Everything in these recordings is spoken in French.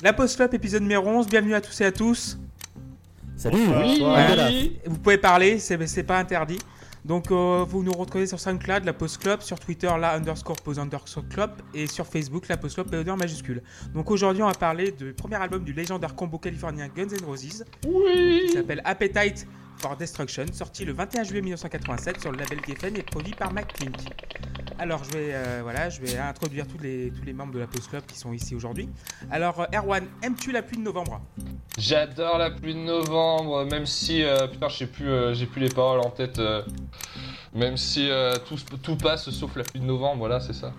La Post Club, épisode numéro 11, bienvenue à tous et à tous. Salut. Vous pouvez parler, c'est pas interdit. Donc vous nous retrouvez sur SoundCloud, la Post Club, sur Twitter, _pose_club, et sur Facebook, la Post Club, POD en majuscule. Donc aujourd'hui, on va parler du premier album du légendaire combo californien Guns N' Roses, qui s'appelle Appetite for Destruction, sorti le 21 juillet 1987 sur le label Geffen et produit par Mike Pink. Alors je vais introduire tous les membres de la Post Club qui sont ici aujourd'hui. Alors Erwan, aimes-tu la pluie de novembre ? J'adore la pluie de novembre, même si j'ai plus les paroles en tête. Même si tout passe sauf la pluie de novembre, voilà, c'est ça.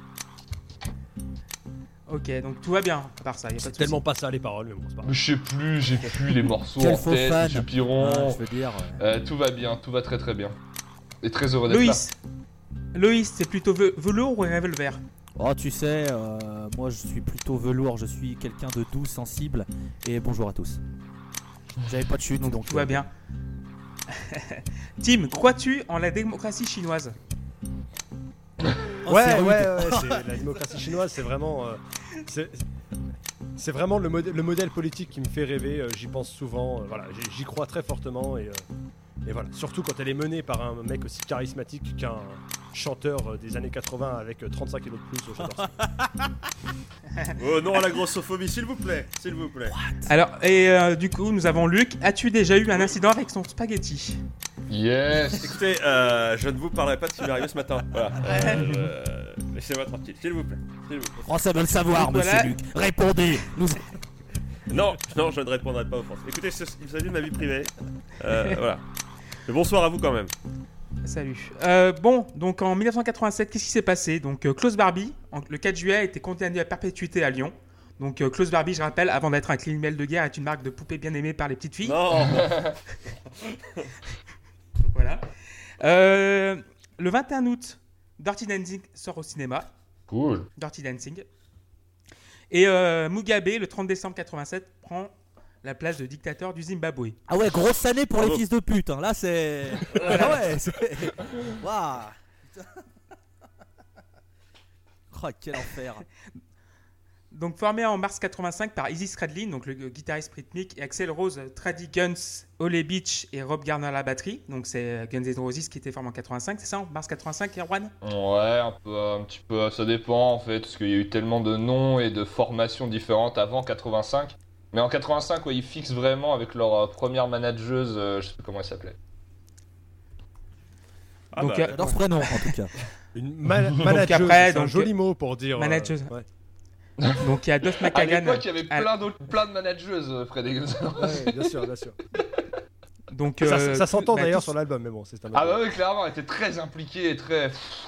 Ok, donc tout va bien à part ça, y a pas de souci. Tellement pas ça les paroles, mais bon, c'est pas grave. Je sais plus, j'ai plus les morceaux Quel en faux tête, fan. je piron. Je veux dire. Tout va bien, tout va très très bien. Et très heureux d'être là. Loïs, c'est plutôt velours ou revolver ? Oh, tu sais, moi je suis plutôt velours, je suis quelqu'un de doux, sensible. Et bonjour à tous. J'avais pas de chute, donc tout va bien. Tim, crois-tu en la démocratie chinoise ? Ouais, c'est, la démocratie chinoise, c'est vraiment, c'est vraiment le modèle politique qui me fait rêver. J'y pense souvent, voilà, j'y crois très fortement et voilà. Surtout quand elle est menée par un mec aussi charismatique qu'un chanteur des années 80 avec 35 kilos de plus. J'adore ça. Oh non à la grossophobie, s'il vous plaît. Alors, du coup, nous avons Luc. As-tu déjà eu un incident avec son spaghetti ? Yes. Écoutez, je ne vous parlerai pas de ce qui m'est arrivé ce matin. Voilà. Laissez-moi tranquille, s'il vous plaît. Français veut le savoir, Donc, monsieur voilà. Luc. Répondez. Non, je ne répondrai pas aux Français. Écoutez, il s'agit de ma vie privée. Voilà. Mais bonsoir à vous quand même. Salut. Bon, donc en 1987, qu'est-ce qui s'est passé ? Donc Klaus Barbie, le 4 juillet, a été condamné à perpétuité à Lyon. Donc Klaus Barbie, je rappelle, avant d'être un criminel de guerre, est une marque de poupée bien aimée par les petites filles. Non. Voilà. Le 21 août, Dirty Dancing sort au cinéma. Cool. Dirty Dancing. Et Mugabe, le 30 décembre 87, prend la place de dictateur du Zimbabwe. Ah ouais, grosse année pour les Bravo. fils de pute. Hein. Là, c'est. Ah ouais, c'est. Waouh. Oh, quel enfer. Donc formé en mars 85 par Izzy Stradlin, donc le guitariste rythmique, et Axl Rose, Trady Guns, Ole Beach et Rob Garner à la batterie. Donc c'est Guns N' Roses qui était formé en 85, c'est ça, en mars 85, Erwan ? Ouais, un petit peu, ça dépend en fait, parce qu'il y a eu tellement de noms et de formations différentes avant 85. Mais en 85, ouais, ils fixent vraiment avec leur première manageuse, je sais plus comment elle s'appelait. Ah Donc, bah, J'adore ce prénom, en tout cas. Une manageuse, après, c'est un donc, joli mot pour dire. manageuse. Ouais. Donc il y a Duff À McKagan. l'époque, il y avait plein de manageuses près des Guns N' Roses. Ouais, bien sûr. Donc, Ça s'entend bah, d'ailleurs tous- sur l'album, mais bon, c'est un. Ah bah oui, clairement, elle était très impliquée et très...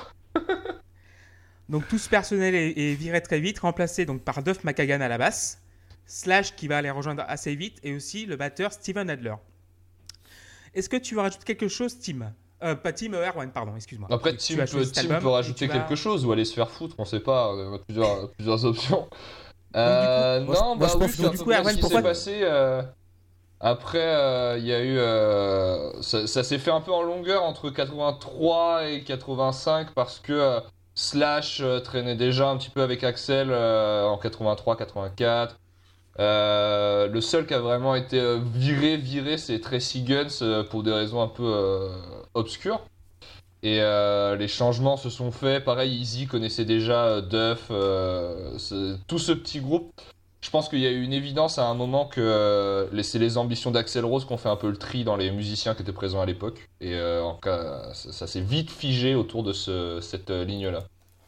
Donc tout ce personnel est viré très vite, remplacé donc par Duff McKagan à la basse, Slash qui va les rejoindre assez vite, et aussi le batteur Steven Adler. Est-ce que tu veux rajouter quelque chose, Tim ? Pas Tim, Erwan, pardon, excuse-moi. Après, Tu Tim as choisi cet album peut rajouter et tu vas- quelque chose ou aller se faire foutre, on sait pas, il y a plusieurs options. Donc, Non, moi, bah je oui, pense je que sais à du peu coup, près Erwan, ce qui pourquoi- s'est passé. Après, il y a eu... ça s'est fait un peu en longueur entre 83 et 85 parce que Slash traînait déjà un petit peu avec Axl en 83-84. Le seul qui a vraiment été viré, c'est Tracy Guns pour des raisons un peu obscures. Et les changements se sont faits. Pareil, Izzy connaissait déjà Duff, tout ce petit groupe. Je pense qu'il y a eu une évidence à un moment que c'est les ambitions d'Axl Rose qui ont fait un peu le tri dans les musiciens qui étaient présents à l'époque. Et en cas, ça s'est vite figé autour de cette ligne-là.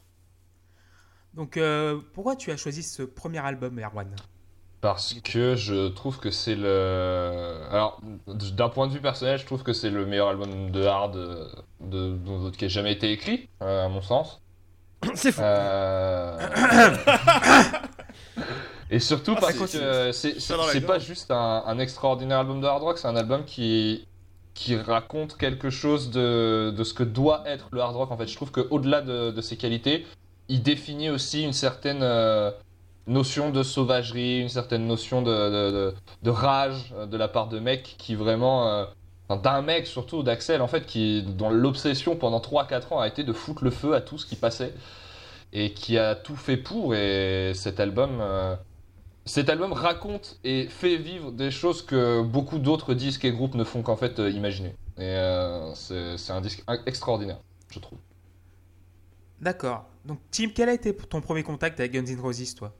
Donc pourquoi tu as choisi ce premier album, Erwan ? Parce que je trouve que c'est le... Alors, d'un point de vue personnel, je trouve que c'est le meilleur album de hard qui ait jamais été écrit, à mon sens. C'est fou. Et surtout parce c'est que ça dans la c'est gorge. pas juste un extraordinaire album de hard rock, c'est un album qui raconte quelque chose de ce que doit être le hard rock. En fait, je trouve qu'au-delà de ses qualités, il définit aussi une certaine notion de sauvagerie, une certaine notion de rage de la part de mecs qui vraiment... enfin, d'un mec surtout, d'Axl en fait, dont l'obsession pendant 3-4 ans a été de foutre le feu à tout ce qui passait et qui a tout fait pour. Et cet album, Cet album raconte et fait vivre des choses que beaucoup d'autres disques et groupes ne font qu'en fait imaginer. Et c'est un disque extraordinaire, je trouve. D'accord. Donc, Tim, quel a été ton premier contact avec Guns N' Roses, toi?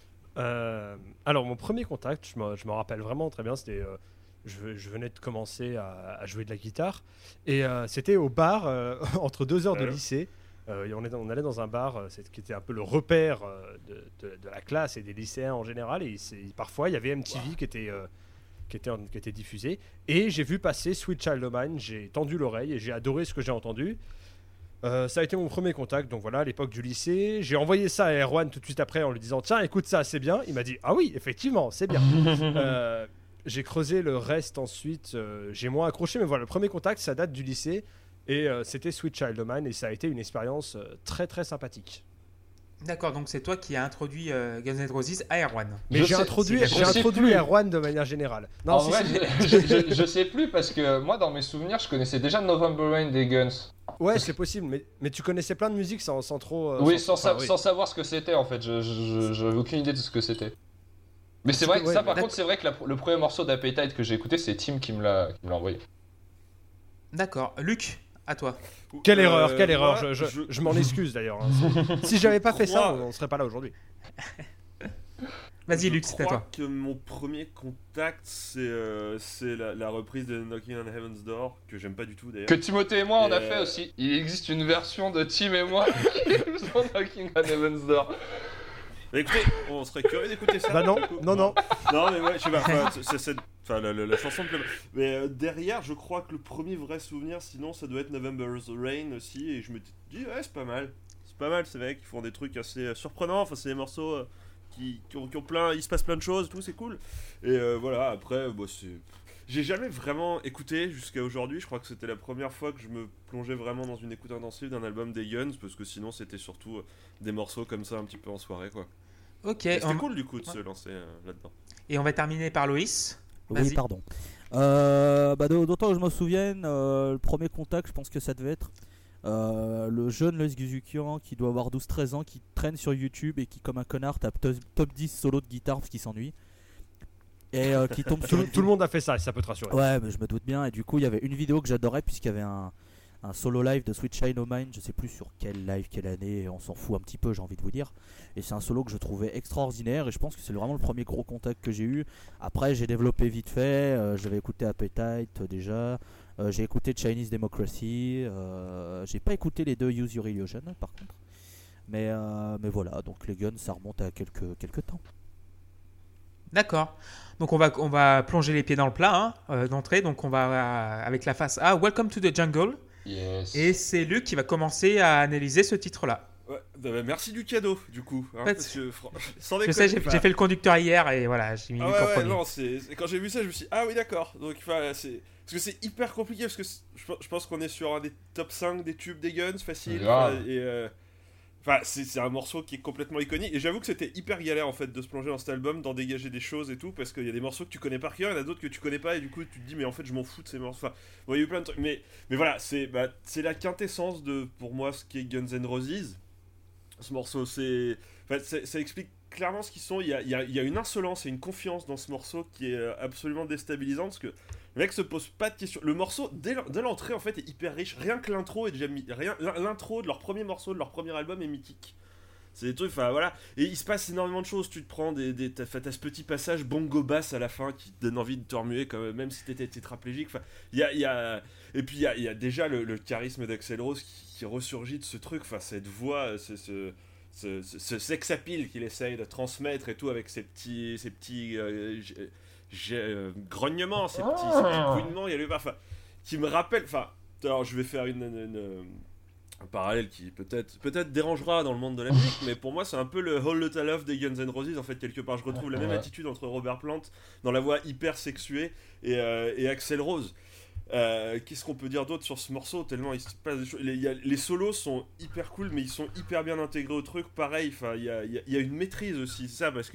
Alors, mon premier contact, je me rappelle vraiment très bien, c'était. Je venais de commencer à jouer de la guitare. Et c'était au bar, entre 2 heures de lycée. Et on allait dans un bar qui était un peu le repère de la classe et des lycéens en général. Et parfois, il y avait MTV qui était diffusé. Et j'ai vu passer Sweet Child O' Mine. J'ai tendu l'oreille et j'ai adoré ce que j'ai entendu. Ça a été mon premier contact, donc voilà, à l'époque du lycée. J'ai envoyé ça à Erwan tout de suite après en lui disant tiens, écoute ça, c'est bien. Il m'a dit ah oui, effectivement, c'est bien. J'ai creusé le reste ensuite, j'ai moins accroché, mais voilà, le premier contact, ça date du lycée et c'était Sweet Child O' Mine et ça a été une expérience très très sympathique. D'accord, donc c'est toi qui as introduit Guns N' Roses à Erwan. Mais j'ai introduit Erwan de manière générale. Non, En vrai, je sais plus parce que moi, dans mes souvenirs, je connaissais déjà November Rain des Guns. Ouais, c'est possible, mais tu connaissais plein de musique sans trop. Oui, sans savoir ce que c'était en fait. J'avais aucune idée de ce que c'était. Mais c'est vrai que ça, par contre, c'est vrai que le premier morceau d'Appetite que j'ai écouté, c'est Tim qui me l'a envoyé. D'accord. Luc, à toi. Quelle erreur. Je m'en excuse d'ailleurs. Si j'avais pas fait ça, on serait pas là aujourd'hui. Vas-y, Luc, c'est à toi. Je crois que mon premier contact, c'est la reprise de Knocking on Heaven's Door, que j'aime pas du tout d'ailleurs. Que Timothée et moi on a fait aussi. Il existe une version de Tim et moi qui joue Knocking on Heaven's Door. Bah écoutez, on serait curieux d'écouter ça. Bah non. Non mais ouais, je sais pas, la chanson me plaît. Mais derrière, je crois que le premier vrai souvenir, sinon ça doit être November's Rain aussi, et je me dis ouais, c'est pas mal. C'est pas mal, c'est vrai qu'ils font des trucs assez surprenants, enfin c'est des morceaux qui ont plein, il se passe plein de choses, tout c'est cool. Et voilà, après, j'ai jamais vraiment écouté jusqu'à aujourd'hui. Je crois que c'était la première fois que je me plongeais vraiment dans une écoute intensive d'un album des Guns, parce que sinon c'était surtout des morceaux comme ça un petit peu en soirée, quoi. Ok. C'était cool du coup de se lancer là-dedans. Et on va terminer par Loïs. Oui, Vas-y. pardon. D'autant que je me souvienne, le premier contact, je pense que ça devait être le jeune Loïs Guzukian qui doit avoir 12-13 ans, qui traîne sur YouTube et qui, comme un connard, tape top 10 solo de guitare parce qu'il s'ennuie. Et qui tombe sur. Tout le monde a fait ça, ça peut te rassurer. Ouais, mais je me doute bien. Et du coup, il y avait une vidéo que j'adorais puisqu'il y avait un solo live de Sweet Child O' Mine. Je sais plus sur quel live, quelle année, on s'en fout un petit peu, j'ai envie de vous dire. Et c'est un solo que je trouvais extraordinaire. Et je pense que c'est vraiment le premier gros contact que j'ai eu. Après, j'ai développé vite fait. J'avais écouté Appetite déjà. J'ai écouté Chinese Democracy. J'ai pas écouté les deux Use Your Illusion par contre. Mais voilà, donc les Guns, ça remonte à quelques temps. D'accord. Donc on va plonger les pieds dans le plat d'entrée. Donc on va avec la face A, Welcome to the Jungle. Yes. Et c'est Luc qui va commencer à analyser ce titre-là. Ouais, bah merci du cadeau du coup. Hein, parce que, sans je sais, j'ai fait le conducteur hier et voilà, j'ai mis le micro premier. Non, quand j'ai vu ça, je me suis dit, ah oui d'accord. Donc parce que c'est hyper compliqué parce que je pense qu'on est sur un des top 5 des tubes des Guns facile. C'est un morceau qui est complètement iconique et j'avoue que c'était hyper galère en fait de se plonger dans cet album, d'en dégager des choses et tout parce qu'il y a des morceaux que tu connais par cœur, il y en a d'autres que tu connais pas et du coup tu te dis mais en fait je m'en fous de ces morceaux. Enfin, il y a eu plein de trucs mais voilà, c'est la quintessence de pour moi ce qu'est Guns N' Roses. Ce morceau, ça explique clairement ce qu'ils sont. Il y a une insolence et une confiance dans ce morceau qui est absolument déstabilisante parce que le mec se pose pas de questions. Le morceau, dès l'entrée, en fait, est hyper riche. Rien que l'intro est déjà l'intro de leur premier morceau, de leur premier album est mythique. C'est des trucs, enfin voilà. Et il se passe énormément de choses. Tu te prends t'as ce petit passage bongo bass à la fin qui te donne envie de te remuer, même si t'étais tétraplégique. Enfin, et puis il y a déjà le charisme d'Axl Rose qui ressurgit de ce truc. Enfin, cette voix, ce sex appeal qu'il essaye de transmettre et tout avec ces petits grognements, ces petits couinements. Il y a le parfum qui me rappelle. Enfin, alors je vais faire un parallèle qui peut-être dérangera dans le monde de la musique, mais pour moi c'est un peu le Whole Lotta Love des Guns N' Roses en fait quelque part. Je retrouve la même attitude entre Robert Plant dans la voix hyper sexuée et Axl Rose. Qu'est-ce qu'on peut dire d'autre sur ce morceau tellement il se passe des choses. Les solos sont hyper cool mais ils sont hyper bien intégrés au truc. Pareil, il y a une maîtrise aussi, c'est ça, parce que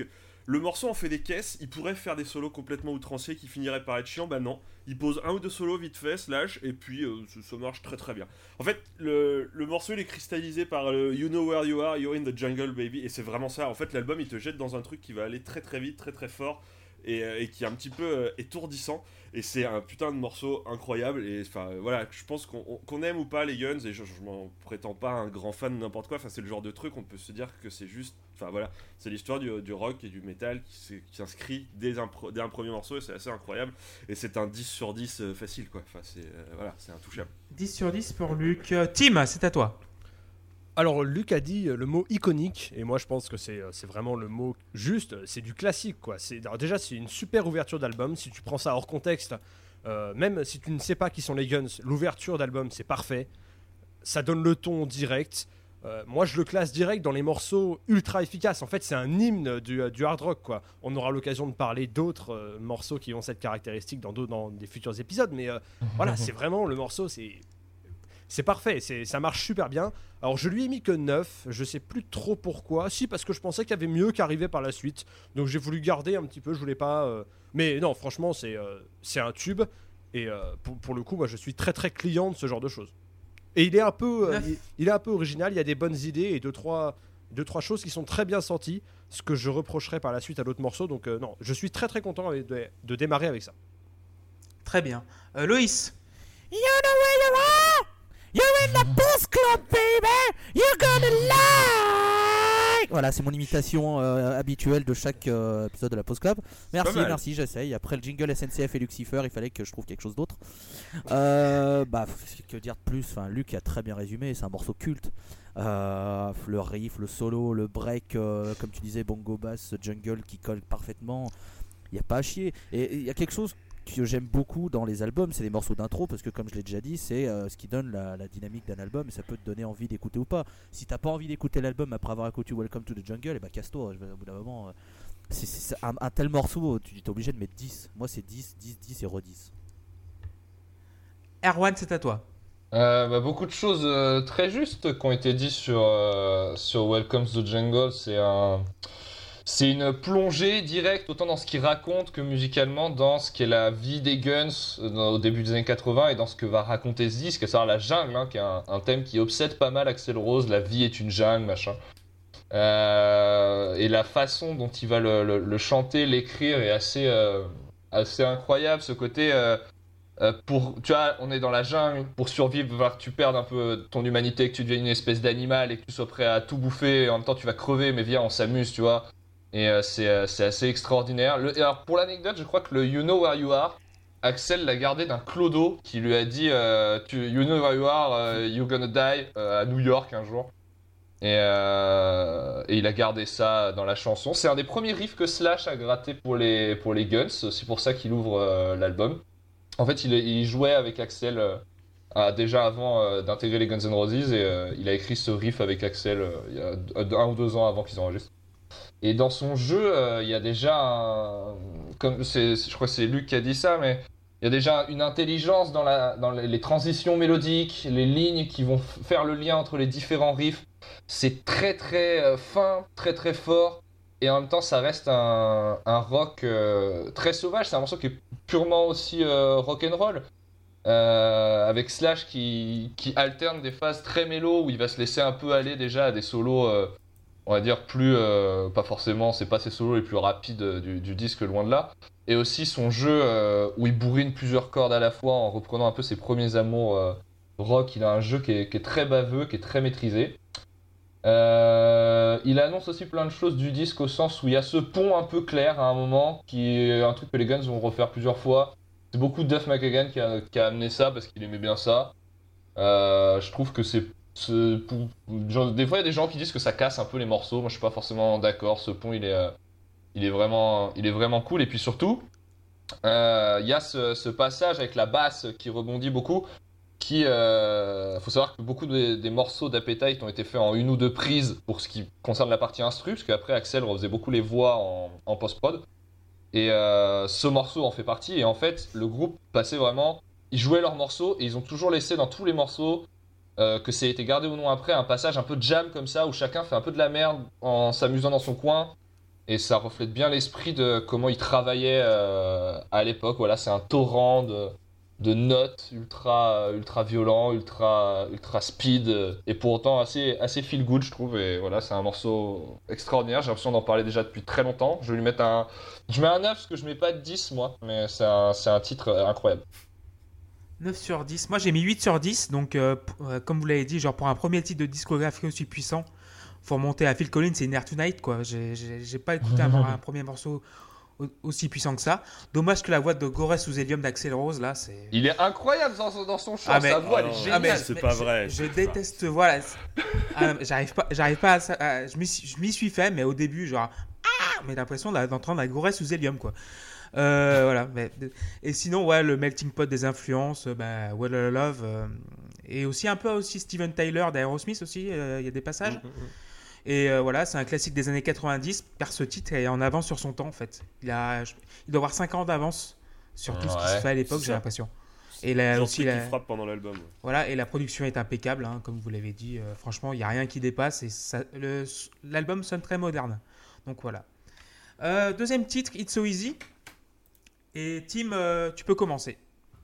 le morceau en fait des caisses, il pourrait faire des solos complètement outranciers qui finiraient par être chiants, bah non. Il pose un ou deux solos vite fait, slash, et puis ça marche très très bien. En fait, le morceau il est cristallisé par le You know where you are, you're in the jungle baby, et c'est vraiment ça. En fait, l'album il te jette dans un truc qui va aller très très vite, très très fort, et qui est un petit peu étourdissant. Et c'est un putain de morceau incroyable. Et enfin voilà, je pense qu'on aime ou pas les Guns, et je m'en prétends pas un grand fan de n'importe quoi. Enfin, c'est le genre de truc, on peut se dire que c'est juste. Enfin voilà, c'est l'histoire du rock et du métal qui s'inscrit dès un premier morceau, et c'est assez incroyable. Et c'est un 10 sur 10 facile quoi. Enfin, voilà, c'est intouchable. 10 sur 10 pour Luc. Tim, c'est à toi. Alors, Luc a dit le mot iconique, et moi je pense que c'est vraiment le mot juste, c'est du classique quoi. Alors déjà, c'est une super ouverture d'album. Si tu prends ça hors contexte, même si tu ne sais pas qui sont les Guns, l'ouverture d'album c'est parfait. Ça donne le ton direct. Moi je le classe direct dans les morceaux ultra efficaces. En fait, c'est un hymne du hard rock quoi. On aura l'occasion de parler d'autres morceaux qui ont cette caractéristique dans des futurs épisodes, mais voilà, c'est vraiment le morceau, c'est parfait, ça marche super bien. Alors je lui ai mis que 9, je sais plus trop pourquoi. Si, parce que je pensais qu'il y avait mieux qui arrivait par la suite. Donc j'ai voulu garder un petit peu, je voulais pas... Mais non, franchement, c'est un tube. Et pour le coup, moi je suis très très client de ce genre de choses. Et il est un peu, il est un peu original, il y a des bonnes idées et deux, trois choses qui sont très bien senties. Ce que je reprocherais par la suite à d'autres morceaux. Donc non, je suis très très content de démarrer avec ça. Très bien. Loïs. You know where you are! You're in the Post Club, baby! You're gonna like! Voilà, c'est mon imitation habituelle de chaque épisode de la Post Club. Merci, j'essaye. Après le jingle SNCF et Lucifer, il fallait que je trouve quelque chose d'autre. Que dire de plus? Enfin, Luc a très bien résumé, c'est un morceau culte. Le riff, le solo, le break, comme tu disais, bongo bass, jungle qui colle parfaitement. Il n'y a pas à chier. Et il y a quelque chose que j'aime beaucoup dans les albums, c'est les morceaux d'intro, parce que comme je l'ai déjà dit, c'est ce qui donne la dynamique d'un album, et ça peut te donner envie d'écouter ou pas. Si t'as pas envie d'écouter l'album après avoir écouté Welcome to the Jungle, et bah casse-toi. Au bout d'un moment, c'est un tel morceau, tu es obligé de mettre 10. Moi c'est 10, 10, 10 et re-10. Erwan, c'est à toi. Beaucoup de choses très justes qui ont été dites sur Welcome to the Jungle. C'est une plongée directe autant dans ce qu'il raconte que musicalement dans ce qu'est la vie des Guns au début des années 80 et dans ce que va raconter ce disque, à savoir la jungle, qui est un thème qui obsède pas mal Axl Rose, la vie est une jungle, machin. Et la façon dont il va le chanter, l'écrire est assez incroyable, ce côté... tu vois, on est dans la jungle, pour survivre, il va falloir que tu perdes un peu ton humanité, que tu deviennes une espèce d'animal et que tu sois prêt à tout bouffer, et en même temps tu vas crever, mais viens, on s'amuse, tu vois. Et c'est assez extraordinaire. Alors pour l'anecdote, je crois que le You Know Where You Are, Axl l'a gardé d'un clodo qui lui a dit You know where you are, you're gonna die à New York un jour. Et il a gardé ça dans la chanson. C'est un des premiers riffs que Slash a gratté pour les Guns, c'est pour ça qu'il ouvre l'album. En fait, il jouait avec Axl déjà avant d'intégrer les Guns N' Roses, et il a écrit ce riff avec Axl il y a 1 ou 2 ans avant qu'ils enregistrent. Et dans son jeu, il y a déjà je crois que c'est Luc qui a dit ça, mais il y a déjà une intelligence dans les transitions mélodiques, les lignes qui vont faire le lien entre les différents riffs. C'est très très fin, très très fort, et en même temps ça reste un rock très sauvage. C'est un morceau qui est purement aussi rock'n'roll, avec Slash qui alterne des phases très mélo où il va se laisser un peu aller déjà à des solos on va dire plus pas forcément, c'est pas ses solos les plus rapides du disque, loin de là, et aussi son jeu où il bourrine plusieurs cordes à la fois en reprenant un peu ses premiers amours rock. Il a un jeu qui est très baveux, qui est très maîtrisé. Il annonce aussi plein de choses du disque, au sens où il y a ce pont un peu clair à un moment, qui est un truc que les Guns vont refaire plusieurs fois. C'est beaucoup Duff McKagan qui a amené ça parce qu'il aimait bien ça. Je trouve que des fois il y a des gens qui disent que ça casse un peu les morceaux. Moi je suis pas forcément d'accord. Ce pont il est vraiment cool. Et puis surtout il y a ce passage avec la basse qui rebondit beaucoup, faut savoir que beaucoup des morceaux d'Appetite ont été faits en 1 ou 2 prises pour ce qui concerne la partie instru, parce qu'après Axl refaisait beaucoup les voix en post-prod, et ce morceau en fait partie. Et en fait le groupe passait vraiment, ils jouaient leurs morceaux et ils ont toujours laissé dans tous les morceaux, que ça ait été gardé ou non après, un passage un peu jam comme ça où chacun fait un peu de la merde en s'amusant dans son coin. Et ça reflète bien l'esprit de comment il travaillait à l'époque. Voilà, c'est un torrent de notes ultra violent, ultra speed, et pour autant assez feel good, je trouve. Et voilà, c'est un morceau extraordinaire. J'ai l'impression d'en parler déjà depuis très longtemps. Je vais lui mettre je mets un 9 parce que je mets pas de 10 moi, mais c'est un titre incroyable. 9 sur 10. Moi, j'ai mis 8 sur 10. Donc, comme vous l'avez dit, genre pour un premier titre de discographie aussi puissant, faut remonter à Phil Collins et Near Tonight, quoi. J'ai pas écouté un premier morceau aussi puissant que ça. Dommage que la voix de Gorey sous Helium d'Axl Rose, là, c'est... Il est incroyable dans son chant, Ah, mais- sa voix elle est Ah, géniale. mais- c'est pas vrai. Je déteste, voilà. J'arrive pas je m'y suis fait, mais au début, genre... Ah, mais l'impression d'entendre la Gorey sous Helium, quoi. Voilà. Et sinon, ouais, le melting pot des influences, Well Out of Love, et aussi un peu aussi Steven Tyler d'Aerosmith aussi, il y a des passages. Et voilà, c'est un classique des années 90, car ce titre est en avance sur son temps en fait. Il doit avoir 5 ans d'avance sur tout ce qui se fait à l'époque, c'est j'ai ça. l'impression. Et là Genre aussi, truc qui frappe pendant l'album. Ouais. voilà, et la production est impeccable, hein, comme vous l'avez dit. Franchement, il n'y a rien qui dépasse et l'album sonne très moderne. Donc voilà. Deuxième titre, It's So Easy. Et Tim, tu peux commencer.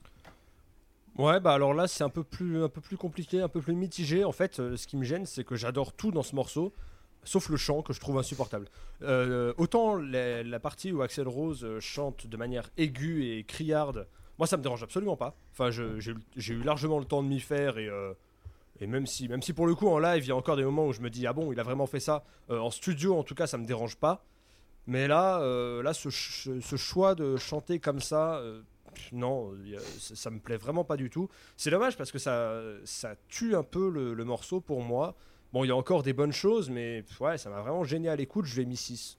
Ouais, bah alors là, c'est un peu plus compliqué, un peu plus mitigé. En fait, ce qui me gêne, c'est que j'adore tout dans ce morceau, sauf le chant que je trouve insupportable. Autant la partie où Axl Rose chante de manière aiguë et criarde, moi ça me dérange absolument pas. Enfin, j'ai eu largement le temps de m'y faire et même si pour le coup en live, il y a encore des moments où je me dis ah bon, il a vraiment fait ça. En studio, en tout cas, ça me dérange pas. Mais là, ce choix de chanter comme ça, non, ça me plaît vraiment pas du tout. C'est dommage parce que ça tue un peu le morceau pour moi. Bon, il y a encore des bonnes choses, mais ouais, ça m'a vraiment gêné à l'écoute. Je l'ai mis 6.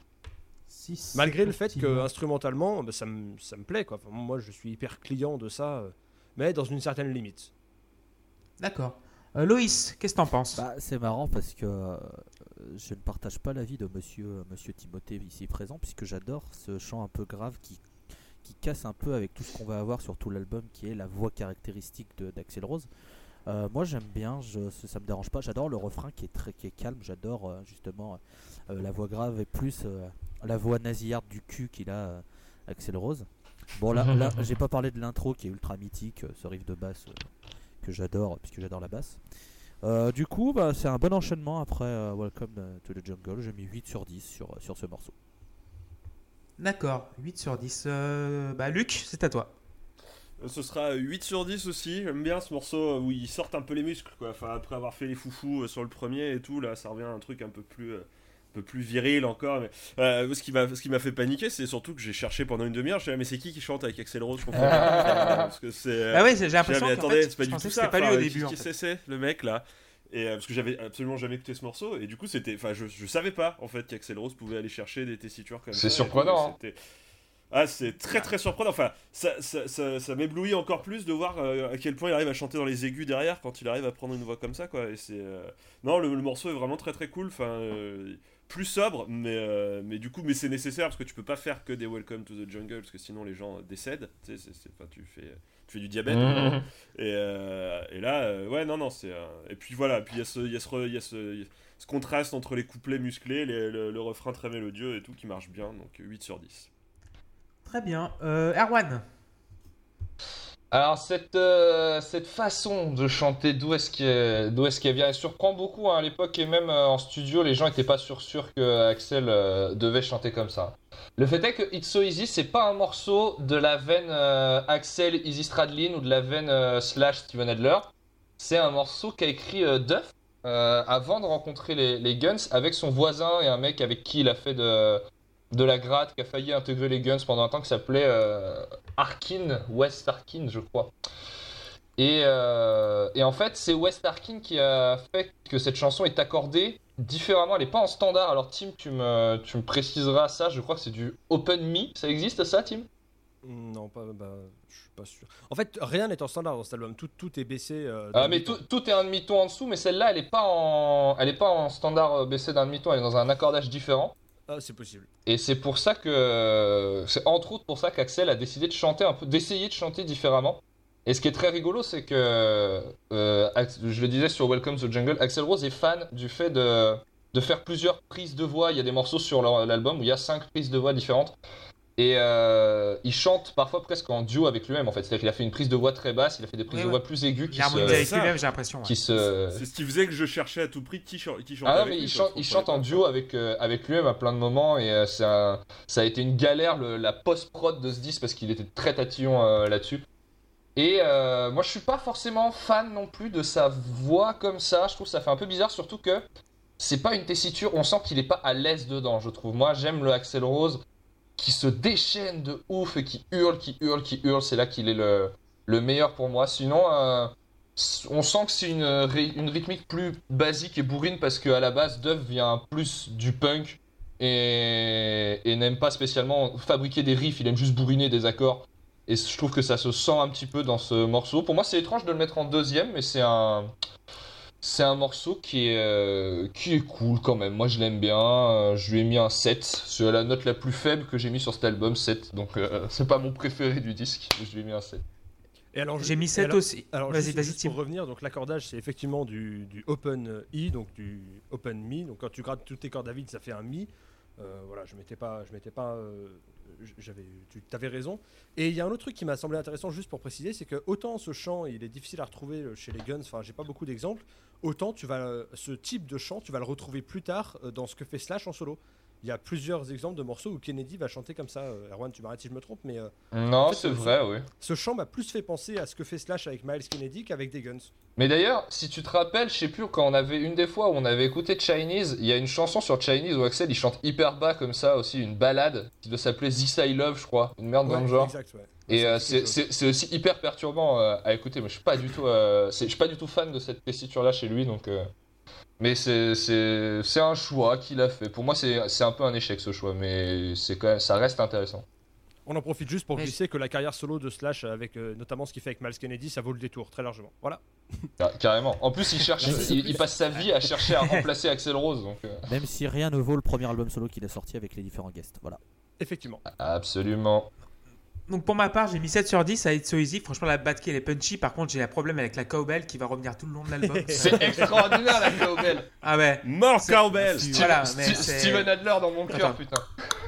6. Malgré le fait que instrumentalement, ça me plaît, quoi. Enfin, moi, je suis hyper client de ça, mais dans une certaine limite. D'accord. Loïs, qu'est-ce que t'en penses? Bah, c'est marrant parce que je ne partage pas l'avis de monsieur Timothée ici présent, puisque j'adore ce chant un peu grave qui casse un peu avec tout ce qu'on va avoir sur tout l'album, qui est la voix caractéristique d'Axl Rose. Moi j'aime bien, ça me dérange pas, j'adore le refrain qui est calme, j'adore justement la voix grave et plus la voix nasillarde du cul qu'il a Axl Rose. Bon là j'ai pas parlé de l'intro qui est ultra mythique, ce riff de basse que j'adore, puisque j'adore la basse. Du coup c'est un bon enchaînement après Welcome to the Jungle, j'ai mis 8 sur 10 sur ce morceau. D'accord, 8 sur 10. Luc, c'est à toi. Ce sera 8 sur 10 aussi. J'aime bien ce morceau où ils sortent un peu les muscles, quoi. Enfin, après avoir fait les foufous sur le premier et tout, là, ça revient à un truc un peu plus viril encore. Mais, ce qui m'a fait paniquer, c'est surtout que j'ai cherché pendant une demi-heure. Je me suis dit, mais c'est qui chante avec Axl Rose? Je comprends pas. Parce que c'est. Ah oui, j'ai l'impression Mais qu'en attendez, fait, c'est pas je du pensais tout que c'était ça. pas lui au Enfin, début. En Qui fait. c'est le mec là? Et parce que j'avais absolument jamais écouté ce morceau, et du coup c'était, enfin je savais pas en fait qu'Axl Rose pouvait aller chercher des tessitures comme ça. C'est surprenant, hein. C'est très très surprenant. Enfin, ça m'éblouit encore plus de voir à quel point il arrive à chanter dans les aigus derrière quand il arrive à prendre une voix comme ça, quoi. Et c'est non, le morceau est vraiment très très cool. Enfin, plus sobre, mais du coup, mais c'est nécessaire parce que tu peux pas faire que des Welcome to the Jungle parce que sinon les gens décèdent. Tu sais, enfin, tu fais du diabète. Et là, ouais, non, c'est. Et puis voilà, puis il y a ce contraste entre les couplets musclés, le refrain très mélodieux et tout qui marche bien. Donc 8 sur 10. Très bien. Erwan. Alors cette façon de chanter, d'où est-ce qu'elle vient? Elle surprend beaucoup, hein, à l'époque, et même en studio, les gens n'étaient pas sûrs que Axl devait chanter comme ça. Le fait est que It's So Easy, c'est pas un morceau de la veine Axl Izzy Stradlin ou de la veine Slash Steven Adler. C'est un morceau qu'a écrit Duff avant de rencontrer les Guns avec son voisin et un mec avec qui il a fait de la gratte, qui a failli intégrer les Guns pendant un temps, qui s'appelait West Arkin, je crois. Et en fait, c'est West Arkin qui a fait que cette chanson est accordée différemment. Elle n'est pas en standard. Alors Tim, tu me préciseras ça. Je crois que c'est du Open Me. Ça existe ça, Tim? Non, je suis pas sûr. En fait, rien n'est en standard dans cet album. Tout est baissé. Mais tout est un demi-ton en dessous, mais celle-là, elle est pas en standard baissé d'un demi-ton. Elle est dans un accordage différent. Ah, c'est possible. Et c'est pour ça que c'est entre autres pour ça qu'Axl a décidé de chanter un peu, d'essayer de chanter différemment. Et ce qui est très rigolo, c'est que je le disais sur Welcome to the Jungle, Axl Rose est fan du fait de de faire plusieurs prises de voix. Il y a des morceaux sur l'album où il y a 5 prises de voix différentes. Et il chante parfois presque en duo avec lui-même en fait. C'est-à-dire qu'il a fait une prise de voix très basse, il a fait des prises de voix plus aiguës Il harmonise avec lui-même, j'ai l'impression. qui se... C'est ce qui faisait que je cherchais à tout prix qui chantait. Ah non, mais il chante en duo avec lui-même à plein de moments et ça a été une galère la post-prod de ce disque parce qu'il était très tatillon là-dessus. Et moi je suis pas forcément fan non plus de sa voix comme ça, je trouve que ça fait un peu bizarre, surtout que c'est pas une tessiture, on sent qu'il est pas à l'aise dedans je trouve. Moi j'aime le Axl Rose qui se déchaîne de ouf et qui hurle, c'est là qu'il est le meilleur pour moi. Sinon, on sent que c'est une rythmique plus basique et bourrine parce qu'à la base, Duff vient plus du punk et n'aime pas spécialement fabriquer des riffs, il aime juste bourriner des accords. Et je trouve que ça se sent un petit peu dans ce morceau. Pour moi, c'est étrange de le mettre en deuxième, mais c'est un morceau qui est cool quand même. Moi je l'aime bien. Je lui ai mis un 7. C'est la note la plus faible que j'ai mis sur cet album, 7. Donc c'est pas mon préféré du disque. Je lui ai mis un 7. Et alors, j'ai mis 7 aussi. Alors vas-y, juste pour revenir, donc l'accordage c'est effectivement du open E, donc du open Mi. Donc quand tu grades toutes tes cordes à vide, ça fait un Mi. Voilà, je m'étais pas tu avais raison. Et il y a un autre truc qui m'a semblé intéressant juste pour préciser, c'est que autant ce chant il est difficile à retrouver chez les Guns, enfin j'ai pas beaucoup d'exemples, autant ce type de chant tu vas le retrouver plus tard dans ce que fait Slash en solo. Il y a plusieurs exemples de morceaux où Kennedy va chanter comme ça. Erwan, tu m'arrêtes si je me trompe, mais non, en fait, c'est vrai, oui. Ce chant m'a plus fait penser à ce que fait Slash avec Miles Kennedy qu'avec des Guns. Mais d'ailleurs, si tu te rappelles, je sais plus, quand on avait une des fois où on avait écouté Chinese, il y a une chanson sur Chinese où Axl il chante hyper bas comme ça aussi, une ballade qui doit s'appeler This I Love, je crois, une merde dans le genre. Exact, ouais. Et c'est aussi hyper perturbant à écouter. Mais je suis pas du tout fan de cette tessiture là chez lui, donc. Mais c'est un choix qu'il a fait. Pour moi, c'est un peu un échec ce choix, mais ça reste intéressant. On en profite juste pour glisser que la carrière solo de Slash, avec notamment ce qu'il fait avec Miles Kennedy, ça vaut le détour, très largement. Voilà. Carrément. En plus, il passe sa vie à chercher à remplacer Axl Rose. Donc, Même si rien ne vaut le premier album solo qu'il a sorti avec les différents guests. Voilà. Effectivement. Absolument. Donc pour ma part, j'ai mis 7 sur 10 à It's So Easy. Franchement, la batte qui est punchy. Par contre, j'ai un problème avec la cowbell qui va revenir tout le long de l'album. C'est extraordinaire la cowbell. Ah ouais. Mort cowbell. Voilà, Steven Adler dans mon cœur, putain.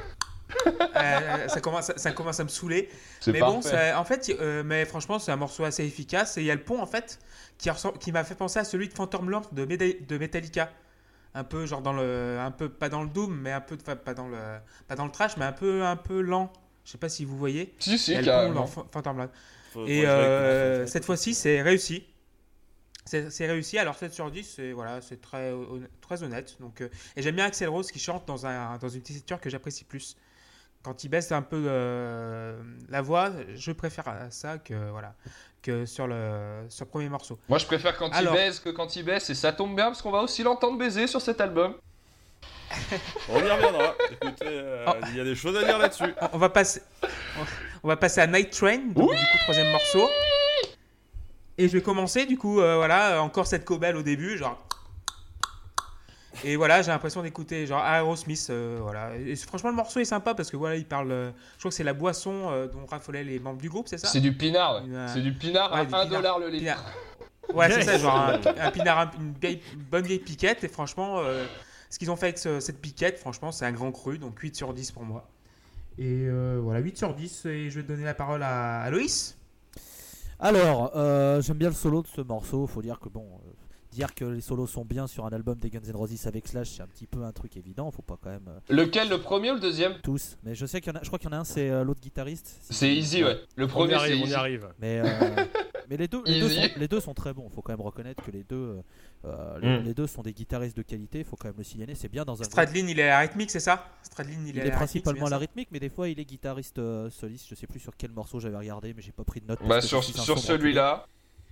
Ça commence à me saouler. C'est mais parfait. bon, en fait, mais franchement, c'est un morceau assez efficace. Et il y a le pont en fait qui m'a fait penser à celui de Phantom Lamp de Metallica. Un peu genre un peu pas dans le doom, mais un peu pas dans le trash, mais un peu lent. Je sais pas si vous voyez. Si, carrément. Phantom Lamp. Et cette fois-ci, c'est réussi. C'est réussi. Alors 7 sur 10, c'est très honnête. Donc, et j'aime bien Axl Rose qui chante dans une tessiture que j'apprécie plus. Quand il baisse un peu la voix, je préfère ça que sur le premier morceau. Moi, je préfère quand il baise que quand il baisse, et ça tombe bien parce qu'on va aussi l'entendre baiser sur cet album. On y reviendra. Écoutez, il y a des choses à dire là-dessus. On va passer à Night Train, donc, du coup troisième morceau. Et je vais commencer du coup, encore cette cowbell au début, genre. Et voilà, j'ai l'impression d'écouter genre Aerosmith, voilà. Et franchement, le morceau est sympa parce que voilà, il parle. Je crois que c'est la boisson dont raffolaient les membres du groupe, c'est ça ? C'est du pinard, ouais. C'est du pinard à $1 le litre. Pinard. Ouais, c'est ça, genre un pinard, une bonne vieille piquette. Et franchement, ce qu'ils ont fait avec cette piquette, franchement, c'est un grand cru, donc 8 sur 10 pour moi. Et voilà, 8 sur 10. Et je vais donner la parole à Loïs. Alors, j'aime bien le solo de ce morceau. Faut dire que dire que les solos sont bien sur un album des Guns N' Roses avec Slash, c'est un petit peu un truc évident. Faut pas quand même. Lequel, le premier ou le deuxième ? Tous. Mais je sais qu'il y en a. Je crois qu'il y en a un, c'est l'autre guitariste. C'est Easy, ouais. Le premier, c'est Easy. On y arrive. Mais les deux sont très bons. Faut quand même reconnaître que les deux sont des guitaristes de qualité. Faut quand même le signaler. C'est bien dans un. Stradlin, il est à la rythmique, c'est ça ? Stradlin, il est principalement à la rythmique, mais des fois il est guitariste soliste. Je sais plus sur quel morceau j'avais regardé, mais j'ai pas pris de notes. Bah sur celui-là.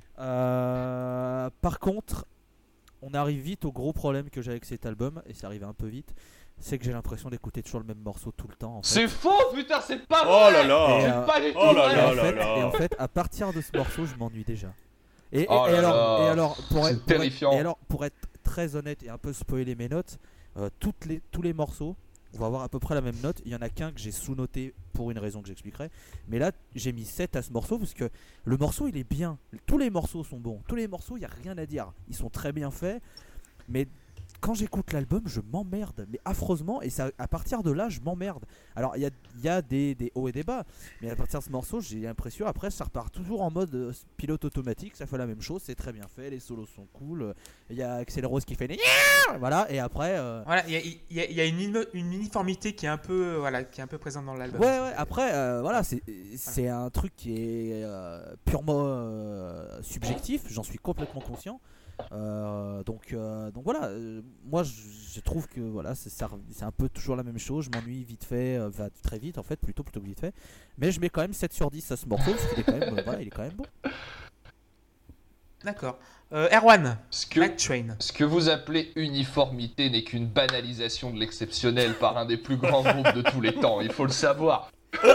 Par contre, on arrive vite au gros problème que j'ai avec cet album, et ça arrive un peu vite. C'est que j'ai l'impression d'écouter toujours le même morceau tout le temps. En fait. C'est faux, putain, c'est pas vrai. Oh là là. C'est pas du tout vrai. Et en fait, à partir de ce morceau, je m'ennuie déjà. Et alors, pour être très honnête et un peu spoiler mes notes, tous les morceaux, on va avoir à peu près la même note. Il y en a qu'un que j'ai sous-noté pour une raison que j'expliquerai. Mais là, j'ai mis 7 à ce morceau parce que le morceau, il est bien. Tous les morceaux sont bons. Tous les morceaux, il n'y a rien à dire. Ils sont très bien faits. Mais quand j'écoute l'album, je m'emmerde, mais affreusement, et ça, à partir de là, je m'emmerde. Alors, il y a des hauts et des bas, mais à partir de ce morceau, j'ai l'impression, après, ça repart toujours en mode pilote automatique, ça fait la même chose, c'est très bien fait, les solos sont cool, il y a Axel Rose qui fait des voilà, et après... Voilà, il y a une uniformité qui est un peu, qui est un peu présente dans l'album. Ouais, après, voilà, c'est un truc qui est purement subjectif, j'en suis complètement conscient. Donc voilà, moi je trouve que voilà, c'est un peu toujours la même chose. Je m'ennuie vite fait, très vite en fait, plutôt que vite fait. Mais je mets quand même 7 sur 10 à ce morceau parce qu'il est quand même, voilà, il est quand même beau. D'accord. Erwan, Night Train. Ce que vous appelez uniformité n'est qu'une banalisation de l'exceptionnel par un des plus grands groupes de tous les temps, il faut le savoir.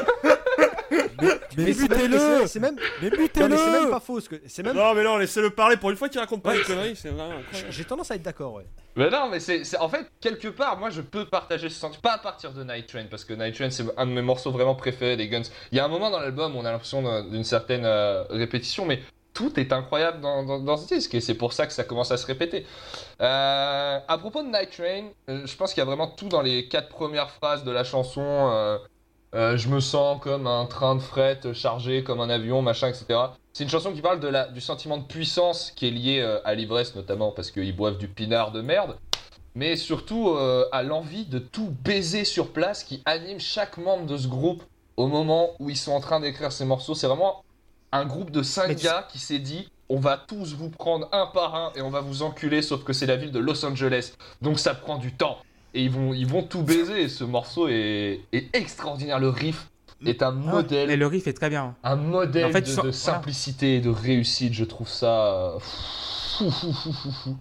Mais mutez-le. C'est même... Mais Non, mutez-le. mais c'est même pas faux. C'est même... Non, mais non, laissez-le parler pour une fois qu'il raconte pas des conneries, c'est vraiment incroyable. J'ai tendance à être d'accord, ouais. Mais non, mais c'est en fait, quelque part, moi je peux partager ce sentiment, pas à partir de Night Train, parce que Night Train c'est un de mes morceaux vraiment préférés des Guns. Il y a un moment dans l'album où on a l'impression d'une certaine répétition, mais tout est incroyable dans ce disque, et c'est pour ça que ça commence à se répéter. À propos de Night Train, je pense qu'il y a vraiment tout dans les 4 premières phrases de la chanson. Je me sens comme un train de fret chargé comme un avion, machin, etc. C'est une chanson qui parle du sentiment de puissance qui est lié à l'ivresse, notamment parce qu'ils boivent du pinard de merde, mais surtout à l'envie de tout baiser sur place qui anime chaque membre de ce groupe au moment où ils sont en train d'écrire ces morceaux. C'est vraiment un groupe de 5 gars qui s'est dit on va tous vous prendre un par un et on va vous enculer, sauf que c'est la ville de Los Angeles, donc ça prend du temps. Et ils vont tout baiser, et ce morceau est extraordinaire. Le riff est un modèle. Et le riff est très bien. Un modèle en fait, de simplicité et de réussite, je trouve ça fou.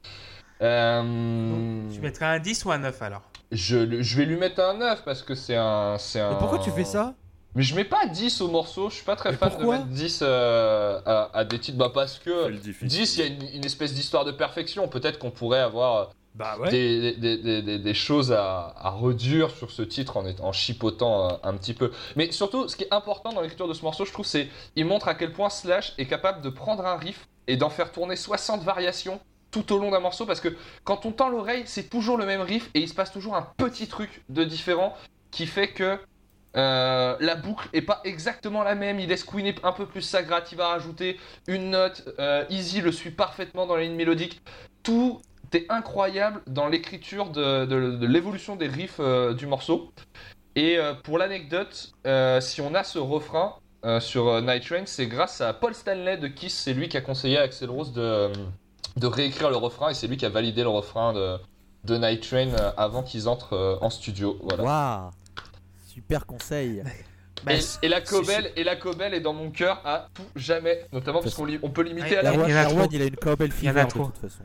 Donc, tu mettrais un 10 ou un 9 alors? Je vais lui mettre un 9 parce que c'est un... Mais pourquoi tu fais ça? Mais je mets pas 10 au morceau, je suis pas très fan de mettre 10 à des titres, parce que 10 il y a une espèce d'histoire de perfection, peut-être qu'on pourrait avoir des choses à redire sur ce titre en chipotant un petit peu. Mais surtout, ce qui est important dans l'écriture de ce morceau, je trouve, c'est il montre à quel point Slash est capable de prendre un riff et d'en faire tourner 60 variations tout au long d'un morceau, parce que quand on tend l'oreille, c'est toujours le même riff et il se passe toujours un petit truc de différent qui fait que la boucle est pas exactement la même, il laisse couiner un peu plus sa gratte, il va rajouter une note, Easy le suit parfaitement dans la ligne mélodique, tout est incroyable dans l'écriture de l'évolution des riffs du morceau. Et pour l'anecdote, si on a ce refrain sur Night Train, c'est grâce à Paul Stanley de Kiss, c'est lui qui a conseillé à Axl Rose de réécrire le refrain, et c'est lui qui a validé le refrain de Night Train avant qu'ils entrent en studio. Voilà. Waouh, super conseil. Et la Cobel est dans mon cœur à tout jamais, notamment parce qu'on peut l'imiter à la voix. Erwan, il a une Cobel fever de toute façon.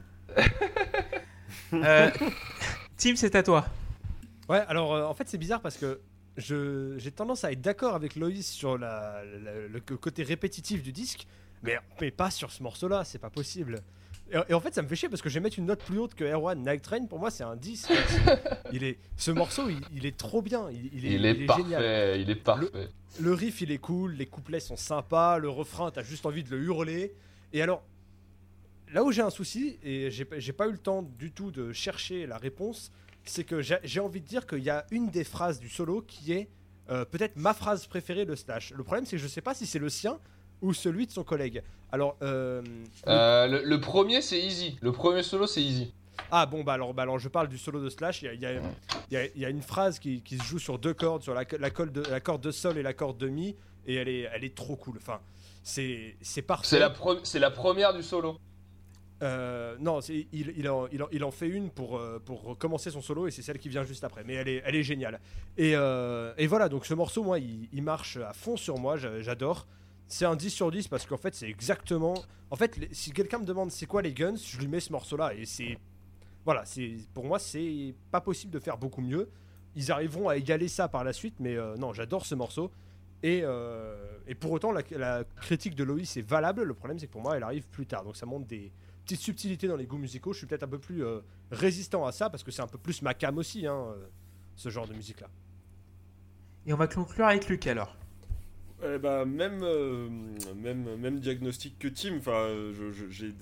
Tim, c'est à toi. Ouais, alors en fait c'est bizarre parce que j'ai tendance à être d'accord avec Loïs sur le côté répétitif du disque, mais pas sur ce morceau-là, c'est pas possible. Et en fait ça me fait chier parce que je vais mettre une note plus haute que Erwan. Night Train pour moi c'est un 10. Ce morceau il est trop bien, il est parfait, génial. il est parfait. Le riff il est cool, les couplets sont sympas, le refrain t'as juste envie de le hurler. Et alors là où j'ai un souci, et j'ai pas eu le temps du tout de chercher la réponse, c'est que j'ai envie de dire qu'il y a une des phrases du solo qui est peut-être ma phrase préférée de Slash. Le problème c'est que je sais pas si c'est le sien ou celui de son collègue. Alors le premier c'est Easy, le premier solo c'est Easy. Ah bon bah alors je parle du solo de Slash. Il y a une phrase qui se joue sur 2 cordes, sur la corde de sol et la corde de mi, et elle est trop cool. Enfin c'est parfait. C'est la première du solo. Non, il en fait une pour commencer son solo, et c'est celle qui vient juste après. Mais elle est géniale. Et voilà, donc ce morceau, moi, il marche à fond sur moi, j'adore. C'est un 10 sur 10 parce qu'en fait, c'est exactement... En fait, si quelqu'un me demande c'est quoi les Guns, je lui mets ce morceau-là. Et c'est... Voilà, pour moi, c'est pas possible de faire beaucoup mieux. Ils arriveront à égaler ça par la suite, mais non, j'adore ce morceau. Et pour autant, la critique de Loïs est valable. Le problème, c'est que pour moi, elle arrive plus tard. Donc ça montre des petites subtilités dans les goûts musicaux. Je suis peut-être un peu plus résistant à ça parce que c'est un peu plus ma came aussi, ce genre de musique-là. Et on va conclure avec Luc alors. Bah, même diagnostic que Tim. Enfin, j'ai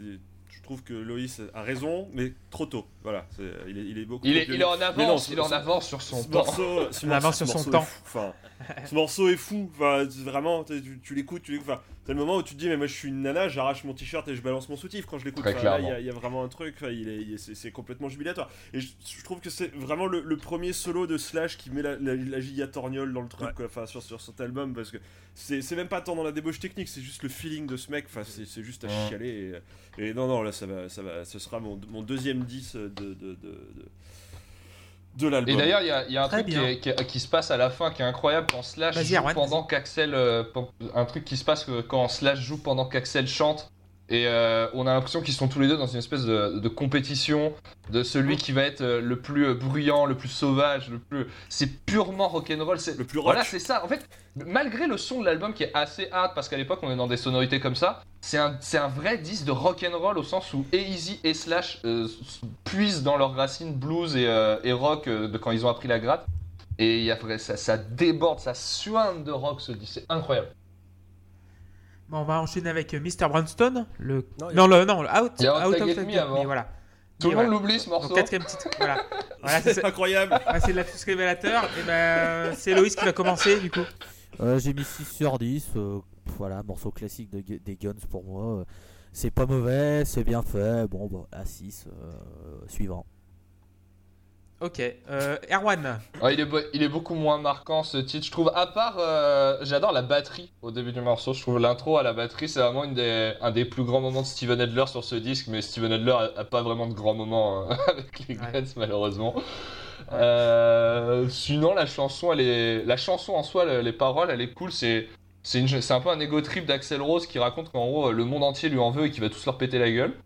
je trouve que Loïs a raison, mais trop tôt. Voilà, il est beaucoup. Il trop est en pionnier. avance, Mais il est en avance sur son temps. Il avance sur son temps. Ce morceau est fou. Enfin, vraiment, tu l'écoutes, Enfin, c'est le moment où tu te dis, mais moi je suis une nana, j'arrache mon t-shirt et je balance mon soutif quand je l'écoute. Très Enfin, là, clairement. il y a vraiment un truc. Enfin, c'est complètement jubilatoire. Et je trouve que c'est vraiment le premier solo de Slash qui met la gigatorgnole dans le truc, Ouais. quoi. Enfin, sur cet album, parce que c'est même pas tant dans la débauche technique, c'est juste le feeling de ce mec. Enfin, c'est juste à Ouais. chialer. Et non, là, ça va, ce sera mon deuxième 10 de l'album. Et d'ailleurs, il y a un Très truc bien. qui se passe à la fin qui est incroyable quand Slash Vas-y, joue Erwan, pendant qu'Axel. Un truc qui se passe quand Slash joue pendant qu'Axel chante. Et on a l'impression qu'ils sont tous les deux dans une espèce de compétition de celui qui va être le plus bruyant, le plus sauvage, c'est purement rock'n'roll. Le plus rock. Voilà, c'est ça. En fait, malgré le son de l'album qui est assez hard, parce qu'à l'époque on est dans des sonorités comme ça, c'est un vrai disque de rock'n'roll au sens où et Easy et Slash puisent dans leurs racines blues et rock de quand ils ont appris la gratte. Et ça déborde, ça suinte de rock ce disque, c'est incroyable. Bon, on va enchaîner avec Mr. Brownstone. Le Non, le Out, Il y a Out Out of Like the Me Game. avant. Mais voilà. Tout Mais le monde voilà. l'oublie ce morceau. Donc, quatrième titre. Voilà. Voilà, C'est incroyable. c'est la plus révélateur. Et ben, c'est Loïs qui va commencer du coup. J'ai mis 6 sur 10. Voilà, morceau classique des Guns pour moi. C'est pas mauvais, c'est bien fait. Bon, bah, à 6. Suivant. Ok. Erwan. Ouais, il est beaucoup moins marquant ce titre, je trouve. À part, j'adore la batterie au début du morceau. Je trouve l'intro à la batterie, c'est vraiment un des plus grands moments de Steven Adler sur ce disque. Mais Steven Adler a pas vraiment de grands moments avec les Ouais. Guns, malheureusement. Sinon, la chanson en soi, les paroles, elle est cool. C'est un peu un ego trip d'Axl Rose qui raconte qu'en gros, le monde entier lui en veut et qu'il va tous leur péter la gueule.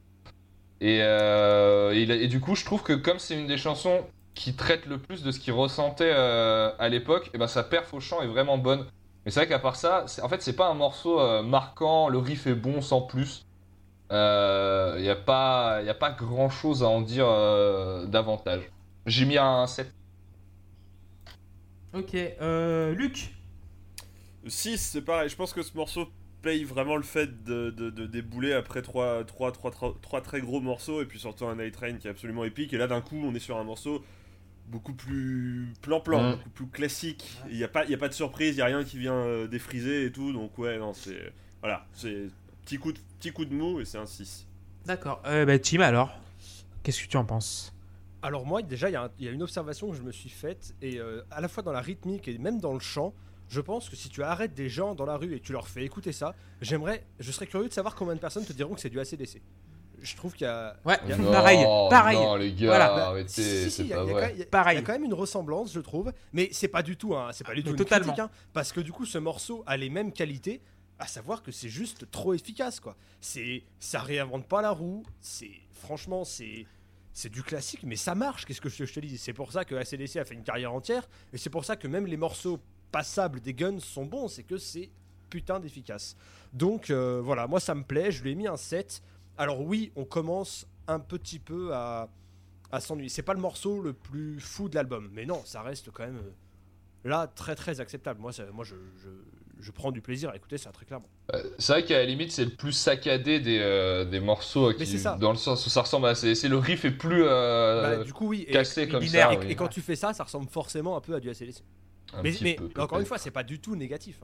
Et du coup, je trouve que comme c'est une des chansons qui traite le plus de ce qu'il ressentait à l'époque, et ben sa perf au chant est vraiment bonne. Mais c'est vrai qu'à part ça, c'est pas un morceau marquant, le riff est bon sans plus. Y a pas grand chose à en dire davantage. J'ai mis un 7. Ok. Luc. 6, c'est pareil. Je pense que ce morceau paye vraiment le fait de débouler après trois très gros morceaux et puis surtout un Night Train qui est absolument épique. Et là, d'un coup, on est sur un morceau beaucoup plus plan-plan, beaucoup plus classique. Il n'y a pas de surprise, il n'y a rien qui vient défriser et tout. Donc, ouais, non, c'est. Voilà, c'est petit coup de mou et c'est un 6. D'accord. Bah, Tim alors. Qu'est-ce que tu en penses? Alors moi, déjà, il y a une observation que je me suis faite, et à la fois dans la rythmique et même dans le chant, je pense que si tu arrêtes des gens dans la rue et que tu leur fais écouter ça, je serais curieux de savoir combien de personnes te diront que c'est du AC/DC. Je trouve qu'il y a... Ouais. Il y a- Pareil. Non, les gars, Voilà. arrêtez, c'est il y pas a vrai. Pareil. quand même une ressemblance, je trouve, mais c'est pas du tout, c'est pas du tout Mais une totalement. critique, parce que du coup, ce morceau a les mêmes qualités, à savoir que c'est juste trop efficace, quoi. Ça réinvente pas la roue, franchement, c'est du classique, mais ça marche, qu'est-ce que je te dis. C'est pour ça que AC/DC a fait une carrière entière, et c'est pour ça que même les morceaux passables des Guns sont bons, c'est que c'est putain d'efficace. Donc voilà, moi ça me plaît, je lui ai mis un 7. Alors oui, on commence un petit peu à s'ennuyer. C'est pas le morceau le plus fou de l'album, mais non, ça reste quand même là très très acceptable. Moi je prends du plaisir à écouter ça très clairement. C'est vrai qu'à la limite, c'est le plus saccadé des morceaux Mais c'est ça. dans le sens où ça ressemble à. C'est le riff est plus Du coup oui, cassé comme binaire, ça. et, oui. et quand tu fais ça, ça ressemble forcément un peu à du AC/DC. Un Mais, petit mais peu, encore peut-être. une fois, c'est pas du tout négatif.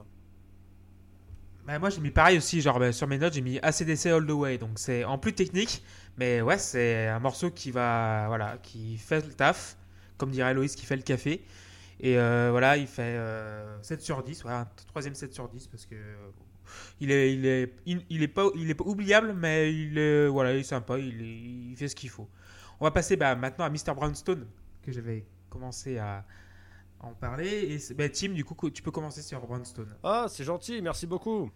Bah, moi j'ai mis pareil aussi, genre sur mes notes j'ai mis AC/DC All the Way, donc c'est en plus technique, mais ouais c'est un morceau qui fait le taf, comme dirait Loïs qui fait le café, et voilà il fait 7 sur 10, ouais, un troisième 7 sur 10 parce que il est pas oubliable, mais il est sympa, il fait ce qu'il faut. On va passer maintenant à Mr. Brownstone, que j'avais commencé à en parler, et Tim du coup tu peux commencer sur Brownstone. Ah, c'est gentil, merci beaucoup.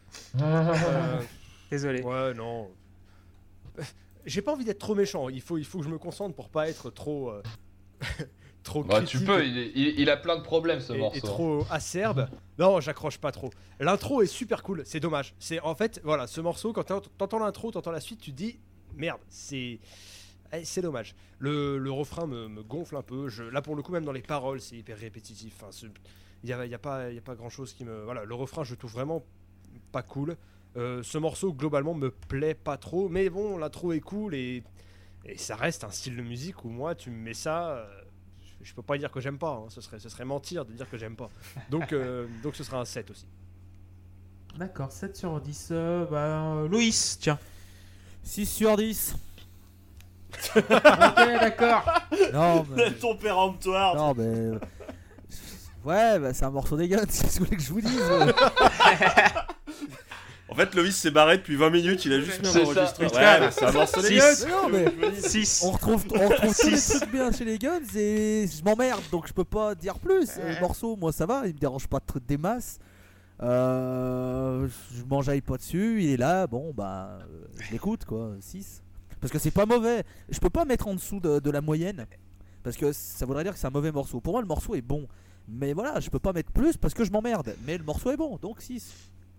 Désolé. Ouais, non. J'ai pas envie d'être trop méchant. Il faut que je me concentre pour pas être trop trop Bah, tu critique peux, il a plein de problèmes ce et morceau. trop acerbe. Non, j'accroche pas trop. L'intro est super cool, c'est dommage. C'est en fait voilà, ce morceau quand t'entends l'intro, t'entends la suite, tu te dis merde, c'est dommage. Le refrain me gonfle un peu. Là pour le coup même dans les paroles, c'est hyper répétitif. Enfin, il y a pas grand chose qui me voilà, le refrain je le trouve vraiment pas cool. Ce morceau globalement me plaît pas trop, mais bon, l'intro est cool et ça reste un style de musique où moi tu me mets ça, je peux pas dire que j'aime pas, hein. Ce serait mentir de dire que j'aime pas. Donc ce sera un 7 aussi. D'accord, 7 sur 10. Loïs, tiens. 6 sur 10. Ok, d'accord. Non, mais... Ton péremptoire. non, mais... Ouais, bah, c'est un morceau des Guns, c'est ce que vous voulez que je vous dise. En fait, Loïs s'est barré depuis 20 minutes, il a juste mis C'est un ça. enregistré. Ouais, Ouais, c'est un morceau des Six. Guns. Non, mais... 6. On retrouve tous les Six. trucs bien chez les Guns et je m'emmerde donc je peux pas dire plus. Le morceau, moi ça va, il me dérange pas des masses. Je m'enjaille pas dessus, il est là, bon bah je l'écoute quoi, 6. Parce que c'est pas mauvais, je peux pas mettre en dessous de la moyenne parce que ça voudrait dire que c'est un mauvais morceau. Pour moi le morceau est bon, mais voilà, je peux pas mettre plus parce que je m'emmerde, mais le morceau est bon donc 6.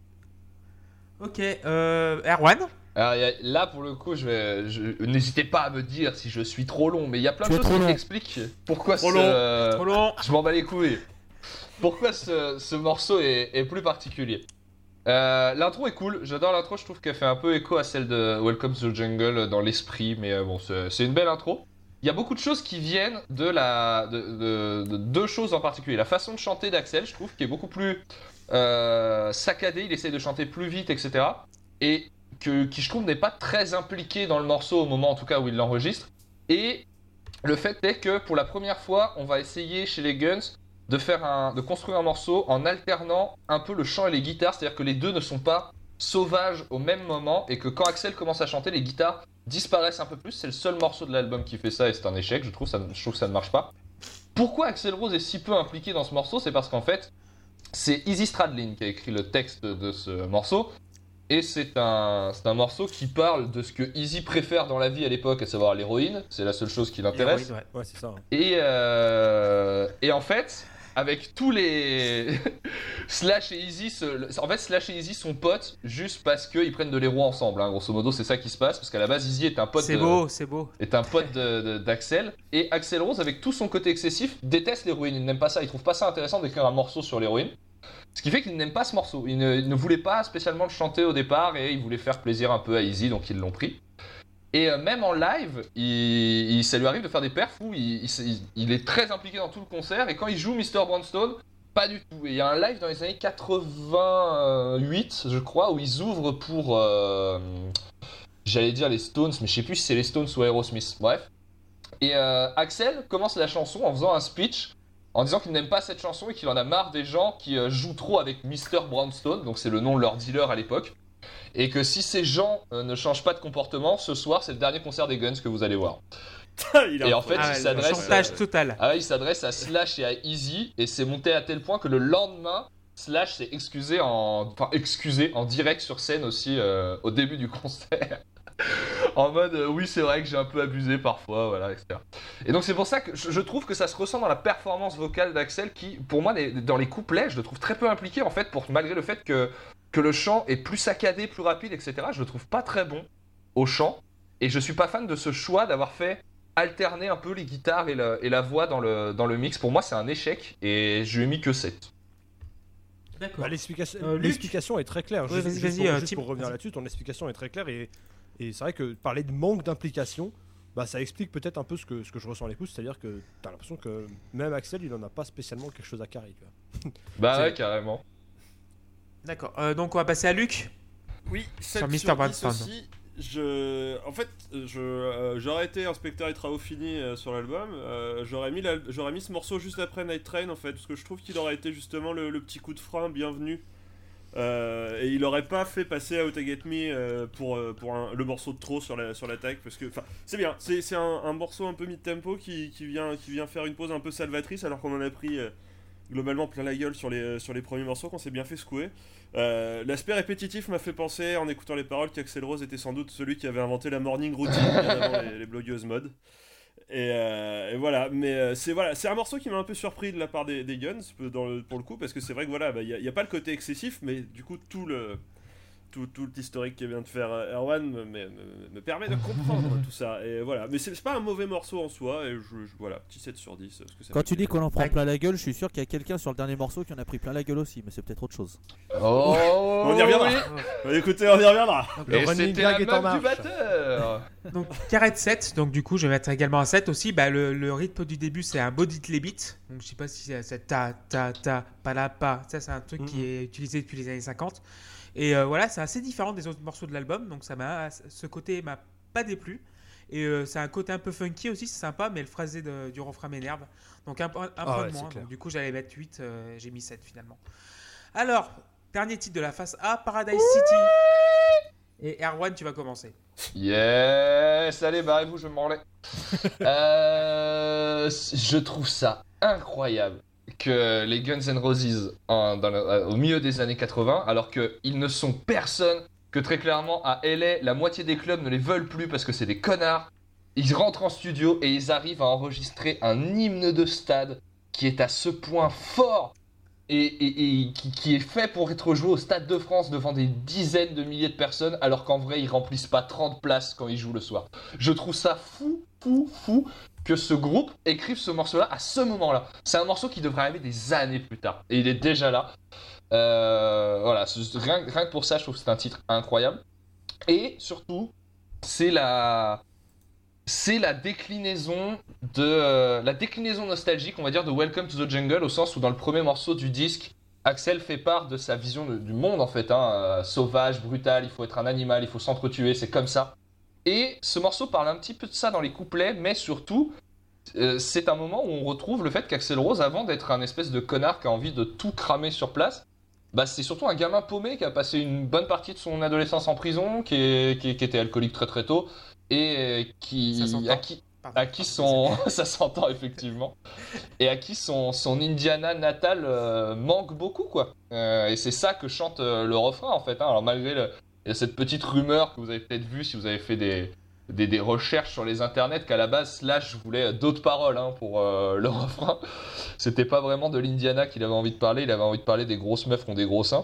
Ok, Erwan. Alors, là, pour le coup, n'hésitez pas à me dire si je suis trop long, mais il y a plein Tu de es choses trop qui long. m'expliquent pourquoi Trop long. Je m'en bats les couilles. Pourquoi ce morceau est plus particulier. L'intro est cool, j'adore l'intro, je trouve qu'elle fait un peu écho à celle de Welcome to the Jungle dans l'esprit, mais bon, c'est une belle intro. Il y a beaucoup de choses qui viennent de deux choses en particulier. La façon de chanter d'Axel, je trouve, qui est beaucoup plus saccadée, il essaye de chanter plus vite, etc. Et qui, je trouve, n'est pas très impliqué dans le morceau au moment, en tout cas, où il l'enregistre. Et le fait est que, pour la première fois, on va essayer chez les Guns de construire un morceau en alternant un peu le chant et les guitares, c'est-à-dire que les deux ne sont pas sauvages au même moment, et que quand Axel commence à chanter, les guitares disparaissent un peu plus. C'est le seul morceau de l'album qui fait ça, et c'est un échec, je trouve que ça ne marche pas. Pourquoi Axl Rose est si peu impliqué dans ce morceau? C'est parce qu'en fait, c'est Izzy Stradlin qui a écrit le texte de ce morceau, et c'est un morceau qui parle de ce que Izzy préfère dans la vie à l'époque, à savoir l'héroïne. C'est la seule chose qui l'intéresse. Ouais. Ouais, c'est ça. Hein. Et en fait, avec tous les Slash et Izzy, Slash et Izzy sont potes juste parce qu'ils prennent de l'héros ensemble. Hein. Grosso modo, c'est ça qui se passe, parce qu'à la base, Izzy est un pote. C'est beau. Est un pote d'Axel, et Axl Rose, avec tout son côté excessif, déteste l'héroïne. Il n'aime pas ça. Il trouve pas ça intéressant d'écrire un morceau sur l'héroïne. Ce qui fait qu'il n'aime pas ce morceau. Il ne voulait pas spécialement le chanter au départ, et il voulait faire plaisir un peu à Izzy, donc ils l'ont pris. Et même en live, ça lui arrive de faire des perfs où il est très impliqué dans tout le concert, et quand il joue Mr. Brownstone, pas du tout. Et il y a un live dans les années 88, je crois, où ils ouvrent pour, j'allais dire les Stones, mais je sais plus si c'est les Stones ou Aerosmith, bref. Et Axel commence la chanson en faisant un speech, en disant qu'il n'aime pas cette chanson et qu'il en a marre des gens qui jouent trop avec Mr. Brownstone, donc c'est le nom de leur dealer à l'époque. Et que si ces gens ne changent pas de comportement, ce soir c'est le dernier concert des Guns que vous allez voir. Et en fait, il s'adresse total. il s'adresse à Slash et à Izzy, et c'est monté à tel point que le lendemain, Slash s'est excusé en direct sur scène aussi au début du concert. En mode oui, c'est vrai que j'ai un peu abusé parfois, voilà, etc. Et donc c'est pour ça que je trouve que ça se ressent dans la performance vocale d'Axel, qui pour moi dans les couplets je le trouve très peu impliqué en fait, malgré le fait que le chant est plus saccadé, plus rapide, etc. Je le trouve pas très bon au chant, et je suis pas fan de ce choix d'avoir fait alterner un peu les guitares et la voix dans le mix. Pour moi c'est un échec, et je lui ai mis que 7. D'accord. Bah, l'explication est très claire. Ouais, Juste pour revenir là-dessus, ton explication est très claire, et c'est vrai que parler de manque d'implication, bah, ça explique peut-être un peu ce que je ressens à l'écoute, c'est-à-dire que t'as l'impression que même Axel, il en a pas spécialement quelque chose à carrer. Tu vois. Bah ouais, carrément. D'accord. Donc on va passer à Luc. Oui, Sur 7 Mr. sur 10 Brownstone. aussi. J'aurais été inspecteur et travaux finis sur l'album. J'aurais mis ce morceau juste après Night Train en fait, parce que je trouve qu'il aurait été justement le petit coup de frein bienvenu. Et il aurait pas fait passer How to Get Me pour le morceau de trop sur l'attaque, parce que c'est bien, c'est un morceau un peu mid-tempo qui vient faire une pause un peu salvatrice, alors qu'on en a pris globalement plein la gueule sur les premiers morceaux, qu'on s'est bien fait secouer. L'aspect répétitif m'a fait penser, en écoutant les paroles, qu'Axl Rose était sans doute celui qui avait inventé la morning routine bien avant les blogueuses mode. Et voilà, mais c'est un morceau qui m'a un peu surpris de la part des Guns pour le coup, parce que c'est vrai que voilà, il y a pas le côté excessif, mais du coup tout le tout l'historique que vient de faire Erwan me permet de comprendre tout ça. Et voilà. Mais c'est pas un mauvais morceau en soi. Et voilà, petit 7 sur 10. Parce que ça Quand fait tu dis plaisir. qu'on en prend plein la gueule, je suis sûr qu'il y a quelqu'un sur le dernier morceau qui en a pris plein la gueule aussi, mais c'est peut-être autre chose. Oh, On y reviendra. Écoutez, on y reviendra. Le Et running c'était la gag est en meuf du marche. batteur. Donc carré de 7, donc du coup je vais mettre également un 7 aussi. Bah, le rythme du début c'est un body les beats. Donc je sais pas si c'est ta pa la pa. Ça c'est un truc qui est utilisé depuis les années 50. Et voilà, c'est assez différent des autres morceaux de l'album. Donc ce côté m'a pas déplu. Et c'est un côté un peu funky aussi, c'est sympa, mais le phrasé du refrain m'énerve. Donc un point ouais, de moins. c'est clair. Donc, du coup j'allais mettre 8, j'ai mis 7 finalement. Alors, dernier titre de la face A, Paradise City. Et Erwan, tu vas commencer. Yes, allez, barrez-vous, je m'en relais. Je trouve ça incroyable que les Guns N' Roses, au milieu des années 80, alors qu'ils ne sont personne, que très clairement à LA, la moitié des clubs ne les veulent plus parce que c'est des connards, ils rentrent en studio et ils arrivent à enregistrer un hymne de stade qui est à ce point fort et qui est fait pour être joué au Stade de France devant des dizaines de milliers de personnes, alors qu'en vrai, ils remplissent pas 30 places quand ils jouent le soir. Je trouve ça fou que ce groupe écrive ce morceau-là à ce moment-là. C'est un morceau qui devrait arriver des années plus tard, et il est déjà là. Voilà, rien que pour ça, je trouve que c'est un titre incroyable. Et surtout, c'est la déclinaison la déclinaison nostalgique, on va dire, de Welcome to the Jungle, au sens où dans le premier morceau du disque, Axel fait part de sa vision du monde en fait, sauvage, brutal, il faut être un animal, il faut s'entretuer, c'est comme ça. Et ce morceau parle un petit peu de ça dans les couplets, mais surtout, c'est un moment où on retrouve le fait qu'Axl Rose, avant d'être un espèce de connard qui a envie de tout cramer sur place, bah c'est surtout un gamin paumé qui a passé une bonne partie de son adolescence en prison, qui était alcoolique très très tôt, et à qui son ça s'entend effectivement, et à qui son Indiana natal manque beaucoup quoi. Et c'est ça que chante le refrain en fait. Alors malgré il y a cette petite rumeur que vous avez peut-être vue si vous avez fait des recherches sur les internets, qu'à la base Slash voulait d'autres paroles pour le refrain. C'était pas vraiment de l'Indiana qu'il avait envie de parler, il avait envie de parler des grosses meufs qui ont des gros seins.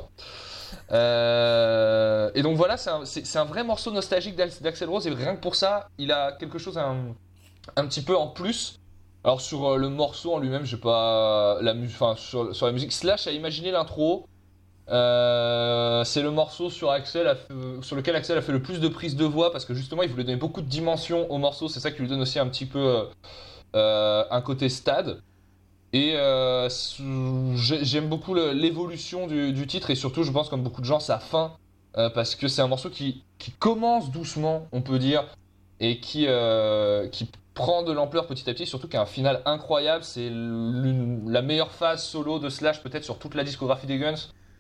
Et donc voilà, c'est un vrai morceau nostalgique d'Axl Rose, et rien que pour ça, il a quelque chose un petit peu en plus. Alors sur le morceau en lui-même, j'ai pas sur la musique. Slash a imaginé l'intro. C'est le morceau sur lequel Axel a fait le plus de prises de voix, parce que justement il voulait donner beaucoup de dimension au morceau. C'est ça qui lui donne aussi un petit peu un côté stade. Et j'aime beaucoup l'évolution du titre, et surtout je pense comme beaucoup de gens sa fin, parce que c'est un morceau qui commence doucement on peut dire, et qui prend de l'ampleur petit à petit, surtout qu'il y a un final incroyable. C'est la meilleure phase solo de Slash peut-être sur toute la discographie des Guns.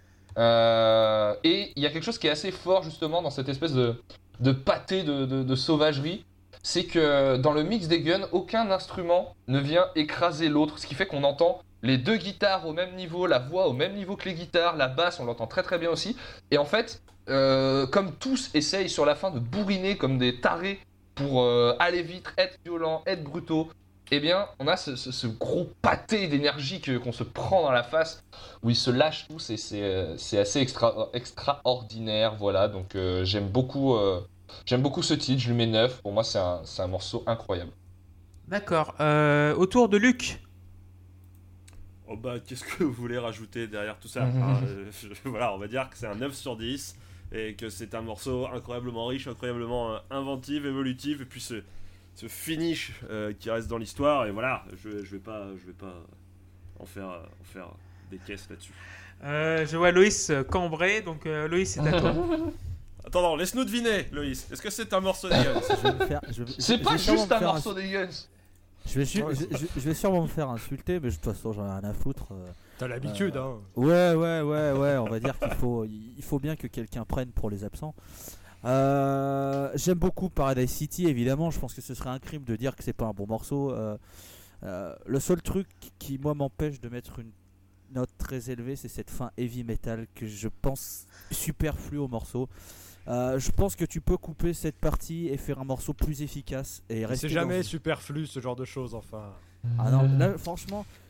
Et il y a quelque chose qui est assez fort justement dans cette espèce de pâté de sauvagerie. C'est que dans le mix des Guns, aucun instrument ne vient écraser l'autre, ce qui fait qu'on entend les deux guitares au même niveau, la voix au même niveau que les guitares, la basse on l'entend très très bien aussi. Et en fait, comme tous essayent sur la fin de bourriner comme des tarés pour aller vite, être violent, être brutaux, eh bien on a ce gros pâté d'énergie qu'on se prend dans la face, où ils se lâchent tous, et c'est assez extraordinaire, voilà. Donc j'aime beaucoup ce titre, je lui mets 9, pour moi c'est un morceau incroyable. D'accord, autour de Luc. Oh bah, qu'est-ce que vous voulez rajouter derrière tout ça? Voilà, on va dire que c'est un 9 sur 10, et que c'est un morceau incroyablement riche, incroyablement inventif, évolutif, et puis ce finish qui reste dans l'histoire. Et voilà, je vais pas en faire des caisses là-dessus. Je vois Loïs cambré, donc Loïs c'est à toi. Attends, non, laisse-nous deviner, Loïs. Est-ce que c'est un morceau des Guns? C'est pas juste un morceau des Guns. Je vais sûrement me faire insulter, mais de toute façon j'en ai rien à foutre. T'as l'habitude, hein. Ouais, on va dire qu'il faut bien que quelqu'un prenne pour les absents. J'aime beaucoup Paradise City, évidemment. Je pense que ce serait un crime de dire que c'est pas un bon morceau. Le seul truc qui moi m'empêche de mettre une note très élevée, c'est cette fin heavy metal que je pense superflue au morceau. Je pense que tu peux couper cette partie et faire un morceau plus efficace et rester. C'est jamais superflu ce genre de choses, enfin. Ah non, là franchement,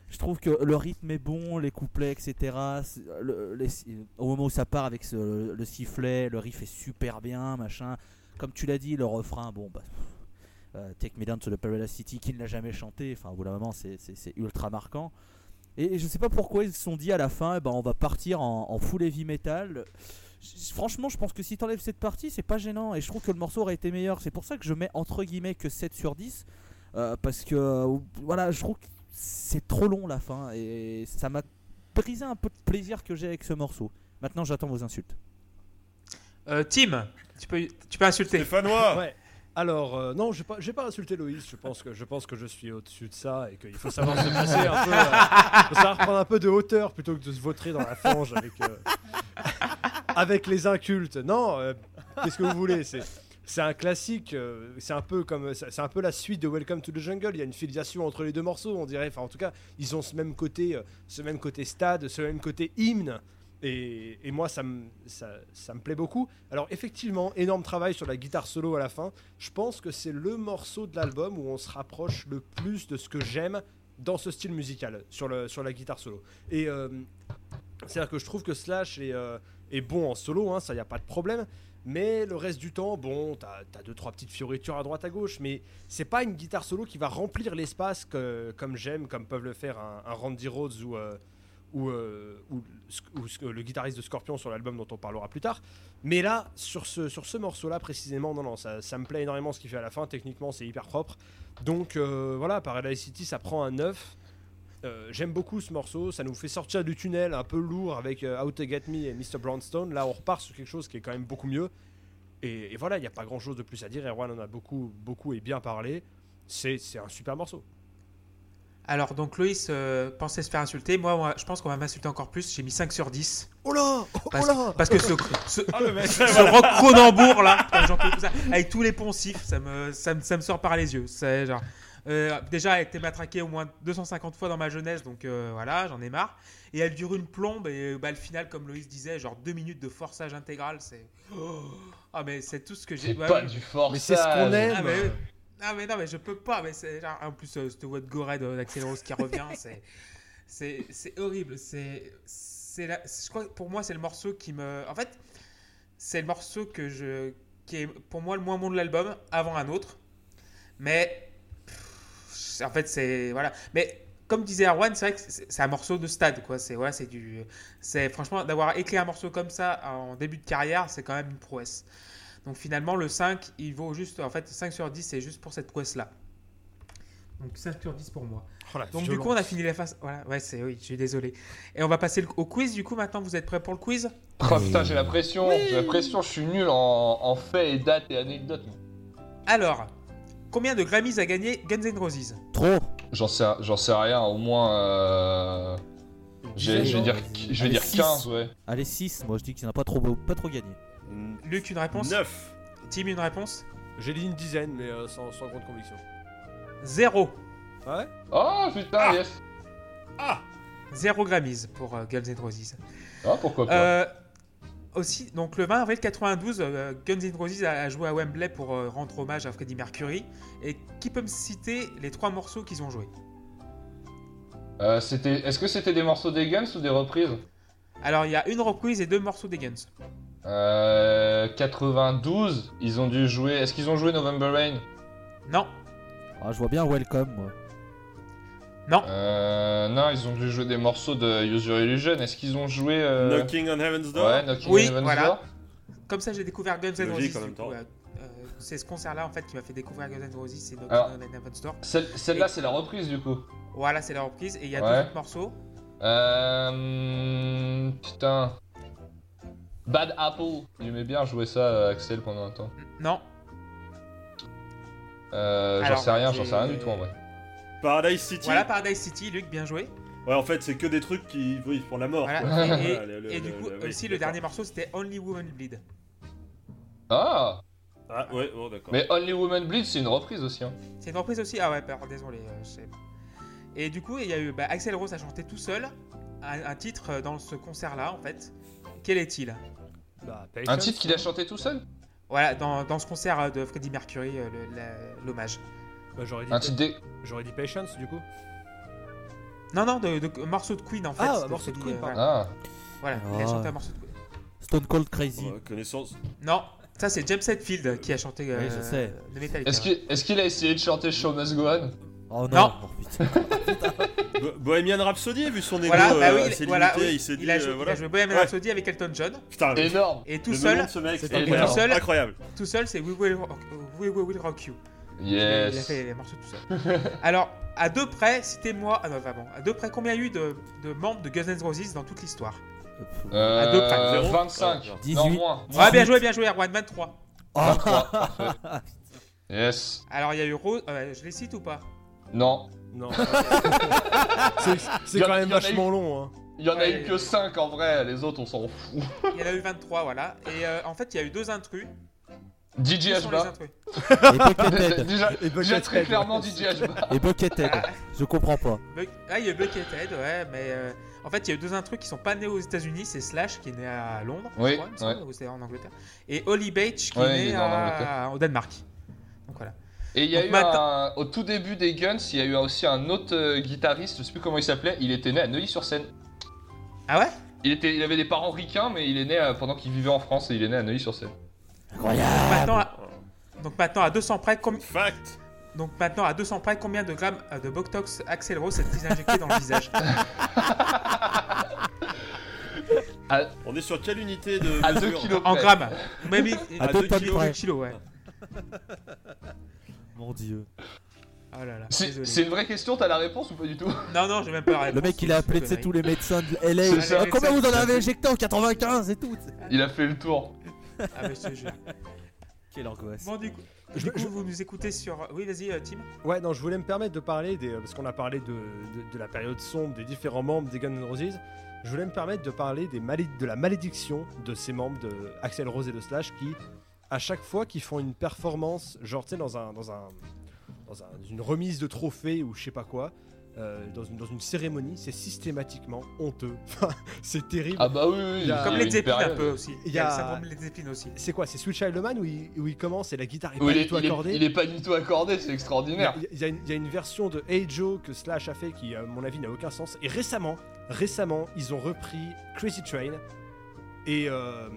Je trouve que le rythme est bon, les couplets, etc. Au moment où ça part avec le sifflet, le riff est super bien, machin. Comme tu l'as dit, le refrain, bon, bah, Take Me Down to the Paradise City, qui ne l'a jamais chanté, enfin, au bout d'un moment, c'est ultra marquant. Et je sais pas pourquoi ils se sont dit à la fin, on va partir en full heavy metal. Franchement, je pense que si t'enlèves cette partie, c'est pas gênant. Et je trouve que le morceau aurait été meilleur. C'est pour ça que je mets entre guillemets que 7 sur 10. Parce que, voilà, je trouve que c'est trop long la fin. Et ça m'a brisé un peu de plaisir que j'ai avec ce morceau. Maintenant, j'attends vos insultes. Tim, tu peux insulter. Stéphanois. Ouais. Alors, non, je vais pas insulter Loïs. Je pense que je suis au-dessus de ça et qu'il faut savoir se placer un peu. Faut savoir prendre un peu de hauteur plutôt que de se vautrer dans la fange avec les incultes. Non, qu'est-ce que vous voulez ? C'est un classique. C'est un peu la suite de Welcome to the Jungle. Il y a une filiation entre les deux morceaux, on dirait. Enfin, en tout cas, ils ont ce même côté stade, ce même côté hymne. Et moi, ça me plaît beaucoup. Alors, effectivement, énorme travail sur la guitare solo à la fin. Je pense que c'est le morceau de l'album où on se rapproche le plus de ce que j'aime dans ce style musical, sur la guitare solo. Et c'est-à-dire que je trouve que Slash est bon en solo, hein, ça, y a pas de problème. Mais le reste du temps, bon, t'as 2-3 petites fioritures à droite à gauche, mais c'est pas une guitare solo qui va remplir l'espace comme j'aime, comme peuvent le faire un Randy Rhoads ou le guitariste de Scorpion sur l'album dont on parlera plus tard. Mais là, sur ce morceau-là précisément, non, ça me plaît énormément ce qu'il fait à la fin. Techniquement, c'est hyper propre. Donc voilà, Paradise City, ça prend un 9. J'aime beaucoup ce morceau. Ça nous fait sortir du tunnel un peu lourd avec How to Get Me et Mr. Brownstone. Là, on repart sur quelque chose qui est quand même beaucoup mieux. Et voilà, il n'y a pas grand-chose de plus à dire. Erwan en a beaucoup et bien parlé. C'est un super morceau. Alors, donc Loïs pensait se faire insulter. Moi, je pense qu'on va m'insulter encore plus. J'ai mis 5 sur 10. Oh là, parce que ce rock Cronenbourg là, avec tous les poncifs, ça me sort par les yeux. C'est genre, déjà, elle a été matraquée au moins 250 fois dans ma jeunesse, donc voilà, j'en ai marre. Et elle dure une plombe, et le final, comme Loïs disait, genre 2 minutes de forçage intégral, c'est. Ah, mais c'est tout ce que j'ai. C'est pas du forçage. Mais c'est ce qu'on aime. Ah, mais non, mais je peux pas. Mais c'est genre, en plus, cette voix de Gored d'Axl Rose qui revient, c'est horrible. Je crois que pour moi, c'est le morceau qui me. En fait, c'est le morceau qui est pour moi le moins bon de l'album, avant un autre. Mais. En fait, c'est. Voilà. Mais. Comme disait Erwan, c'est vrai que c'est un morceau de stade, quoi. C'est franchement, d'avoir écrit un morceau comme ça en début de carrière, c'est quand même une prouesse. Donc finalement, le 5, il vaut juste, en fait, 5 sur 10, c'est juste pour cette prouesse-là. Donc 5 sur 10 pour moi. Oh, donc du coup, on a fini la phase. Voilà, ouais, oui, je suis désolé. Et on va passer au quiz. Du coup, maintenant, vous êtes prêts pour le quiz ? Oh putain, j'ai la pression. Oui. J'ai la pression, je suis nul en faits et dates et anecdotes. Alors, combien de Grammys a gagné Guns N' Roses ? Trop. J'en sais rien, au moins. Je vais dire 15, ouais. Allez, 6, moi je dis qu'il n'y en a pas trop gagné. Luc, une réponse ? 9. Tim, une réponse ? J'ai dit une dizaine, mais sans grande conviction. 0. Ouais. Oh putain, yes. 0 Grammys pour Guns N' Roses. Ah, pourquoi pas. Aussi, donc le 20 avril 92, Guns N' Roses a joué à Wembley pour rendre hommage à Freddie Mercury. Et qui peut me citer les 3 morceaux qu'ils ont joués ? Est-ce que c'était des morceaux des Guns ou des reprises ? Alors, il y a une reprise et 2 morceaux des Guns. 92, ils ont dû jouer. Est-ce qu'ils ont joué November Rain ? Non. Ah, je vois bien Welcome, moi. Non. Non, ils ont dû jouer des morceaux de Use Your Illusion. Est-ce qu'ils ont joué Knocking on Heaven's Door ? Ouais, Knocking Oui, on Heaven's voilà. Door. Comme ça, j'ai découvert Guns N' Logique, Roses. en même temps. C'est ce concert-là en fait qui m'a fait découvrir Guns N' Roses, c'est Knocking Alors, on Heaven's Door. Celle-là, c'est la reprise du coup. Voilà, c'est la reprise. Et il y a 2 autres morceaux. Putain. Bad Apple. J'aimais bien jouer ça, Axel, pendant un temps. Non. J'en sais rien du tout en vrai. Paradise City. Voilà, Paradise City, Luc, bien joué. Ouais, en fait, c'est que des trucs qui font la mort. Voilà. Quoi. Et du coup, oui, aussi, le dernier morceau, c'était Only Woman Bleed. Ah. Ah, ouais, bon, d'accord. Mais Only Woman Bleed, c'est une reprise aussi. Hein. C'est une reprise aussi. Ah ouais, pardon, désolé. Et du coup, il y a eu Axl Rose a chanté tout seul un titre dans ce concert-là, en fait. Quel est-il ? Un titre qu'il a chanté tout seul ? Voilà, dans ce concert de Freddie Mercury, l'hommage. J'aurais dit Un titre J'aurais dit Patience, du coup. Non, de morceau de Queen en fait. Ah, c'était morceau de celui, Queen, pardon. Ah, Voilà, il a Ah. chanté un morceau de Queen. Stone Cold Crazy. Connaissance. Non, ça c'est James Hetfield qui a chanté Oui, je sais. le Metallica. est-ce qu'il a essayé de chanter Show Must Go On? Oh non, Non. Oh, putain. Bohemian Rhapsody, vu son ego Voilà, bah oui, assez voilà, limité, oui. il s'est dit. Il a joué, voilà. il a joué Bohemian Ouais. Rhapsody avec Elton John. Putain, Énorme. Et tout le seul, nom de ce mec, c'est c'est énorme. incroyable. tout seul, c'est We Will Rock You. Il a Yes. fait les morceaux tout seul. Alors, à deux près, citez-moi. Ah non, vraiment. À deux près, combien il y a eu de membres de Guns N' Roses dans toute l'histoire? À deux près. 25. Zéro. 18. Non, moins. Ah, bien joué, Erwan, 23. 23. Parfait. Yes. Alors, il y a eu Rose. Je les cite ou pas? Non. Non. C'est Y en- quand même y en a vachement long. Hein. Il y en a Ouais. eu que 5 en vrai, les autres on s'en fout. Il y en a eu 23, voilà. Et en fait, il y a eu deux intrus. DJ Qui sont les Hba. intrus? Et Buckethead. Déjà, Et déjà très Buckethead, clairement ouais. DJ Hba. Et Buckethead. Je comprends pas. Ah, il y a eu Buckethead, ouais, mais en fait, il y a eu deux intrus qui sont pas nés aux États-Unis. C'est Slash qui est né à Londres, Oui, je crois, il me semble, ouais. ou c'est en Angleterre, et Holly Beach qui Ouais, est il né est né en Angleterre. au Danemark. Donc voilà. Et il y a Donc eu maintenant- au tout début des Guns, il y a eu aussi un autre guitariste, je sais plus comment il s'appelait, il était né à Neuilly-sur-Seine. Ah ouais? Il avait des parents ricains, mais il est né pendant qu'il vivait en France et il est né à Neuilly-sur-Seine. Incroyable. Donc maintenant à 200 près, Fact. combien de grammes de Botox Axl Rose s'est-il injecté dans le visage? On est sur quelle unité de À 2 mesure kilos En près. grammes. Même À 2 2 tonnes kilos, près. kilos, ouais. Mon dieu. Oh là là, C'est désolé. une vraie question, t'as la réponse ou pas du tout? Non, j'ai même pas la réponse. Le mec il a appelé tu sais, tous les médecins de LA. C'est ça. Combien vous en avez injecté en 95 et tout. Il a fait le tour. Ah, mais je te jure. Quelle angoisse. Bon, du coup, Je- vous nous écoutez sur. Oui, vas-y, Tim. Ouais, non, je voulais me permettre de parler parce qu'on a parlé de la période sombre des différents membres des Guns N' Roses. Je voulais me permettre de parler de la malédiction de ces membres de Axl Rose et de Slash qui, à chaque fois qu'ils font une performance, genre tu sais dans une remise de trophée ou je sais pas quoi, dans une cérémonie, c'est systématiquement honteux. Enfin, c'est terrible. Ah bah oui, oui. Il y a- Comme il y a les une Zeppelin un période. peu aussi. Il Il y y a a- le syndrome des Zeppelin aussi. C'est quoi? C'est Sweet Child O' Man où il commence et la guitare est Où pas il du tout accordée. il est pas du tout accordé, c'est Il y, extraordinaire. a, il y a une version de Hey Joe que Slash a fait qui, à mon avis, n'a aucun sens. Et récemment, ils ont repris Crazy Train et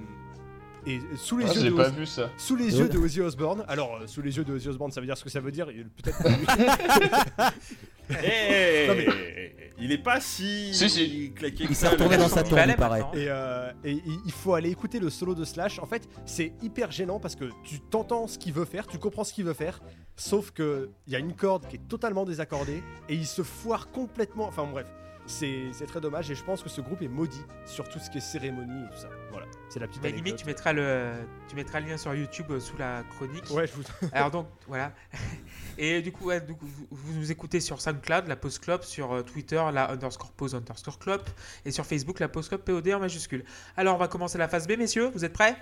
sous les Ah, yeux j'ai de pas Ozzy- vu ça. sous les Ouais. yeux de Ozzy Osbourne. Alors, sous les yeux de Ozzy Osbourne, ça veut dire ce que ça veut dire. Peut-être pas lui. Non, Il est pas si. Si. Claqué Il que s'est ça, retourné le dans gars. sa Il tombe, balaie il paraît. maintenant. Et il faut aller écouter le solo de Slash. En fait, c'est hyper gênant parce que tu t'entends ce qu'il veut faire, tu comprends ce qu'il veut faire, sauf que il y a une corde qui est totalement désaccordée et il se foire complètement. Enfin bref, c'est très dommage et je pense que ce groupe est maudit sur tout ce qui est cérémonie et tout ça. Voilà, c'est la petite Mais anecdote. limite, tu mettras le lien sur YouTube sous la chronique. Ouais, je vous. Alors donc, voilà. Et du coup, ouais, vous nous écoutez sur SoundCloud, la Pause Club, sur Twitter, la _pause_club, et sur Facebook, la Pause Club POD en majuscule. Alors, on va commencer la phase B, messieurs. Vous êtes prêts?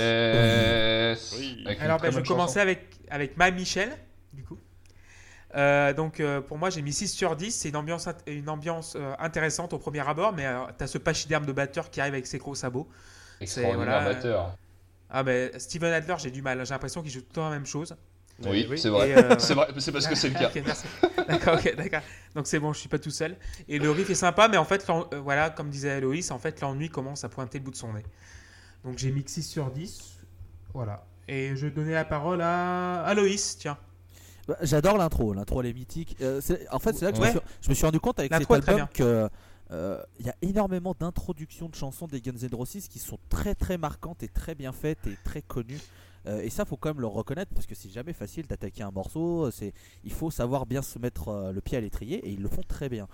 Yes. Oui. Avec une Alors, très je vais bonne commencer chanson. avec Ma Michel, du coup. Donc, pour moi, j'ai mis 6 sur 10. C'est une ambiance intéressante au premier abord, mais t'as ce pachyderme de batteur qui arrive avec ses gros sabots. Extraordinaire voilà, batteur. Ah, mais Steven Adler, j'ai du mal. J'ai l'impression qu'il joue tout le temps la même chose. Oui, oui. c'est vrai. Et, C'est vrai, c'est parce que c'est le cas. Ok, merci. D'accord. Donc c'est bon, je suis pas tout seul. Et le riff est sympa, mais en fait, voilà, comme disait Loïs, en fait, l'ennui commence à pointer le bout de son nez. Donc j'ai mis 6 sur 10. Voilà. Et je vais donner la parole à Loïs, tiens. Bah, j'adore l'intro, elle est mythique. En fait, c'est là que Ouais. je me suis rendu compte avec cet L'intro est très album que il y a énormément d'introductions de chansons des Guns N' Roses qui sont très très marquantes et très bien faites et très connues. Et ça, faut quand même le reconnaître parce que c'est jamais facile d'attaquer un morceau. Il faut savoir bien se mettre le pied à l'étrier et ils le font très bien.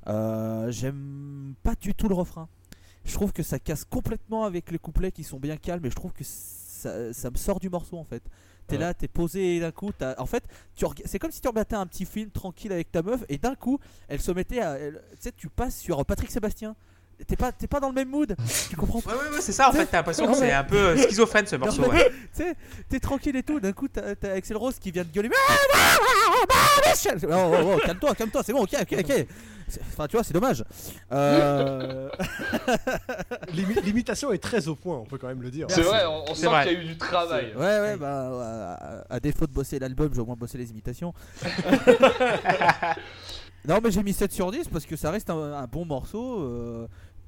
J'aime pas du tout le refrain. Je trouve que ça casse complètement avec les couplets qui sont bien calmes et je trouve que ça me sort du morceau en fait. T'es là, t'es posé et d'un coup, en fait, c'est comme si tu regardais un petit film tranquille avec ta meuf et d'un coup, elle se mettait à. Tu sais, tu passes sur Patrick Sébastien. T'es pas dans le même mood. Tu comprends pas. Ouais, c'est ça en fait. T'as l'impression que c'est un peu schizophrène ce morceau. Ouais. Tu sais, t'es tranquille et tout. D'un coup, t'as Axl Rose qui vient de gueuler. Oh, calme-toi, c'est bon, ok. Enfin, tu vois, c'est dommage. L'imitation est très au point, on peut quand même le dire. C'est vrai, on C'est sent vrai. qu'il y a eu du travail. Ouais, bah, à défaut de bosser l'album, j'ai au moins bossé les imitations. Non, mais j'ai mis 7 sur 10 parce que ça reste un bon morceau.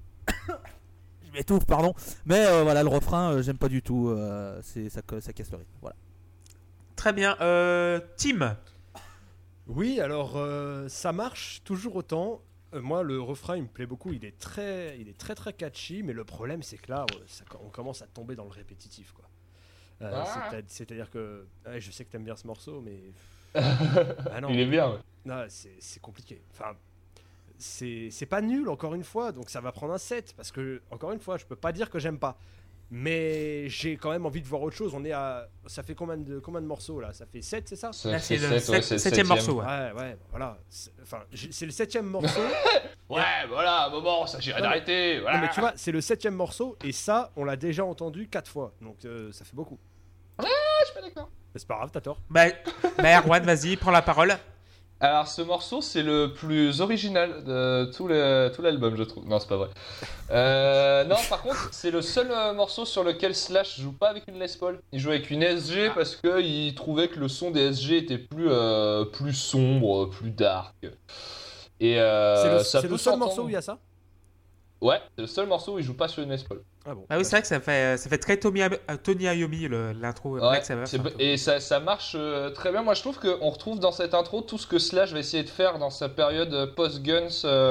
Je m'étouffe, pardon. Mais voilà, le refrain, j'aime pas du tout. Ça casse le rythme. Voilà. Très bien. Tim. Oui, alors ça marche toujours autant. Moi, le refrain, il me plaît beaucoup. Il est très catchy. Mais le problème, c'est que là, on commence à tomber dans le répétitif, quoi. C'est-à-dire que je sais que t'aimes bien ce morceau, mais non, Il est bien. Ouais. non, c'est compliqué. Enfin, c'est pas nul, encore une fois. Donc ça va prendre un 7 parce que, encore une fois, je peux pas dire que j'aime pas. Mais j'ai quand même envie de voir autre chose. Ça fait combien de morceaux là? Ça fait 7, c'est ça? Là, c'est le sept, ouais, c'est le 7e morceau. Ouais. Ouais, voilà. C'est le 7e morceau. Ouais, voilà, moment, ça j'irait Non, d'arrêter. Voilà. Non, mais tu vois, c'est le 7e morceau et ça, on l'a déjà entendu 4 fois. Donc ça fait beaucoup. Je suis pas d'accord. Mais c'est pas grave, t'as tort. Bah, Erwan, vas-y, prends la parole. Alors, ce morceau, c'est le plus original de tout l'album, je trouve. Non, c'est pas vrai. Non, par contre, c'est le seul morceau sur lequel Slash joue pas avec une Les Paul. Il joue avec une SG parce qu'il trouvait que le son des SG était plus sombre, plus dark. Et c'est le seul morceau où il y a ça? Ouais, c'est le seul morceau où il joue pas sur une Les Paul. Ah bon. Ah oui, c'est vrai que ça fait très Tony Iommi l'intro Ouais, Black Sabbath. et ça marche très bien. Moi, je trouve qu'on retrouve dans cette intro tout ce que Slash va essayer de faire dans sa période post-Guns,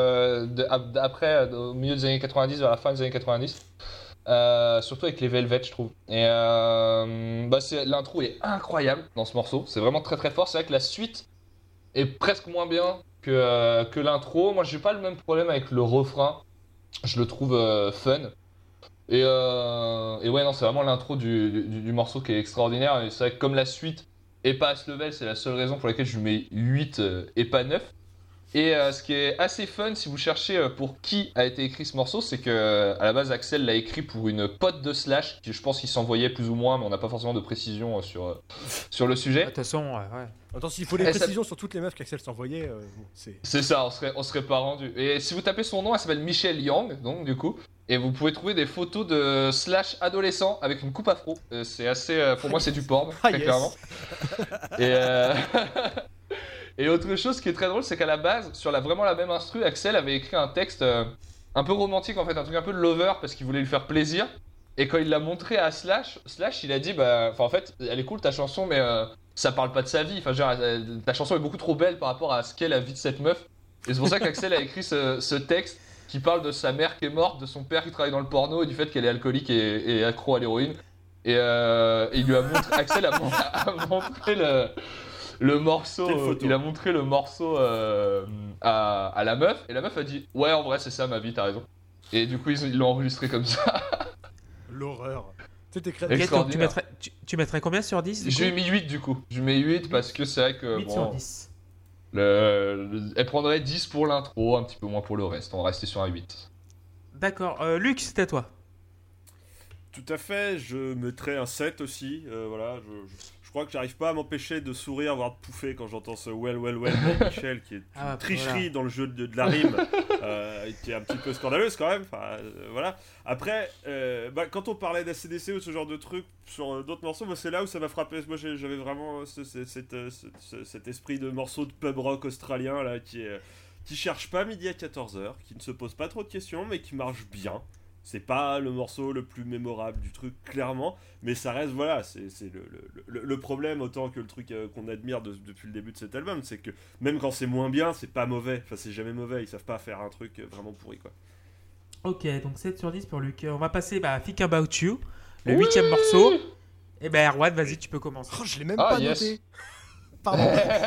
après, au milieu des années 90, vers la fin des années 90. Surtout avec les Velvet, je trouve. Et l'intro est incroyable dans ce morceau. C'est vraiment très très fort. C'est vrai que la suite est presque moins bien que l'intro. Moi, j'ai pas le même problème avec le refrain. Je le trouve fun. Et ouais, non, c'est vraiment l'intro du morceau qui est extraordinaire. Et c'est vrai que comme la suite est pas à ce level, c'est la seule raison pour laquelle je lui mets 8 et pas 9. Et ce qui est assez fun, si vous cherchez pour qui a été écrit ce morceau, c'est que à la base Axel l'a écrit pour une pote de Slash, qui je pense qu'il s'envoyait plus ou moins, mais on n'a pas forcément de précision sur le sujet. De toute façon, ouais. Attends, s'il faut des précisions sur toutes les meufs qu'Axel s'envoyait, c'est... C'est ça, on serait pas rendu. Et si vous tapez son nom, elle s'appelle Michelle Yang, donc du coup, et vous pouvez trouver des photos de Slash adolescent avec une coupe afro. C'est assez, pour moi, c'est du porn, très clairement. Et et autre chose qui est très drôle, c'est qu'à la base, sur vraiment la même instru, Axel avait écrit un texte un peu romantique en fait, un truc un peu de lover parce qu'il voulait lui faire plaisir. Et quand il l'a montré à Slash, il a dit en fait, elle est cool ta chanson, mais ça parle pas de sa vie. Enfin, genre, ta chanson est beaucoup trop belle par rapport à ce qu'est la vie de cette meuf. Et c'est pour ça qu'Axel a écrit ce texte qui parle de sa mère qui est morte, de son père qui travaille dans le porno et du fait qu'elle est alcoolique et accro à l'héroïne. Et il lui a montré, Axel a montré le morceau, il a montré le morceau à la meuf, et la meuf a dit ouais, en vrai c'est ça ma vie, t'as raison. Et du coup ils l'ont enregistré comme ça. L'horreur. Okay, donc tu mettrais combien sur 10 J'ai mis 8 du coup. Je mets 8 parce que c'est vrai que 8 sur 10. Elle prendrait 10 pour l'intro, un petit peu moins pour le reste. On va rester sur un 8. D'accord. Luc, c'est à toi. Tout à fait, je mettrais un 7 aussi. Voilà, je crois que j'arrive pas à m'empêcher de sourire, voire de pouffer quand j'entends ce well de Michel qui est une tricherie dans le jeu de la rime, qui est un petit peu scandaleuse quand même. Enfin, voilà. Après, quand on parlait d'ACDC ou ce genre de trucs sur d'autres morceaux, moi, c'est là où ça m'a frappé. Moi j'avais vraiment cet esprit de morceau de pub rock australien là, qui cherche pas midi à 14h, qui ne se pose pas trop de questions, mais qui marche bien. C'est pas le morceau le plus mémorable du truc, clairement, mais ça reste, voilà, c'est le problème, autant que le truc qu'on admire depuis le début de cet album, c'est que même quand c'est moins bien, c'est pas mauvais, enfin c'est jamais mauvais, ils savent pas faire un truc vraiment pourri, quoi. Ok, donc 7 sur 10 pour Luc. On va passer à Think About You, le 8ème morceau. Et Erwan, vas-y, tu peux commencer. Oh, je l'ai même pas noté. Pardon.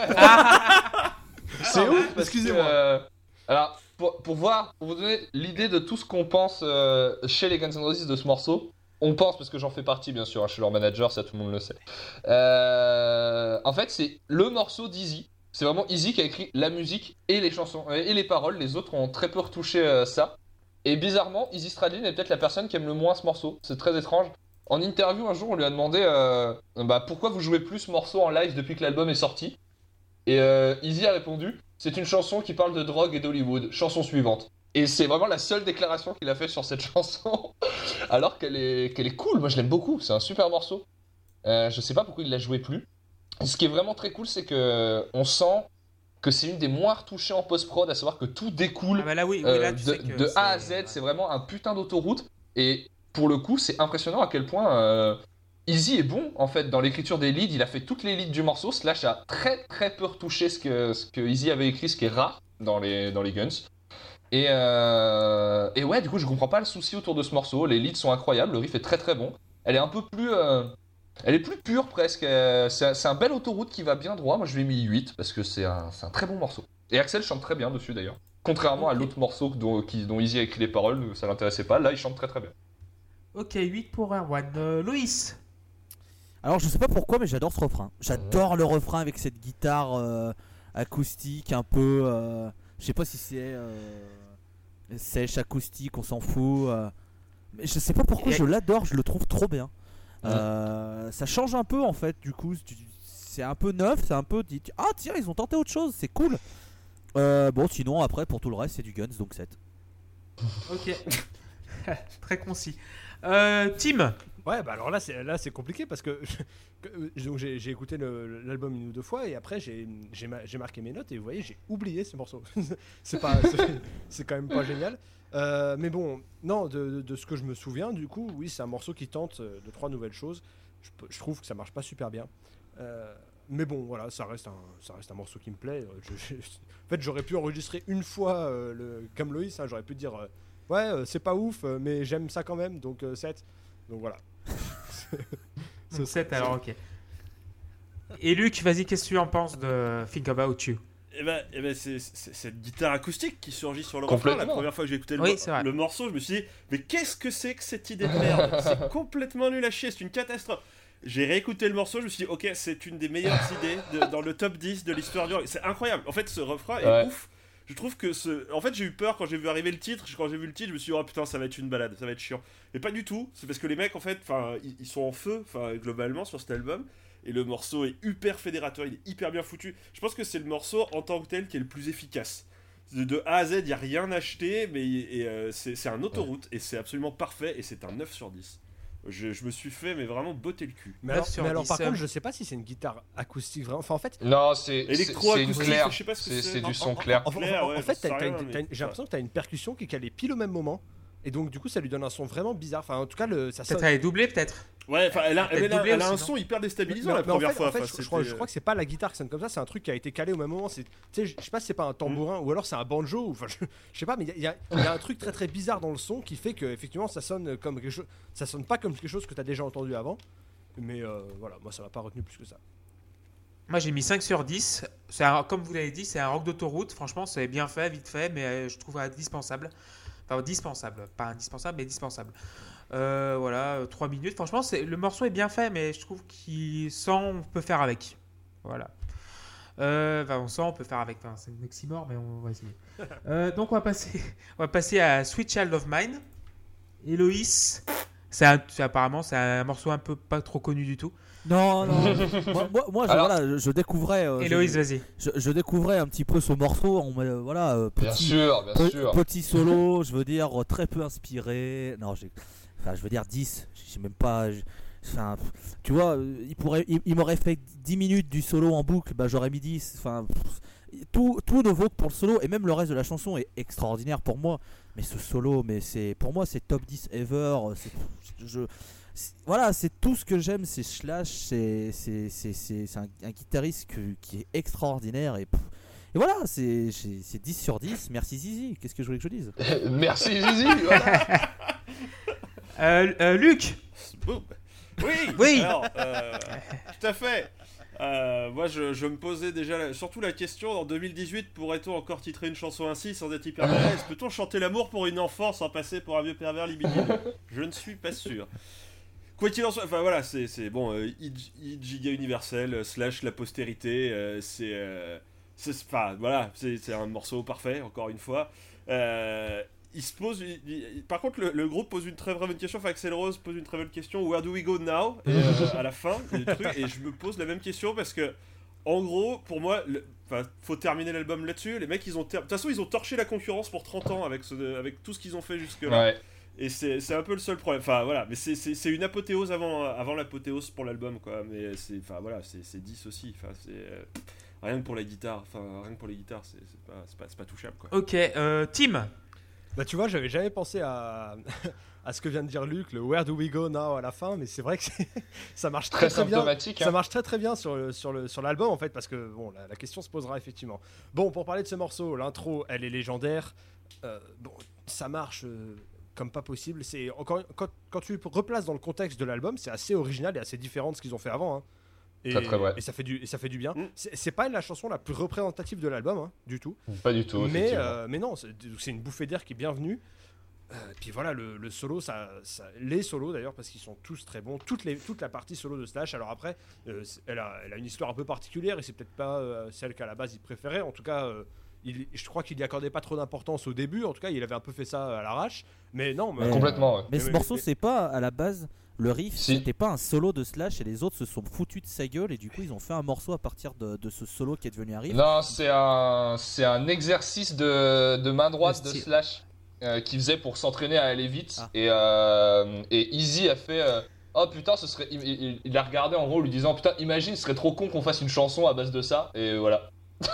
C'est ouf, excusez-moi. Alors, pour vous donner l'idée de tout ce qu'on pense chez les Guns N' Roses de ce morceau, on pense, parce que j'en fais partie bien sûr, je suis leur manager, ça tout le monde le sait. En fait, c'est le morceau d'Easy. C'est vraiment Easy qui a écrit la musique et les chansons et les paroles. Les autres ont très peu retouché ça. Et bizarrement, Izzy Stradlin est peut-être la personne qui aime le moins ce morceau. C'est très étrange. En interview un jour, on lui a demandé pourquoi vous jouez plus ce morceau en live depuis que l'album est sorti. Et Izzy a répondu: c'est une chanson qui parle de drogue et d'Hollywood. Chanson suivante. Et c'est vraiment la seule déclaration qu'il a fait sur cette chanson. Alors qu'elle est cool. Moi, je l'aime beaucoup. C'est un super morceau. Je sais pas pourquoi il l'a joué plus. Et ce qui est vraiment très cool, c'est que on sent que c'est une des moins retouchées en post-prod, à savoir que tout découle Ah bah là, oui, là, tu sais que de A à Z, ouais. c'est vraiment un putain d'autoroute. Et pour le coup, c'est impressionnant à quel point Easy est bon en fait dans l'écriture des leads. Il a fait toutes les leads du morceau. Slash a très très peu retouché ce que Easy avait écrit, ce qui est rare dans les Guns. Et ouais, du coup, je comprends pas le souci autour de ce morceau. Les leads sont incroyables, le riff est très très bon. Elle est un peu plus. Elle est plus pure presque. C'est un bel autoroute qui va bien droit. Moi, je lui ai mis 8 parce que c'est un très bon morceau. Et Axel chante très bien dessus d'ailleurs. Contrairement à Ok. l'autre morceau dont Easy a écrit les paroles, ça l'intéressait pas. Là, il chante très très bien. Ok, 8 pour Erwan. Loïs. Alors je sais pas pourquoi, mais j'adore ce refrain. J'adore le refrain avec cette guitare acoustique un peu. Je sais pas si c'est sèche, acoustique, on s'en fout. Mais je sais pas pourquoi, je l'adore, je le trouve trop bien. Ça change un peu en fait, du coup. C'est un peu neuf, c'est un peu. Ah tiens, ils ont tenté autre chose, c'est cool. Bon, sinon après, pour tout le reste, c'est du Guns, donc 7. Ok. Très concis. Tim. Ouais, bah alors là c'est compliqué parce que donc j'ai écouté l'album une ou deux fois et après j'ai marqué mes notes et vous voyez j'ai oublié ce morceau. c'est quand même pas génial. Mais bon, non, de ce que je me souviens, du coup, oui, c'est un morceau qui tente de 3 nouvelles choses. Je trouve que ça marche pas super bien. Mais bon, voilà, ça reste un morceau qui me plaît. En fait, j'aurais pu enregistrer une fois comme Loïs, hein, j'aurais pu dire ouais, c'est pas ouf, mais j'aime ça quand même, donc 7. Donc voilà. Donc 7 alors, ok. Et Luc, vas-y, qu'est-ce que tu en penses de Think About You? Eh ben c'est cette guitare acoustique qui surgit sur le refrain. La première fois que j'ai écouté le morceau, je me suis dit, mais qu'est-ce que c'est que cette idée de merde? C'est complètement nul à chier, c'est une catastrophe. J'ai réécouté le morceau, je me suis dit, ok, c'est une des meilleures idées dans le top 10 de l'histoire du rock. C'est incroyable. En fait, ce refrain est ouf. Je trouve que En fait, j'ai eu peur quand j'ai vu arriver le titre. Quand j'ai vu le titre, je me suis dit, oh putain, ça va être une balade, ça va être chiant. Mais pas du tout. C'est parce que les mecs, en fait, ils sont en feu, globalement, sur cet album. Et le morceau est hyper fédérateur, il est hyper bien foutu. Je pense que c'est le morceau en tant que tel qui est le plus efficace. De A à Z, il n'y a rien acheté, mais c'est un autoroute et c'est absolument parfait. Et c'est un 9 sur 10. Je me suis fait, mais vraiment botter le cul. Mais alors par contre, je sais pas si c'est une guitare acoustique vraiment. Enfin, en fait. Non, c'est une claire. Je sais pas ce que c'est du son clair. En fait, j'ai l'impression que t'as une percussion qui est calée pile au même moment. Et donc, du coup, ça lui donne un son vraiment bizarre. Enfin, en tout cas, ça sonne. Peut-être elle est doublée, peut-être. Ouais, elle a un son hyper déstabilisant la première fois. En fait, je crois que c'est pas la guitare qui sonne comme ça, c'est un truc qui a été calé au même moment. Tu sais, je sais pas si c'est pas un tambourin ou alors c'est un banjo. Enfin, je sais pas, mais il y a un truc très très bizarre dans le son qui fait que effectivement ça sonne comme quelque chose. Ça sonne pas comme quelque chose que t'as déjà entendu avant. Mais voilà, moi ça m'a pas retenu plus que ça. Moi j'ai mis 5 sur 10. Comme vous l'avez dit, c'est un rock d'autoroute. Franchement, c'est bien fait, vite fait, mais je trouve indispensable. Enfin, dispensable. Pas indispensable, mais dispensable. Voilà, 3 minutes. Franchement, le morceau est bien fait, mais je trouve qu'il sent, on peut faire avec. Voilà. On sent, on peut faire avec. Enfin, c'est un oxymore, mais on va essayer. Donc, on va passer à Sweet Child of Mine. Héloïse, apparemment, c'est un morceau un peu pas trop connu du tout. Non. moi je découvrais. Héloïse, vas-y. Je découvrais un petit peu ce morceau. Bien sûr. Petit solo, je veux dire, très peu inspiré. Non, je veux dire 10. J'ai même pas. Enfin, tu vois, il m'aurait fait 10 minutes du solo en boucle, bah j'aurais mis 10. Enfin, tout ne vaut que pour le solo, et même le reste de la chanson est extraordinaire pour moi. Mais ce solo, pour moi, c'est top 10 ever. Voilà, c'est tout ce que j'aime, c'est Slash, c'est un guitariste qui est extraordinaire et voilà, c'est 10 sur 10. Merci Zizi, qu'est-ce que je voulais que je dise? Merci Zizi, voilà. Luc. Oui. Alors, tout à fait. Moi, je me posais déjà surtout la question, en 2018, pourrait-on encore titrer une chanson ainsi sans être hyper balèze? Peut-on chanter l'amour pour une enfant sans passer pour un vieux pervers libidineux? Je ne suis pas sûr. Quoi qu'il en soit, enfin voilà, c'est bon, Giga Universel, Slash la postérité, c'est un morceau parfait, encore une fois. Il se pose, par contre, le groupe pose une très vraie bonne question. Enfin, Axl Rose pose une très bonne question. Where do we go now? À la fin du truc, et je me pose la même question parce que, en gros, pour moi, faut terminer l'album là-dessus. Les mecs, de toute façon, ils ont torché la concurrence pour 30 ans avec tout ce qu'ils ont fait jusque-là. Ouais. Et c'est un peu le seul problème. Enfin voilà, mais c'est une apothéose avant l'apothéose pour l'album quoi. Mais c'est 10 aussi. Enfin rien que pour la guitare, c'est pas touchable quoi. Ok, Tim. Bah tu vois, j'avais jamais pensé à ce que vient de dire Luc, le Where do we go now à la fin, mais c'est vrai que ça marche très Très bien. symptomatique. Ça marche très bien sur l'album en fait, parce que bon, la question se posera effectivement. Bon, pour parler de ce morceau, l'intro, elle est légendaire. Bon, ça marche comme pas possible. C'est encore quand tu replaces dans le contexte de l'album, c'est assez original et assez différent de ce qu'ils ont fait avant. Hein. Très vrai. Et ça fait du bien. C'est pas la chanson la plus représentative de l'album, hein, du tout. Pas du tout. Mais non, c'est une bouffée d'air qui est bienvenue. Puis voilà, le solo, les solos d'ailleurs, parce qu'ils sont tous très bons. Toute la partie solo de Slash. Alors après, elle a une histoire un peu particulière et c'est peut-être pas celle qu'à la base il préférait. En tout cas, je crois qu'il y accordait pas trop d'importance au début. En tout cas, il avait un peu fait ça à l'arrache. Mais non, complètement. Ouais. Mais ce morceau, c'est pas à la base. Le riff, Si. c'était pas un solo de Slash et les autres se sont foutus de sa gueule et du coup ils ont fait un morceau à partir de ce solo qui est devenu un riff. Non, c'est un exercice de main droite de Slash qu'il faisait pour s'entraîner à aller vite. Et Easy a fait oh putain, ce serait. Il a regardé en gros lui disant putain, imagine, ce serait trop con qu'on fasse une chanson à base de ça. Et voilà.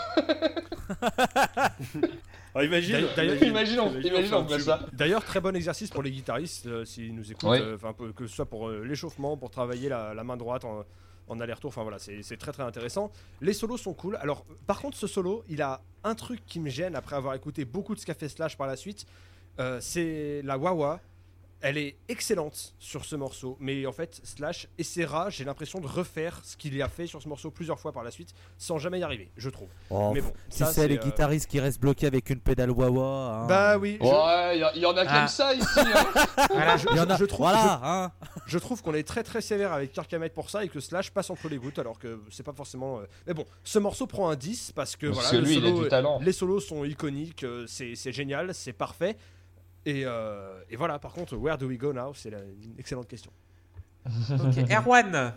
Imagine on fait ça. D'ailleurs, très bon exercice pour les guitaristes s'ils nous écoutent, que ce soit pour l'échauffement, pour travailler la main droite en aller-retour. Enfin voilà, c'est très très intéressant. Les solos sont cool. Alors, par contre, ce solo, il a un truc qui me gêne après avoir écouté beaucoup de ce qu'a fait Slash par la suite. C'est la wah-wah. Elle est excellente sur ce morceau, mais en fait, Slash essaiera, j'ai l'impression, de refaire ce qu'il a fait sur ce morceau plusieurs fois par la suite, sans jamais y arriver, je trouve. Oh, mais bon, tu sais, les guitaristes qui restent bloqués avec une pédale wah-wah. Hein. Bah oui. Ouais, il y en a comme ça ici. Hein. Voilà, je trouve qu'on est très très sévère avec Kirk Hammett pour ça et que Slash passe entre les gouttes, alors que c'est pas forcément. Mais bon, ce morceau prend un 10 parce que Parce que lui, il a du talent. Les solos sont iconiques, c'est génial, c'est parfait. Et voilà, par contre, Where do we go now? C'est une excellente question. Ok, Erwan.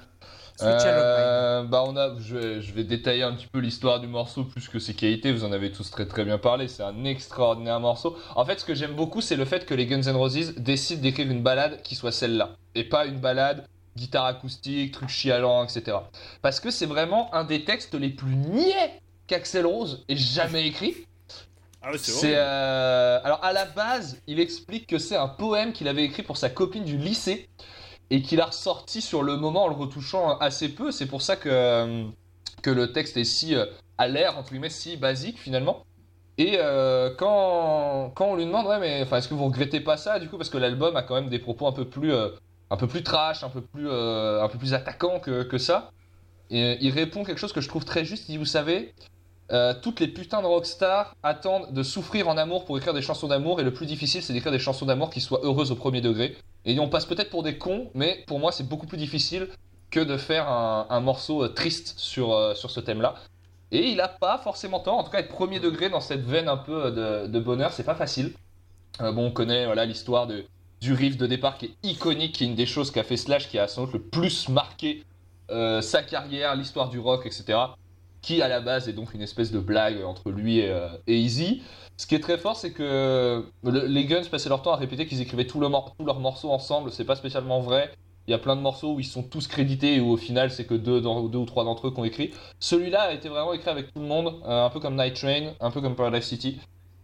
Je vais détailler un petit peu l'histoire du morceau plus que ses qualités. Vous en avez tous très très bien parlé. C'est un extraordinaire morceau. En fait, ce que j'aime beaucoup, c'est le fait que les Guns N' Roses décident d'écrire une balade qui soit celle-là, et pas une balade guitare acoustique, truc chialant, etc. Parce que c'est vraiment un des textes les plus niais qu'Axl Rose ait jamais écrit. Ah ouais, c'est vrai. Alors à la base, il explique que c'est un poème qu'il avait écrit pour sa copine du lycée et qu'il a ressorti sur le moment en le retouchant assez peu. C'est pour ça que le texte est si à l'air, entre guillemets, si basique finalement. Et quand on lui demande, ouais, mais est-ce que vous regrettez pas ça du coup, parce que l'album a quand même des propos un peu plus trash, un peu plus attaquant que ça. Et il répond quelque chose que je trouve très juste. Il dit, vous savez. Toutes les putains de rockstars attendent de souffrir en amour pour écrire des chansons d'amour, et le plus difficile c'est d'écrire des chansons d'amour qui soient heureuses au premier degré. Et on passe peut-être pour des cons, mais pour moi c'est beaucoup plus difficile que de faire un morceau triste sur ce thème-là. Et il a pas forcément tort, en tout cas être premier degré dans cette veine un peu de bonheur, c'est pas facile. On connaît l'histoire du riff de départ qui est iconique, qui est une des choses qu'a fait Slash, qui a sans doute le plus marqué sa carrière, l'histoire du rock, etc. Qui à la base est donc une espèce de blague entre lui et Easy. Ce qui est très fort, c'est que les Guns passaient leur temps à répéter qu'ils écrivaient tous leurs morceaux ensemble. C'est pas spécialement vrai. Il y a plein de morceaux où ils sont tous crédités et où au final c'est que deux ou trois d'entre eux qui ont écrit. Celui-là a été vraiment écrit avec tout le monde, un peu comme Night Train, un peu comme Paradise City.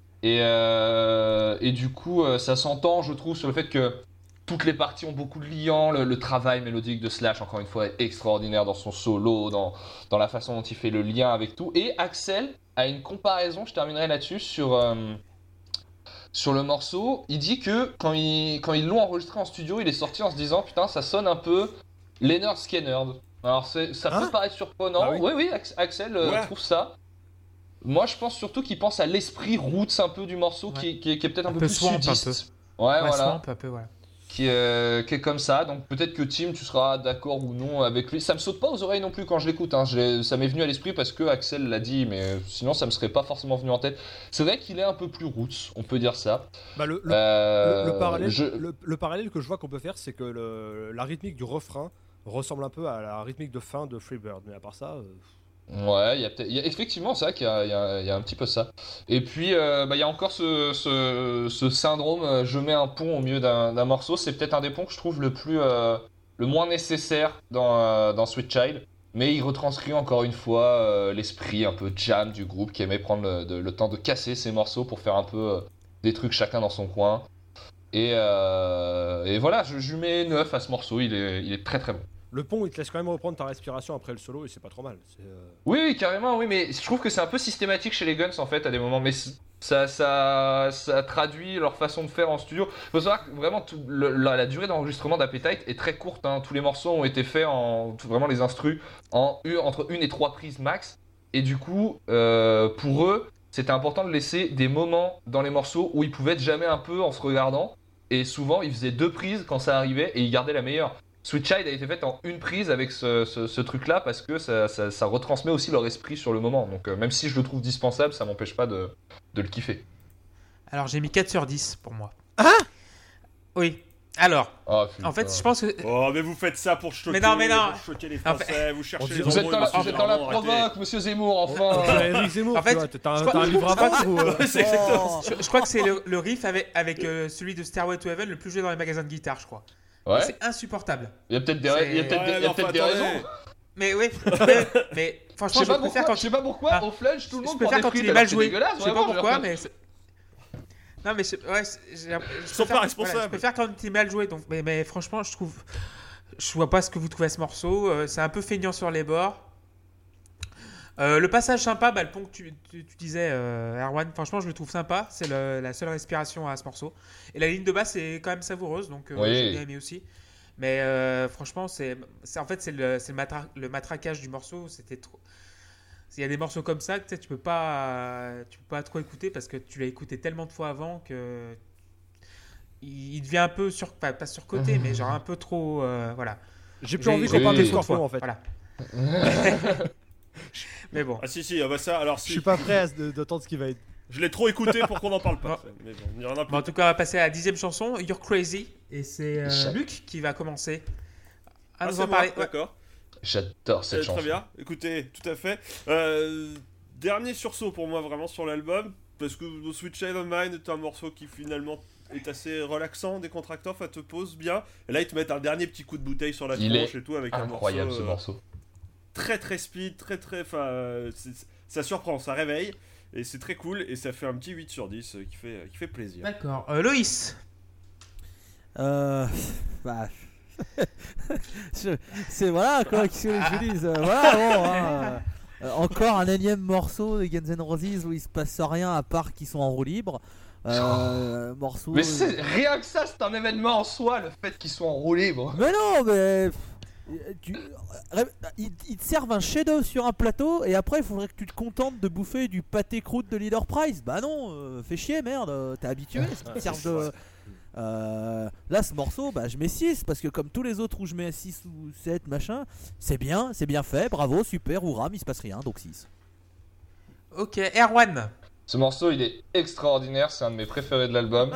Et du coup, ça s'entend, je trouve, sur le fait que toutes les parties ont beaucoup de liants. Le travail mélodique de Slash, encore une fois, est extraordinaire dans son solo, dans la façon dont il fait le lien avec tout. Et Axl a une comparaison, je terminerai là-dessus, sur le morceau. Il dit que quand ils l'ont enregistré en studio, il est sorti en se disant putain, ça sonne un peu Lynyrd Skynyrd. Alors ça peut paraître surprenant. Ah oui. Oui, Axl trouve ça. Moi, je pense surtout qu'il pense à l'esprit roots un peu du morceau, qui est peut-être un peu plus swamp, sudiste. Ouais, voilà. swamp, un peu, ouais. Qui est comme ça, donc peut-être que Tim, tu seras d'accord ou non avec lui. Ça me saute pas aux oreilles non plus quand je l'écoute, hein. Ça m'est venu à l'esprit parce que Axl l'a dit, mais sinon ça me serait pas forcément venu en tête. C'est vrai qu'il est un peu plus roots, on peut dire ça. Bah le parallèle que je vois qu'on peut faire, c'est que la rythmique du refrain ressemble un peu à la rythmique de fin de Freebird, mais à part ça... Ouais, effectivement, c'est vrai qu'il y a un petit peu ça. Et puis, il y a encore ce syndrome, je mets un pont au milieu d'un morceau. C'est peut-être un des ponts que je trouve le moins nécessaire dans Sweet Child. mais il retranscrit encore une fois l'esprit un peu jam du groupe qui aimait prendre le temps de casser ses morceaux pour faire un peu des trucs chacun dans son coin. Et voilà, je lui mets 9 à ce morceau, il est très très bon. Le pont, il te laisse quand même reprendre ta respiration après le solo et c'est pas trop mal. Oui, carrément, oui, mais je trouve que c'est un peu systématique chez les Guns en fait à des moments, mais ça traduit leur façon de faire en studio. Faut savoir que vraiment la durée d'enregistrement d'Appetite est très courte, hein. Tous les morceaux ont été faits vraiment les instrus entre 1 et 3 prises max, et du coup, pour eux, c'était important de laisser des moments dans les morceaux où ils pouvaient être jamais un peu en se regardant, et souvent ils faisaient 2 prises quand ça arrivait et ils gardaient la meilleure. Sweet Child a été faite en 1 prise avec ce truc-là parce que ça retransmet aussi leur esprit sur le moment. Donc même si je le trouve dispensable, ça m'empêche pas de le kiffer. Alors j'ai mis 4 sur 10 pour moi. Ah Oui. Alors, Oh, en fait, je pense que... Oh, mais vous faites ça pour choquer, Mais non. pour choquer les Français, vous cherchez les Vous êtes embrouilles, monsieur dans la Général, arrêtez. provoque, monsieur Zemmour, On enfin. dirait Eric Zemmour, En fait, tu vois, t'as je crois- un livre à vendre ou... Ouais, c'est exactement ça. Je crois que c'est le riff avec celui de Stairway to Heaven le plus joué dans les magasins de guitare, je crois. Ouais. Et c'est insupportable. Il y a peut-être des, C'est- il y a peut-être des- il y a peut-être des raisons. Mais oui, mais Je franchement, sais je pas préfère pourquoi, quand je sais pas pourquoi, Ah. au flunch, tout le je monde préfère prend quand des il frites est alors mal que c'est joué. dégueulasse, Je sais pas vraiment, pourquoi, genre, mais non, mais Ils sont pas responsables. Je préfère quand il est mal joué. Donc, mais franchement, je vois pas ce que vous trouvez à ce morceau. C'est un peu feignant sur les bords. Le passage sympa, le pont que tu disais, Erwan, franchement, je le trouve sympa. C'est la seule respiration à ce morceau. Et la ligne de basse est quand même savoureuse, donc Oui. j'ai bien aimé aussi. Mais franchement, en fait, c'est le matraquage du morceau. C'était trop. Il y a des morceaux comme ça que tu peux pas trop écouter parce que tu l'as écouté tellement de fois avant que il devient un peu pas surcoté, mais genre un peu trop, voilà. J'ai plus J'ai- envie j'ai qu'on parle de écouté Scorpion en fait. Voilà. Mais bon. Ah si, bah ça, alors Je si. suis pas prêt d'entendre ce qui va être. Je l'ai trop écouté pour qu'on en parle pas. Non. Mais bon, il y en a plus. Bon, en tout cas, on va passer à la 10e chanson, You're Crazy, et c'est Chat. Luc qui va commencer à nous c'est en moi, parler. Ouais. d'accord. J'adore cette chanson. Très bien, écoutez, tout à fait. Dernier sursaut pour moi vraiment sur l'album, parce que Sweet Child of Mine est un morceau qui finalement est assez relaxant, décontractant, ça te pose bien. Et là ils te mettent un dernier petit coup de bouteille sur la Il tronche est et tout avec Incroyable un ce morceau morceau. très très speed, ça surprend, ça réveille. Et c'est très cool, et ça fait un petit 8 sur 10 qui fait plaisir. D'accord. Loïs. Bah, c'est voilà quoi, qu'est-ce que je dise, voilà bon, hein, encore un énième morceau de Guns N' Roses où il se passe rien à part qu'ils sont en roue libre. Morceau. Mais rien que ça, c'est un événement en soi, le fait qu'ils soient en roue libre. Mais non, mais ils te servent un chef-d'œuvre sur un plateau et après il faudrait que tu te contentes de bouffer du pâté croûte de Leader Price. Bah non, fais chier, merde, t'es habitué, ce qui te servent de. Là ce morceau je mets 6 parce que comme tous les autres où je mets 6 ou 7 machin, c'est bien fait, bravo, super, ou rame, il se passe rien, donc 6. Ok, Erwan. Ce morceau, il est extraordinaire, c'est un de mes préférés de l'album.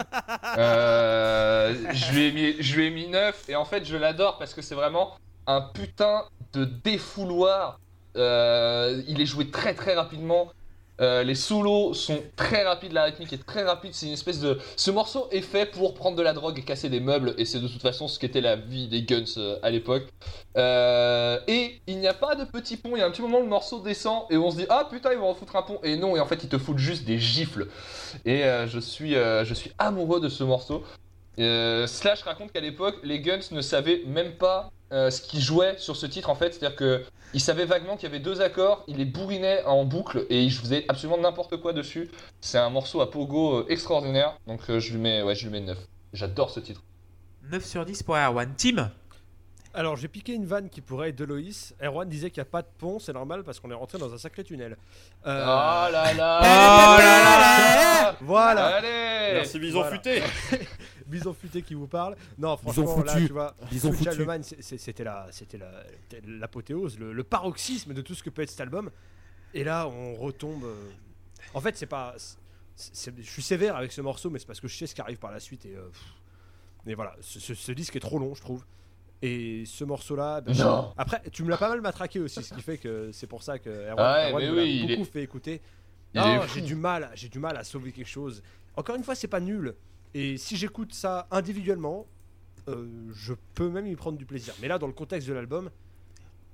Je lui ai mis 9 et en fait je l'adore parce que c'est vraiment un putain de défouloir. Il est joué très très rapidement. Les solos sont très rapides, la rythmique est très rapide, c'est une espèce de... Ce morceau est fait pour prendre de la drogue et casser des meubles, et c'est de toute façon ce qu'était la vie des Guns à l'époque. Et il n'y a pas de petit pont, il y a un petit moment où le morceau descend, et on se dit « Ah putain, ils vont en foutre un pont !» Et non, et en fait ils te foutent juste des gifles. Et je suis amoureux de ce morceau. Slash raconte qu'à l'époque, les Guns ne savaient même pas ce qu'ils jouaient sur ce titre en fait, c'est-à-dire que ils savaient vaguement qu'il y avait 2 accords, ils les bourrinaient en boucle et ils faisaient absolument n'importe quoi dessus. C'est un morceau à pogo extraordinaire, donc je lui mets 9. J'adore ce titre. 9 sur 10 pour Erwan. Tim. Alors j'ai piqué une vanne qui pourrait être de Loïs. Erwan disait qu'il n'y a pas de pont, c'est normal parce qu'on est rentré dans un sacré tunnel. Oh là là. Oh là là. Voilà. Allez. Merci Bison Voilà. Futé. Bison futé qui vous parle. Non, franchement, là, foutu. tu vois, Bison Sweet Child foutu. of Mine, c'était l'apothéose, le paroxysme de tout ce que peut être cet album. Et là, on retombe. En fait, c'est pas. Je suis sévère avec ce morceau, mais c'est parce que je sais ce qui arrive par la suite. Et voilà, ce disque est trop long, je trouve. Et ce morceau-là, Non. après, tu me l'as pas mal matraqué aussi, ce qui fait que c'est pour ça que Ouais, Erwan mais me l'a oui, il beaucoup fait écouter. Il Non, est fou. j'ai du mal à sauver quelque chose. Encore une fois, c'est pas nul. Et si j'écoute ça individuellement, je peux même y prendre du plaisir. Mais là, dans le contexte de l'album, ouais,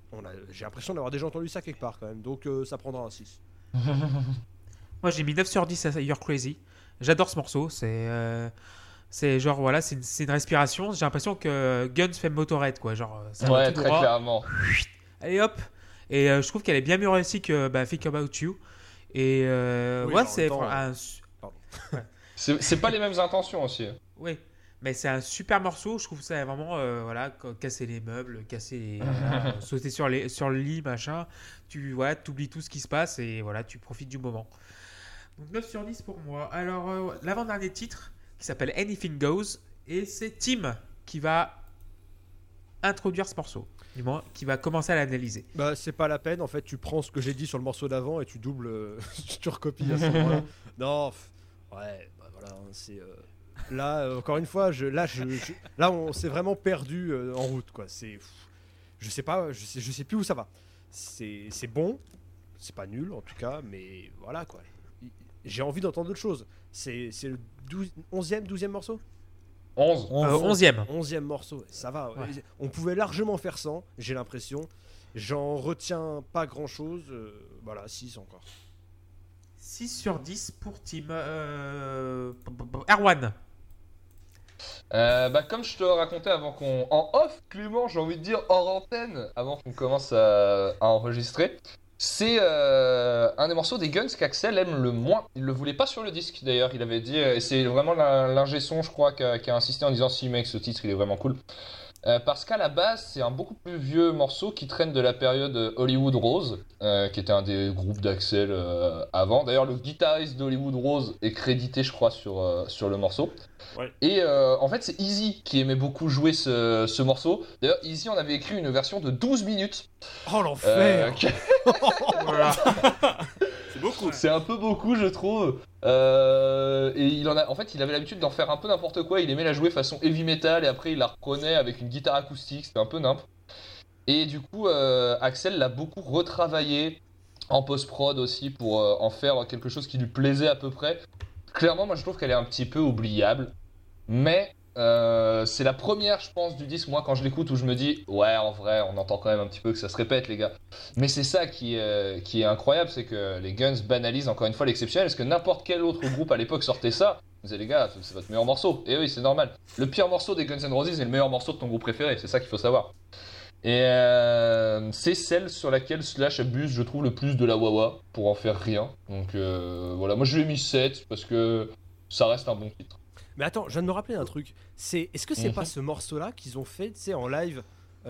j'ai l'impression d'avoir déjà entendu ça quelque part quand même, donc ça prendra un 6. Moi, j'ai mis 9 sur 10 à You're Crazy. J'adore ce morceau. C'est genre, voilà, c'est une respiration. J'ai l'impression que Guns fait Motorhead, quoi. Genre, ça va Ouais, tout très droit. clairement. Allez, hop. Et je trouve qu'elle est bien mieux réussie que Think About You. Et Oui, ouais, en c'est même temps, un... C'est pas les mêmes intentions aussi. Oui, mais c'est un super morceau. Je trouve ça vraiment, voilà, casser les meubles, sauter sur le lit, machin. Tu oublies tout ce qui se passe et voilà, tu profites du moment. Donc 9 sur 10 pour moi. Alors, l'avant-dernier titre qui s'appelle Anything Goes et c'est Tim qui va introduire ce morceau. Du moins, qui va commencer à l'analyser. Bah, c'est pas la peine, en fait, tu prends ce que j'ai dit sur le morceau d'avant et tu doubles, tu recopies à ce moment-là. Non, ouais, bah voilà, c'est. Là, encore une fois, là, on s'est vraiment perdu en route, quoi. Je sais pas, je sais plus où ça va. C'est bon, c'est pas nul en tout cas, mais voilà, quoi. J'ai envie d'entendre d'autres choses. C'est le 11e, 12e morceau 11. 11e. 11e morceau, ça va. Ouais. On pouvait largement faire 100, j'ai l'impression. J'en retiens pas grand chose. Voilà, 6 encore. 6 sur 10 pour Tim. Erwan. Bah, comme je te racontais avant qu'on. En off, Clément, j'ai envie de dire hors antenne, avant qu'on commence à enregistrer. C'est un des morceaux des Guns qu'Axel aime le moins. Il le voulait pas sur le disque d'ailleurs, il avait dit. Et c'est vraiment l'ingé son, je crois, qui a insisté en disant si, mec, ce titre il est vraiment cool. Parce qu'à la base, c'est un beaucoup plus vieux morceau qui traîne de la période Hollywood Rose, qui était un des groupes d'Axel avant. D'ailleurs, le guitariste d'Hollywood Rose est crédité, je crois, sur le morceau. Ouais. Et en fait, c'est Easy qui aimait beaucoup jouer ce morceau. D'ailleurs, Easy en avait écrit une version de 12 minutes. Oh l'enfer Voilà. C'est beaucoup. C'est un peu beaucoup, je trouve. Et en fait, il avait l'habitude d'en faire un peu n'importe quoi. Il aimait la jouer façon heavy metal et après il la reprenait avec une guitare acoustique. C'était un peu nimp. Et du coup, Axel l'a beaucoup retravaillé en post-prod aussi pour en faire quelque chose qui lui plaisait à peu près. Clairement, moi je trouve qu'elle est un petit peu oubliable. Mais c'est la première, je pense, du disque, moi quand je l'écoute, où je me dis ouais, en vrai, on entend quand même un petit peu que ça se répète, les gars. Mais c'est ça qui est incroyable, c'est que les Guns banalisent encore une fois l'exceptionnel, parce que n'importe quel autre groupe à l'époque sortait ça. Vous disait les gars, c'est votre meilleur morceau. Et oui, c'est normal. Le pire morceau des Guns N' Roses est le meilleur morceau de ton groupe préféré, c'est ça qu'il faut savoir. Et c'est celle sur laquelle Slash abuse, je trouve, le plus de la wah-wah pour en faire rien. Donc voilà, moi je lui ai mis 7 parce que ça reste un bon titre. Mais attends, je viens de me rappeler un truc. Est-ce que c'est pas ce morceau-là qu'ils ont fait, tu sais, en live,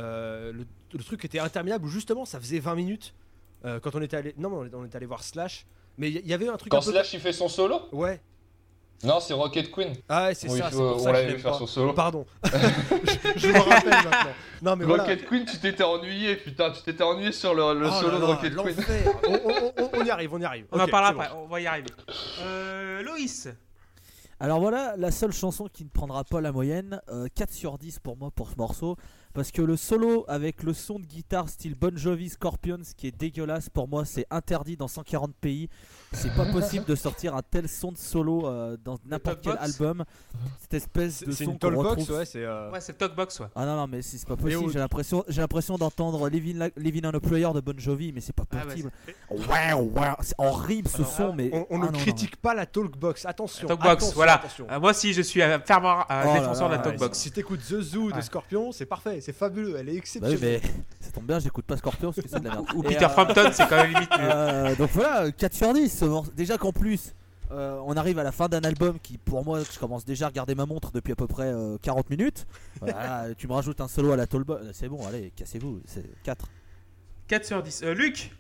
le truc était interminable où justement ça faisait 20 minutes quand on était allé. Non, mais on était allé voir Slash. Mais il y avait un truc. Quand un peu... Slash il fait son solo? Ouais. Non, c'est Rocket Queen. Ah ouais, c'est Oui, ça. C'est pour on ça que je l'avait l'aime vu faire pas. son solo. Pardon. je me rappelle maintenant. Non mais voilà. Rocket Queen, tu t'étais ennuyé, putain, tu t'étais ennuyé sur le Oh solo là de là, Rocket Queen. l'enfer. On y arrive, on y arrive. On en Ok, parlera c'est bon. après, on va y arriver. Loïs. Alors voilà, la seule chanson qui ne prendra pas la moyenne, 4 sur 10 pour moi pour ce morceau, parce que le solo avec le son de guitare style Bon Jovi Scorpions qui est dégueulasse, pour moi c'est interdit dans 140 pays, c'est pas possible de sortir un tel son de solo dans n'importe quel Talkbox album, cette espèce de C'est son une qu'on talkbox, retrouve. ouais, c'est. Ouais, c'est Talkbox, ouais. Ah non, mais c'est pas possible, où- j'ai l'impression d'entendre Living on a Prayer de Bon Jovi, mais c'est pas Ah ouais, possible. Ouais, c'est horrible ce son, mais... On ah ne non, critique pas la talkbox, attention. Talkbox, attention, voilà. attention. Moi aussi, je suis un fervent Oh défenseur là de la là, Talkbox. Si t'écoutes The Zoo de Ouais. Scorpion, c'est parfait, c'est fabuleux, elle est Bah oui, exceptionnelle. mais ça tombe bien, j'écoute pas Scorpion parce que c'est de la merde. Ou Et, Peter Frampton, c'est quand même limite mieux. donc voilà, 4 sur 10. Déjà qu'en plus, on arrive à la fin d'un album qui, pour moi, je commence déjà à regarder ma montre depuis à peu près 40 minutes. Voilà, tu me rajoutes un solo à la Talkbox, c'est bon, allez, cassez-vous, c'est 4. 4 sur 10. Luc.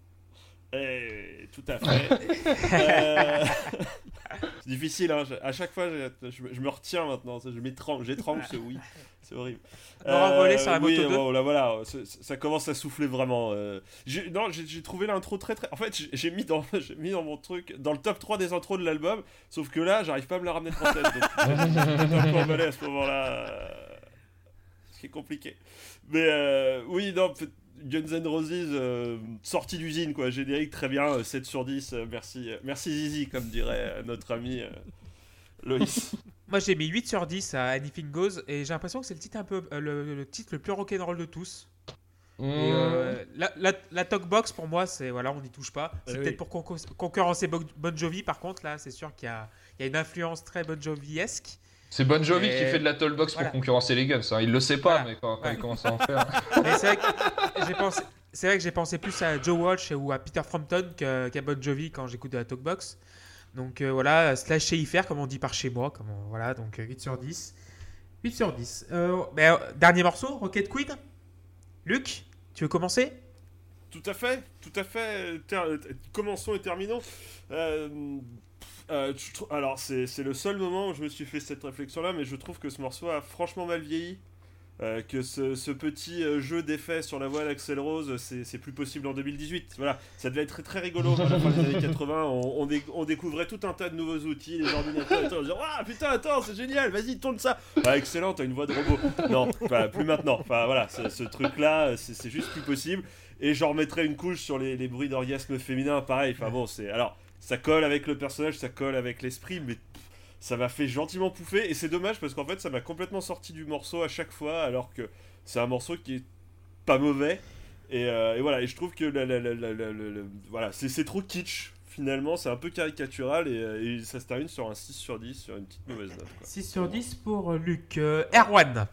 Tout à fait. C'est difficile, hein. À chaque fois, je me retiens maintenant. J'étrangle ce oui. C'est horrible. Laurent Volé sur la oui, moto 2. voilà. Ça commence à souffler vraiment. J'ai trouvé l'intro très. En fait, j'ai mis dans mon truc, dans le top 3 des intros de l'album. Sauf que là, j'arrive pas à me la ramener de en tête. Donc, j'étais un peu emballé à ce moment-là. Ce qui est compliqué. Mais oui, non. Guns N' Roses, sortie d'usine, quoi, générique, très bien, 7 sur 10, merci Zizi, comme dirait notre ami Loïs. Moi, j'ai mis 8 sur 10 à Anything Goes et j'ai l'impression que c'est le titre un peu le titre le plus rock'n'roll de tous. Et la talkbox pour moi, c'est voilà, on n'y touche pas. C'est peut-être pour concurrencer Bon Jovi. Par contre, là, c'est sûr qu'il y a une influence très Bon Jovi-esque. C'est Bon Jovi qui fait de la talkbox pour concurrencer les Guns. Hein. Il le sait pas, mais quand il commence à en faire. Mais c'est vrai que j'ai pensé plus à Joe Walsh ou à Peter Frampton qu'à Bon Jovi quand j'écoute de la talkbox. Donc voilà, slash chez IFR, comme on dit par chez moi. Voilà, donc 8 sur 10. 8 sur 10. Dernier morceau, Rocket Queen. Luc, tu veux commencer ? Tout à fait. Commençons et terminons. Alors, c'est le seul moment où je me suis fait cette réflexion-là, mais je trouve que ce morceau a franchement mal vieilli. Que ce petit jeu d'effets sur la voix d'Axl Rose, c'est plus possible en 2018. Voilà, ça devait être très, très rigolo à la fin des années 80. On découvrait tout un tas de nouveaux outils, les ordinateurs, et tout, on disait ah putain, attends, c'est génial, vas-y, tourne ça. Ah, excellent, t'as une voix de robot. Non, plus maintenant. Enfin voilà, ce truc-là, c'est juste plus possible. Et j'en remettrai une couche sur les bruits d'orgasme féminin, pareil. Enfin bon, alors ça colle avec le personnage, ça colle avec l'esprit, mais ça m'a fait gentiment pouffer, et c'est dommage parce qu'en fait ça m'a complètement sorti du morceau à chaque fois, alors que c'est un morceau qui est pas mauvais, et voilà, et je trouve que voilà, c'est trop kitsch finalement, c'est un peu caricatural, et ça se termine sur un 6 sur 10, sur une petite mauvaise note, quoi. 6 sur 10 pour Luc. Erwan.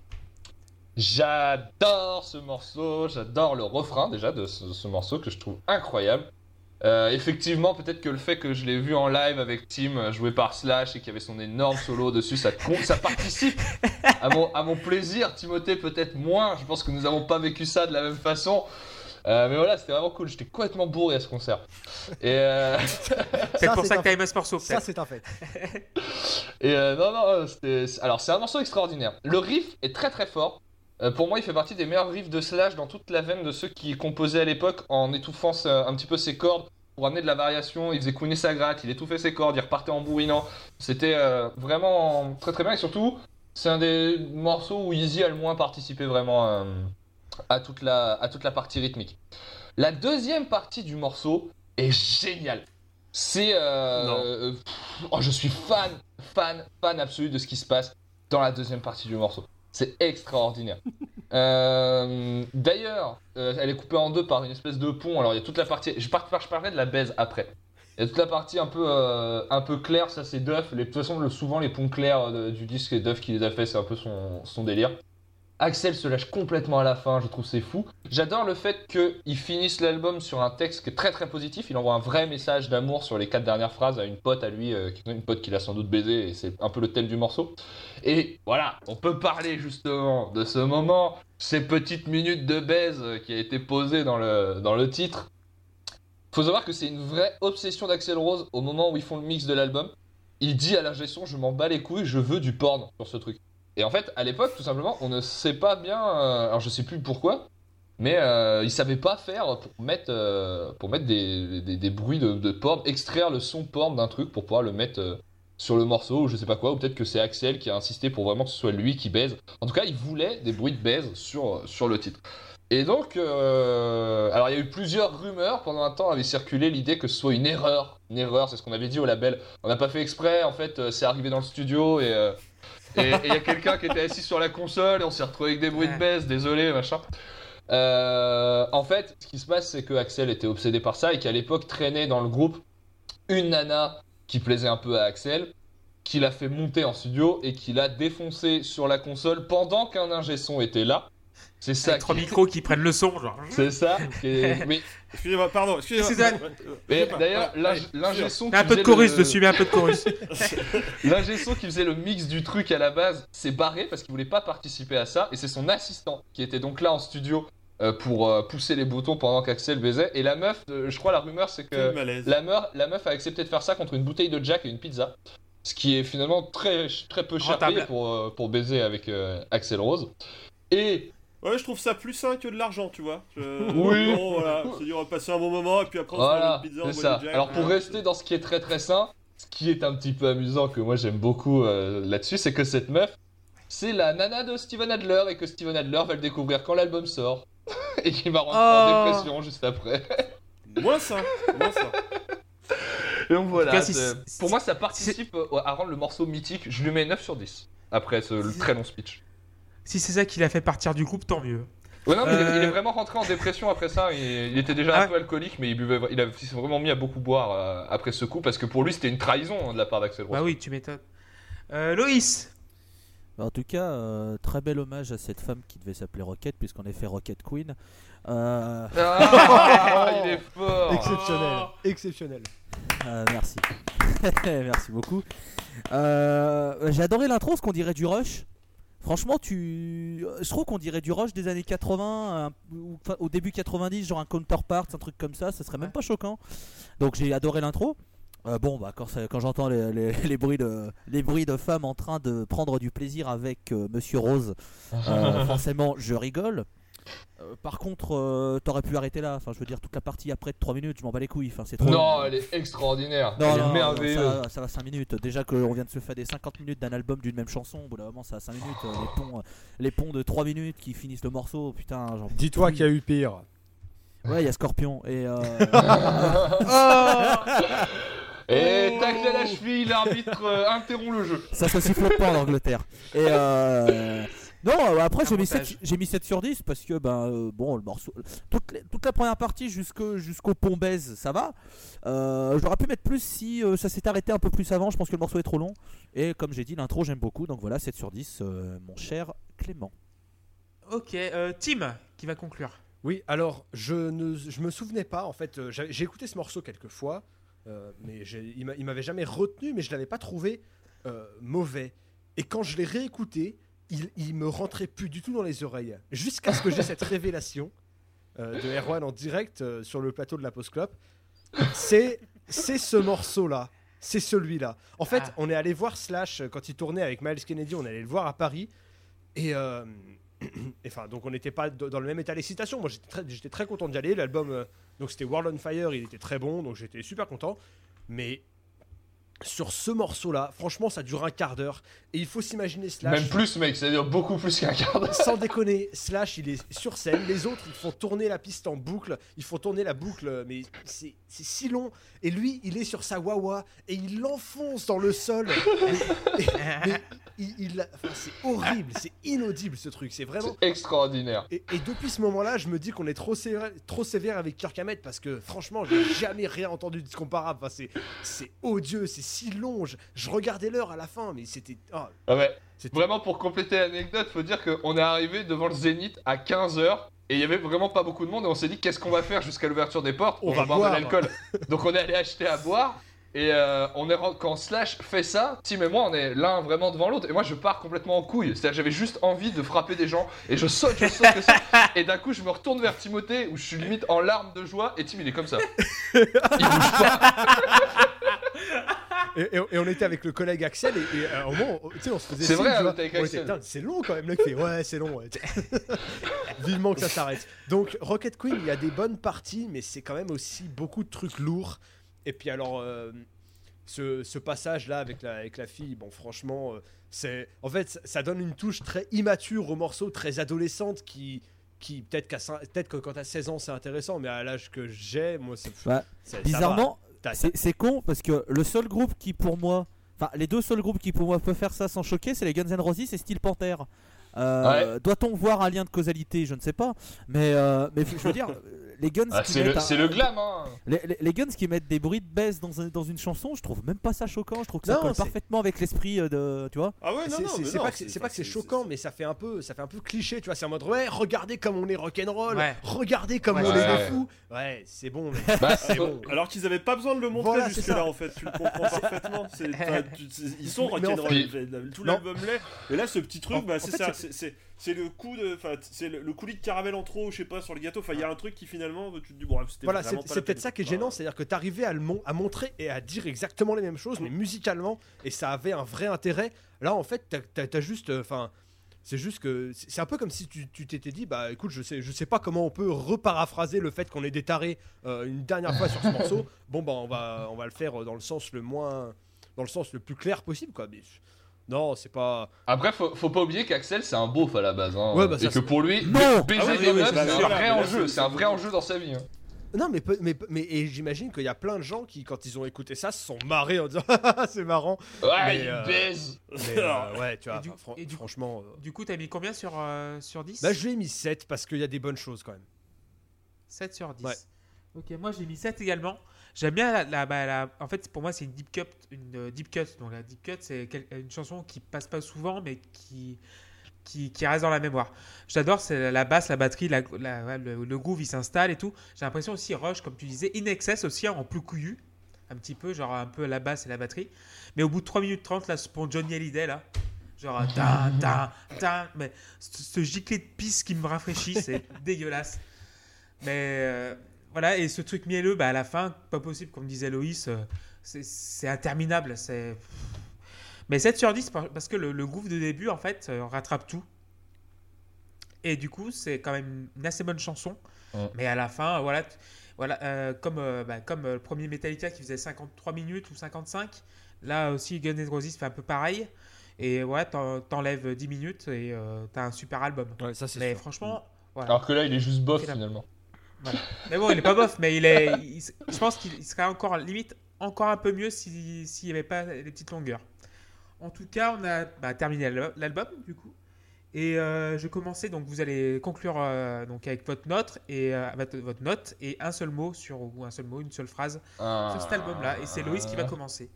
J'adore ce morceau, j'adore le refrain déjà de ce morceau que je trouve incroyable. Effectivement, peut-être que le fait que je l'ai vu en live avec Tim joué par Slash et qu'il y avait son énorme solo dessus, ça participe à mon plaisir. Timothée peut-être moins, je pense que nous n'avons pas vécu ça de la même façon. Mais voilà, c'était vraiment cool, j'étais complètement bourré à ce concert. Et c'est pour ça que t'as aimé ce morceau. Ça, c'est un fait. Et non, alors c'est un morceau extraordinaire. Le riff est très très fort. Pour moi, il fait partie des meilleurs riffs de Slash dans toute la veine de ceux qui composaient à l'époque en étouffant un petit peu ses cordes pour amener de la variation. Il faisait couiner sa gratte, il étouffait ses cordes, il repartait en bourrinant. C'était vraiment très très bien, et surtout, c'est un des morceaux où Easy a le moins participé vraiment à toute la partie rythmique. La deuxième partie du morceau est géniale. C'est je suis fan absolu de ce qui se passe dans la deuxième partie du morceau. C'est extraordinaire. D'ailleurs, elle est coupée en deux par une espèce de pont. Alors il y a toute la partie. Je parlerai de la baise après. Il y a toute la partie un peu claire, ça c'est Duff. De toute façon, souvent les ponts clairs du disque, c'est Duff qui les a fait, c'est un peu son délire. Axel se lâche complètement à la fin, je trouve c'est fou. J'adore le fait qu'il finisse l'album sur un texte qui est très très positif. Il envoie un vrai message d'amour sur les 4 dernières phrases à une pote à lui, une pote qu'il a sans doute baisé, et c'est un peu le thème du morceau. Et voilà, on peut parler justement de ce moment, ces petites minutes de baise qui a été posée dans le titre. Faut savoir que c'est une vraie obsession d'Axl Rose au moment où ils font le mix de l'album. Il dit à l'ingé son, je m'en bats les couilles, je veux du porn sur ce truc. Et en fait, à l'époque, tout simplement, on ne sait pas bien, alors je sais plus pourquoi, mais ils savaient pas faire pour mettre des bruits de porn, extraire le son porn d'un truc pour pouvoir le mettre sur le morceau, ou je sais pas quoi, ou peut-être que c'est Axel qui a insisté pour vraiment que ce soit lui qui baise. En tout cas, il voulait des bruits de baise sur le titre. Et donc, alors il y a eu plusieurs rumeurs, pendant un temps avait circulé l'idée que ce soit une erreur. Une erreur, c'est ce qu'on avait dit au label. On n'a pas fait exprès, en fait, c'est arrivé dans le studio et il y a quelqu'un qui était assis sur la console et on s'est retrouvé avec des bruits de baisse, désolé, machin. En fait, ce qui se passe, c'est que Axel était obsédé par ça et qu'à l'époque traînait dans le groupe une nana qui plaisait un peu à Axel, qui l'a fait monter en studio et qui l'a défoncé sur la console pendant qu'un ingé son était là. C'est ça. Avec 3 micros qui prennent le son, genre. C'est ça. Mais excusez-moi, pardon. Mais d'ailleurs, l'ingé son. Mets un peu de chorus dessus, mets un peu de chorus. L'ingé son qui faisait le mix du truc à la base s'est barré parce qu'il voulait pas participer à ça. Et c'est son assistant qui était donc là en studio pour pousser les boutons pendant qu'Axel baisait. Et la meuf, je crois, la rumeur, c'est que la meuf a accepté de faire ça contre une bouteille de Jack et une pizza. Ce qui est finalement très, très peu cher payé pour baiser avec Axl Rose. Et. Ouais, je trouve ça plus sain que de l'argent, tu vois. Oui. Bon, voilà, c'est dire on va passer un bon moment et puis après on se voilà, fait une pizza, c'est ça. Jack, alors pour rester dans ce qui est très très sain, ce qui est un petit peu amusant que moi j'aime beaucoup là-dessus, c'est que cette meuf, c'est la nana de Steven Adler et que Steven Adler va le découvrir quand l'album sort et qui va rentrer en dépression juste après. Moins ça. Et donc voilà, pour moi ça participe à rendre le morceau mythique. Je lui mets 9 sur 10 après ce très long speech. Si c'est ça qui l'a fait partir du groupe, tant mieux. Ouais, non, mais il est vraiment rentré en dépression après ça. Il était déjà un peu alcoolique, mais il s'est vraiment mis à beaucoup boire après ce coup parce que pour lui c'était une trahison de la part d'Axl Rose. Bah oui, tu m'étonnes. Loïs. En tout cas, très bel hommage à cette femme qui devait s'appeler Rocket, puisqu'en effet Rocket Queen. Ah, il est fort. Exceptionnel. Merci. Merci beaucoup. J'ai adoré l'intro, ce qu'on dirait du Rush. Franchement, je trouve qu'on dirait du Rush des années 80, au début 90, genre un Counterpart, un truc comme ça serait même pas choquant. Donc j'ai adoré l'intro. Quand j'entends les bruits de femmes en train de prendre du plaisir avec Monsieur Rose, forcément je rigole. Par contre, t'aurais pu arrêter là. Enfin, je veux dire, toute la partie après de 3 minutes, je m'en bats les couilles. Enfin, c'est trop. Non, elle est extraordinaire. Non, elle est merveilleuse. Ça va 5 minutes. Déjà qu'on vient de se faire des 50 minutes d'un album d'une même chanson. Au bout d'un moment, ça va 5 minutes. Les ponts de 3 minutes qui finissent le morceau. Putain, genre. Dis-toi qu'il y a eu pire. Ouais, il y a Scorpion. Et. Et tacle à la cheville, l'arbitre interrompt le jeu. Ça se siffle pas en Angleterre. Et non, après j'ai mis 7 sur 10 parce que le morceau, toute la première partie jusqu'au pont baise, ça va. J'aurais pu mettre plus si ça s'était arrêté un peu plus avant. Je pense que le morceau est trop long. Et comme j'ai dit, l'intro j'aime beaucoup. Donc voilà, 7 sur 10, mon cher Clément. Ok, Tim qui va conclure. Oui, alors je me souvenais pas en fait. J'ai écouté ce morceau quelques fois. Mais il m'avait jamais retenu, mais je l'avais pas trouvé mauvais. Et quand je l'ai réécouté, il me rentrait plus du tout dans les oreilles. Jusqu'à ce que j'ai cette révélation de Erwan en direct sur le plateau de la Post Club. C'est ce morceau-là. C'est celui-là. En fait, on est allé voir Slash quand il tournait avec Myles Kennedy. On allait le voir à Paris. Et enfin, donc on n'était pas dans le même état d'excitation. Moi, j'étais très content d'y aller. L'album, donc c'était World on Fire, il était très bon, donc j'étais super content. Mais sur ce morceau-là, franchement, ça dure un quart d'heure. Et il faut s'imaginer Slash. Même plus, mec, ça dure beaucoup plus qu'un quart d'heure. Sans déconner, Slash, il est sur scène. Les autres, ils font tourner la piste en boucle. Ils font tourner la boucle, mais c'est si long. Et lui, il est sur sa wah-wah et il l'enfonce dans le sol. C'est horrible, c'est inaudible ce truc. C'est vraiment c'est extraordinaire. Et depuis ce moment-là, je me dis qu'on est trop sévère avec Kirk Hammett parce que franchement, j'ai jamais rien entendu de comparable. Enfin, c'est odieux, c'est si long. Je regardais l'heure à la fin, mais c'était. Vraiment, pour compléter l'anecdote, faut dire qu'on est arrivé devant le Zénith à 15h. Et il y avait vraiment pas beaucoup de monde et on s'est dit qu'est-ce qu'on va faire jusqu'à l'ouverture des portes. On va boire de l'alcool. Donc on est allé acheter à boire. Et quand Slash fait ça, Tim et moi on est l'un vraiment devant l'autre. Et moi je pars complètement en couille. C'est-à-dire que j'avais juste envie de frapper des gens. Et je saute. Et d'un coup je me retourne vers Timothée où je suis limite en larmes de joie. Et Tim il est comme ça. Il bouge pas. Et on était avec le collègue Axel et à un moment, tu sais, on se faisait. C'est signe, vrai, tu vois. avec Axel. C'est long quand même, le mec fait ouais, c'est long. Ouais. Vivement que ça s'arrête. Donc Rocket Queen, il y a des bonnes parties, mais c'est quand même aussi beaucoup de trucs lourds. Et puis alors, ce passage là avec la fille, bon franchement, en fait ça donne une touche très immature au morceau, très adolescente qui peut-être que quand t'as 16 ans c'est intéressant, mais à l'âge que j'ai, moi bizarrement. C'est con parce que le seul groupe qui pour moi, enfin les deux seuls groupes qui pour moi peuvent faire ça sans choquer, c'est les Guns N' Roses et Steel Panther. Doit-on voir un lien de causalité? Je ne sais pas, mais je veux dire, les Guns c'est le glam, hein. Les Guns qui mettent des bruits de baisse dans une chanson, je trouve même pas ça choquant. Je trouve que ça colle parfaitement avec l'esprit de, tu vois. Ah ouais, c'est pas que c'est choquant, mais ça fait un peu cliché, tu vois. C'est en mode ouais, regardez comme on est rock'n'roll, regardez comme on est des fous. Ouais, c'est bon. Mais c'est bon. Alors qu'ils avaient pas besoin de le montrer jusque là en fait. Tu le comprends parfaitement. Ils sont rock'n'roll. Tout l'album l'est. Et là, ce petit truc, c'est ça. C'est le coup c'est le coulis de caramel en trop, je sais pas, sur le gâteau. Enfin, il y a un truc qui finalement, tu te dis bon, c'était voilà, vraiment c'est peut-être ça qui est gênant, c'est-à-dire que t'arrivais à montrer et à dire exactement les mêmes choses, mais musicalement, et ça avait un vrai intérêt. Là, en fait, t'as juste, c'est juste que c'est un peu comme si tu t'étais dit, bah écoute, je sais pas comment on peut reparaphraser le fait qu'on ait détaré une dernière fois sur ce morceau. Bon, bah on va le faire dans le sens le plus clair possible, quoi. Mais, non, c'est pas. Après, faut pas oublier qu'Axel c'est un beauf à la base, hein. Ouais, et que pour lui, baiser des meufs, c'est un vrai enjeu. C'est un vrai enjeu dans sa vie. Hein. Non, et j'imagine qu'il y a plein de gens qui, quand ils ont écouté ça, se sont marrés en disant c'est marrant. Ouais, Mais, il baise. Ouais, tu vois, franchement. Du coup, t'as mis combien sur 10? Bah, je lui ai mis 7 parce qu'il y a des bonnes choses quand même. 7 sur 10. Ouais. Ok, moi j'ai mis 7 également. J'aime bien en fait, pour moi, c'est une deep cut. Donc la deep cut, c'est une chanson qui passe pas souvent, mais qui reste dans la mémoire. J'adore, c'est la basse, la batterie, le groove, il s'installe et tout. J'ai l'impression aussi Rush, comme tu disais, In Excess aussi, en plus couillu. Un petit peu, genre un peu la basse et la batterie. Mais au bout de 3 minutes 30, là, pour Johnny Hallyday, là, genre, mais ce giclet de pisse qui me rafraîchit, c'est dégueulasse. Mais voilà, et ce truc mielleux, à la fin, pas possible, comme disait Loïs, c'est interminable. Mais 7 sur 10, parce que le groove de début, en fait, rattrape tout. Et du coup, c'est quand même une assez bonne chanson. Ouais. Mais à la fin, comme le premier Metallica qui faisait 53 minutes ou 55, là aussi, Guns N' Roses fait un peu pareil. Et ouais, t'enlèves 10 minutes et t'as un super album. Ouais, ça c'est Mais sûr. franchement, voilà. Alors que là, il est juste bof C'est la- finalement. Voilà. Mais bon, il est pas bof, mais je pense qu'il serait encore limite encore un peu mieux s'il n'y avait pas les petites longueurs. En tout cas, on a terminé l'album du coup. Et je commençais, donc vous allez conclure donc avec votre note et un seul mot une seule phrase sur cet album-là. Et c'est Loïs qui va commencer.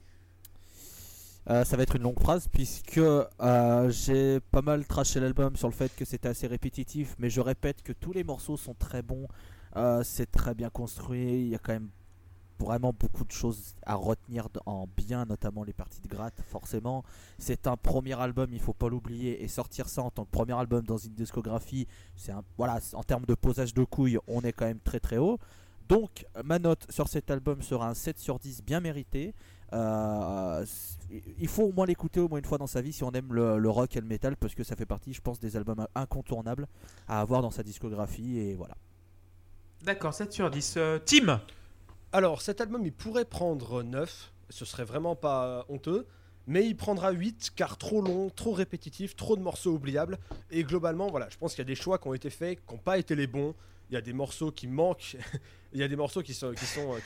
Ça va être une longue phrase puisque j'ai pas mal trashé l'album sur le fait que c'était assez répétitif, mais je répète que tous les morceaux sont très bons, c'est très bien construit, il y a quand même vraiment beaucoup de choses à retenir en bien, notamment les parties de gratte. Forcément, c'est un premier album, il faut pas l'oublier, et sortir ça en tant que premier album dans une discographie, en termes de posage de couilles, on est quand même très très haut. Donc ma note sur cet album sera un 7 sur 10 bien mérité. Il faut au moins l'écouter au moins une fois dans sa vie si on aime le rock et le metal, parce que ça fait partie, je pense, des albums incontournables à avoir dans sa discographie. Et voilà. D'accord, 7 sur 10. Tim. Alors, cet album, il pourrait prendre 9, ce serait vraiment pas honteux, mais il prendra 8 car trop long, trop répétitif, trop de morceaux oubliables. Et globalement, voilà, je pense qu'il y a des choix qui ont été faits, qui n'ont pas été les bons. Il y a des morceaux qui manquent, il y a des morceaux qui sont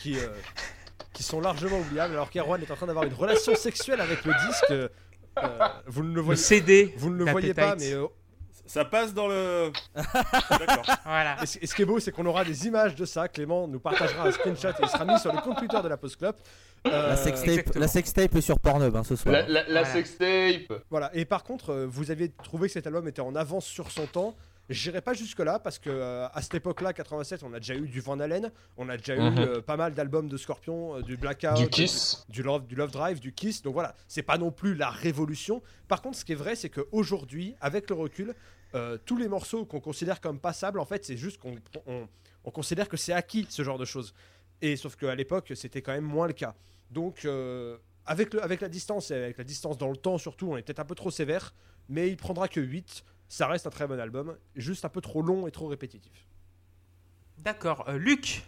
largement oubliables, alors qu'Erwan est en train d'avoir une relation sexuelle avec le disque. Vous ne le Le voyez, CD. vous ne le voyez pas, mais Ça passe dans le. D'accord. Voilà. et ce qui est beau, c'est qu'on aura des images de ça. Clément nous partagera un screenshot et il sera mis sur le compte Twitter de la Post Club. La sextape est sur Pornhub ce soir. La Voilà. sextape. Voilà. Et par contre, vous aviez trouvé que cet album était en avance sur son temps. J'irai pas jusque-là parce que à cette époque-là, 87, on a déjà eu du Van Halen, on a déjà eu pas mal d'albums de Scorpion, du Blackout, Du Kiss. du Love Drive, du Kiss. Donc voilà, c'est pas non plus la révolution. Par contre, ce qui est vrai, c'est qu'aujourd'hui, avec le recul, tous les morceaux qu'on considère comme passables, en fait, c'est juste qu'on considère que c'est acquis ce genre de choses. Et sauf qu'à l'époque, c'était quand même moins le cas. Donc avec la distance et avec la distance dans le temps surtout, on est peut-être un peu trop sévère, mais il prendra que 8. Ça reste un très bon album, juste un peu trop long et trop répétitif. D'accord. Luc.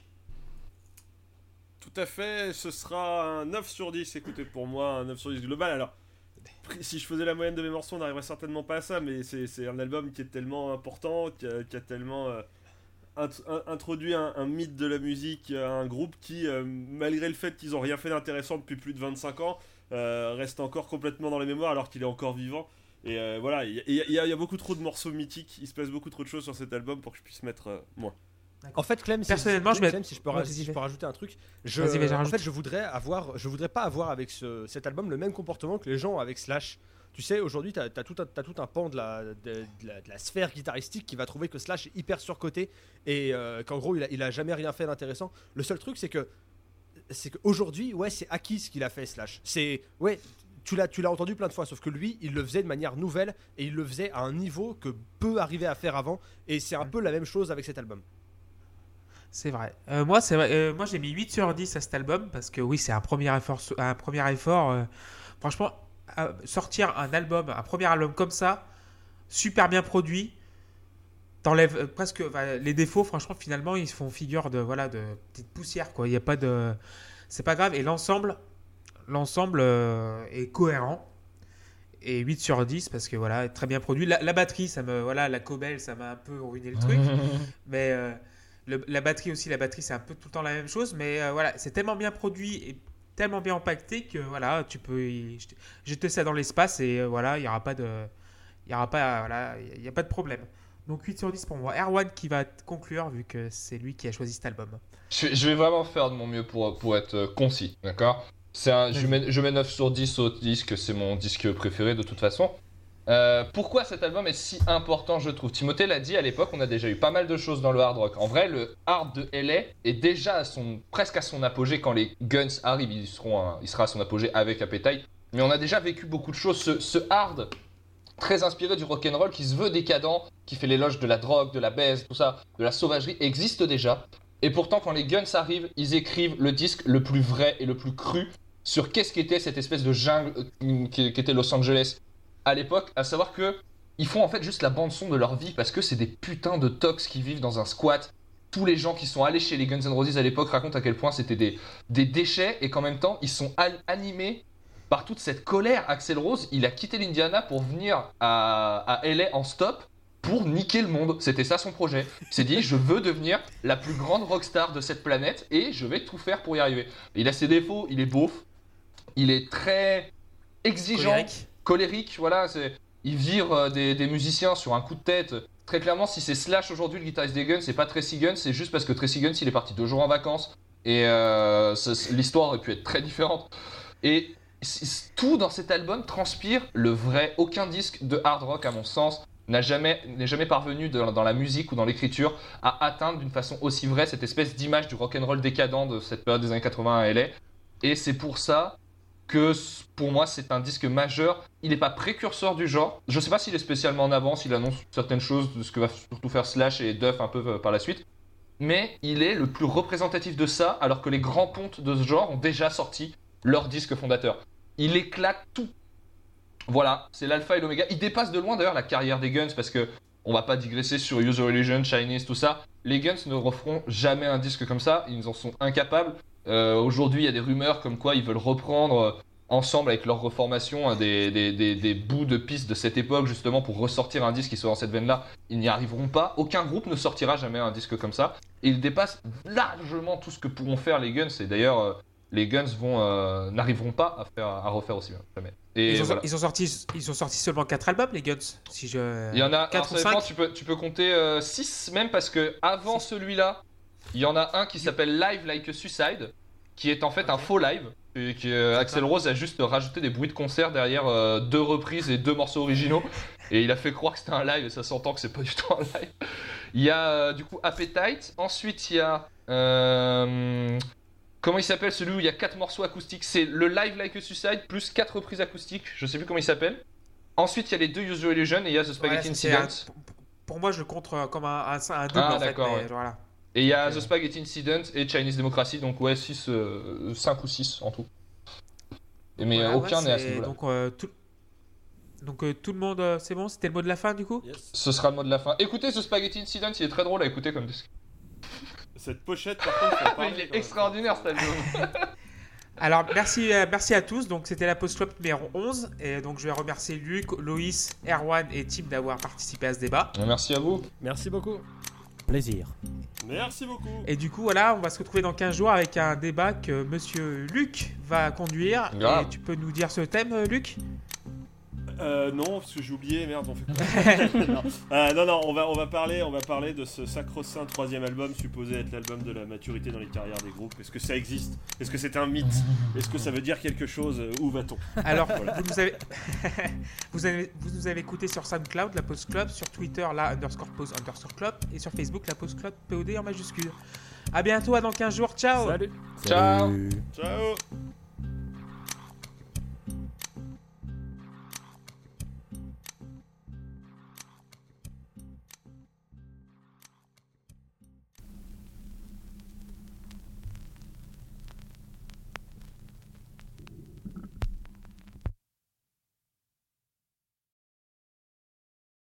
Tout à fait, ce sera un 9 sur 10. Écoutez, pour moi, un 9 sur 10 global. Alors, si je faisais la moyenne de mes morceaux, on n'arriverait certainement pas à ça, mais c'est un album qui est tellement important, qui a tellement introduit un mythe de la musique, un groupe qui, malgré le fait qu'ils n'ont rien fait d'intéressant depuis plus de 25 ans, reste encore complètement dans les mémoires alors qu'il est encore vivant. Et voilà, il y a beaucoup trop de morceaux mythiques, il se passe beaucoup trop de choses sur cet album pour que je puisse mettre moins. En fait, Clem, Personnellement, si je peux rajouter un truc, je voudrais pas avoir avec cet album le même comportement que les gens ont avec Slash. Tu sais, aujourd'hui, t'as tout un pan de la sphère guitaristique qui va trouver que Slash est hyper surcoté et qu'en gros, il a jamais rien fait d'intéressant. Le seul truc, c'est qu'aujourd'hui, ouais, c'est acquis ce qu'il a fait, Slash. Tu l'as entendu plein de fois, sauf que lui, il le faisait de manière nouvelle et il le faisait à un niveau que peu arrivaient à faire avant. Et c'est un peu la même chose avec cet album. C'est vrai. Moi, j'ai mis 8 sur 10 à cet album parce que oui, c'est un premier effort. Franchement, sortir un premier album comme ça, super bien produit, t'enlèves presque les défauts. Franchement, finalement, ils font figure de petite poussière, quoi. Il y a pas de, c'est pas grave. Et l'ensemble est cohérent. Et 8 sur 10 parce que très bien produit. La batterie, la Cobel, ça m'a un peu ruiné le truc. La batterie c'est un peu tout le temps la même chose, mais voilà, c'est tellement bien produit et tellement bien empaqueté que voilà, tu peux jeter ça dans l'espace et voilà, il n'y aura pas de problème. Donc 8 sur 10 pour moi. Erwan qui va conclure vu que c'est lui qui a choisi cet album. Je vais vraiment faire de mon mieux pour être concis, d'accord? Je mets 9 sur 10 au disque, c'est mon disque préféré de toute façon. Pourquoi cet album est si important, je trouve? Timothée l'a dit à l'époque, on a déjà eu pas mal de choses dans le hard rock. En vrai, le hard de LA est déjà presque à son apogée quand les Guns arrivent. Il sera à son apogée avec Appetite. Mais on a déjà vécu beaucoup de choses. Ce hard très inspiré du rock'n'roll qui se veut décadent, qui fait l'éloge de la drogue, de la baise, tout ça, de la sauvagerie, existe déjà. Et pourtant, quand les Guns arrivent, ils écrivent le disque le plus vrai et le plus cru sur qu'est-ce qu'était cette espèce de jungle qu'était Los Angeles à l'époque, à savoir que ils font en fait juste la bande-son de leur vie parce que c'est des putains de tox qui vivent dans un squat. Tous les gens qui sont allés chez les Guns N' Roses à l'époque racontent à quel point c'était des déchets et qu'en même temps, ils sont animés par toute cette colère. Axl Rose, il a quitté l'Indiana pour venir à LA en stop pour niquer le monde. C'était ça son projet. Il s'est dit, je veux devenir la plus grande rockstar de cette planète et je vais tout faire pour y arriver. Il a ses défauts, il est beauf, il est très exigeant, colérique, voilà. Il vire des musiciens sur un coup de tête. Très clairement, si c'est Slash aujourd'hui le guitariste des Guns, c'est pas Tracy Guns, c'est juste parce que Tracy Guns il est parti 2 jours en vacances et l'histoire aurait pu être très différente. Et tout dans cet album transpire le vrai. Aucun disque de hard rock, à mon sens, n'est jamais parvenu dans la musique ou dans l'écriture à atteindre d'une façon aussi vraie cette espèce d'image du rock'n'roll décadent de cette période des années 80 à LA. Et c'est pour ça que pour moi c'est un disque majeur. Il n'est pas précurseur du genre. Je sais pas s'il est spécialement en avance, il annonce certaines choses de ce que va surtout faire Slash et Duff un peu par la suite. Mais il est le plus représentatif de ça, alors que les grands pontes de ce genre ont déjà sorti leur disque fondateur. Il éclate tout. Voilà, c'est l'alpha et l'oméga. Il dépasse de loin d'ailleurs la carrière des Guns parce que on va pas digresser sur Use Your Illusion, Chinese, tout ça. Les Guns ne referont jamais un disque comme ça, ils en sont incapables. Aujourd'hui, il y a des rumeurs comme quoi ils veulent reprendre ensemble avec leur reformation des bouts de pistes de cette époque justement pour ressortir un disque qui soit dans cette veine-là. Ils n'y arriveront pas. Aucun groupe ne sortira jamais un disque comme ça. Et ils dépassent largement tout ce que pourront faire les Guns. Et d'ailleurs, les Guns n'arriveront pas à refaire aussi bien. Jamais. Et ils ont sorti seulement 4 albums, les Guns. Il y en a 4 ou 5. Tu peux compter 6 même parce que avant celui-là, il y en a un qui s'appelle Live Like a Suicide, qui est en fait un faux live. Et Axl Rose a juste rajouté des bruits de concert derrière 2 reprises et 2 morceaux originaux. Et il a fait croire que c'était un live et ça s'entend que c'est pas du tout un live. Il y a du coup Appetite. Ensuite, il y a... comment il s'appelle celui où il y a 4 morceaux acoustiques? C'est le Live Like a Suicide plus 4 reprises acoustiques. Je sais plus comment il s'appelle. Ensuite, il y a les 2 Use Your Illusion et il y a The Spaghetti Incident. Pour moi, je le compte comme un double en fait. Mais, voilà. Et il y a The Spaghetti Incident et Chinese Democracy, donc ouais, 5 ou 6 en tout. Mais voilà, aucun n'est à ce niveau-là. Donc tout le monde, c'est bon, c'était le mot de la fin du coup? Yes. Ce sera le mot de la fin. Écoutez ce Spaghetti Incident, il est très drôle à écouter comme disque. Cette pochette, par contre, il est extraordinaire cet album. Alors merci à tous, donc c'était la Post Club numéro 11 et donc je vais remercier Luc, Loïs, Erwan et Tim d'avoir participé à ce débat. Merci à vous. Merci beaucoup. Plaisir. Merci beaucoup. Et du coup voilà, on va se retrouver dans 15 jours avec un débat que monsieur Luc va conduire. Grave. Et tu peux nous dire ce thème, Luc? Non, parce que j'ai oublié, merde, on fait quoi? Non, on va parler de ce sacro-saint 3e album supposé être l'album de la maturité dans les carrières des groupes. Est-ce que ça existe? Est-ce que c'est un mythe? Est-ce que ça veut dire quelque chose? Où va-t-on? Alors, voilà. vous nous avez écouté sur SoundCloud, la Post Club, sur Twitter, la _pause_club, et sur Facebook, la Post Club, POD en majuscule. A bientôt, à dans 15 jours, ciao. Salut. Ciao. Ciao.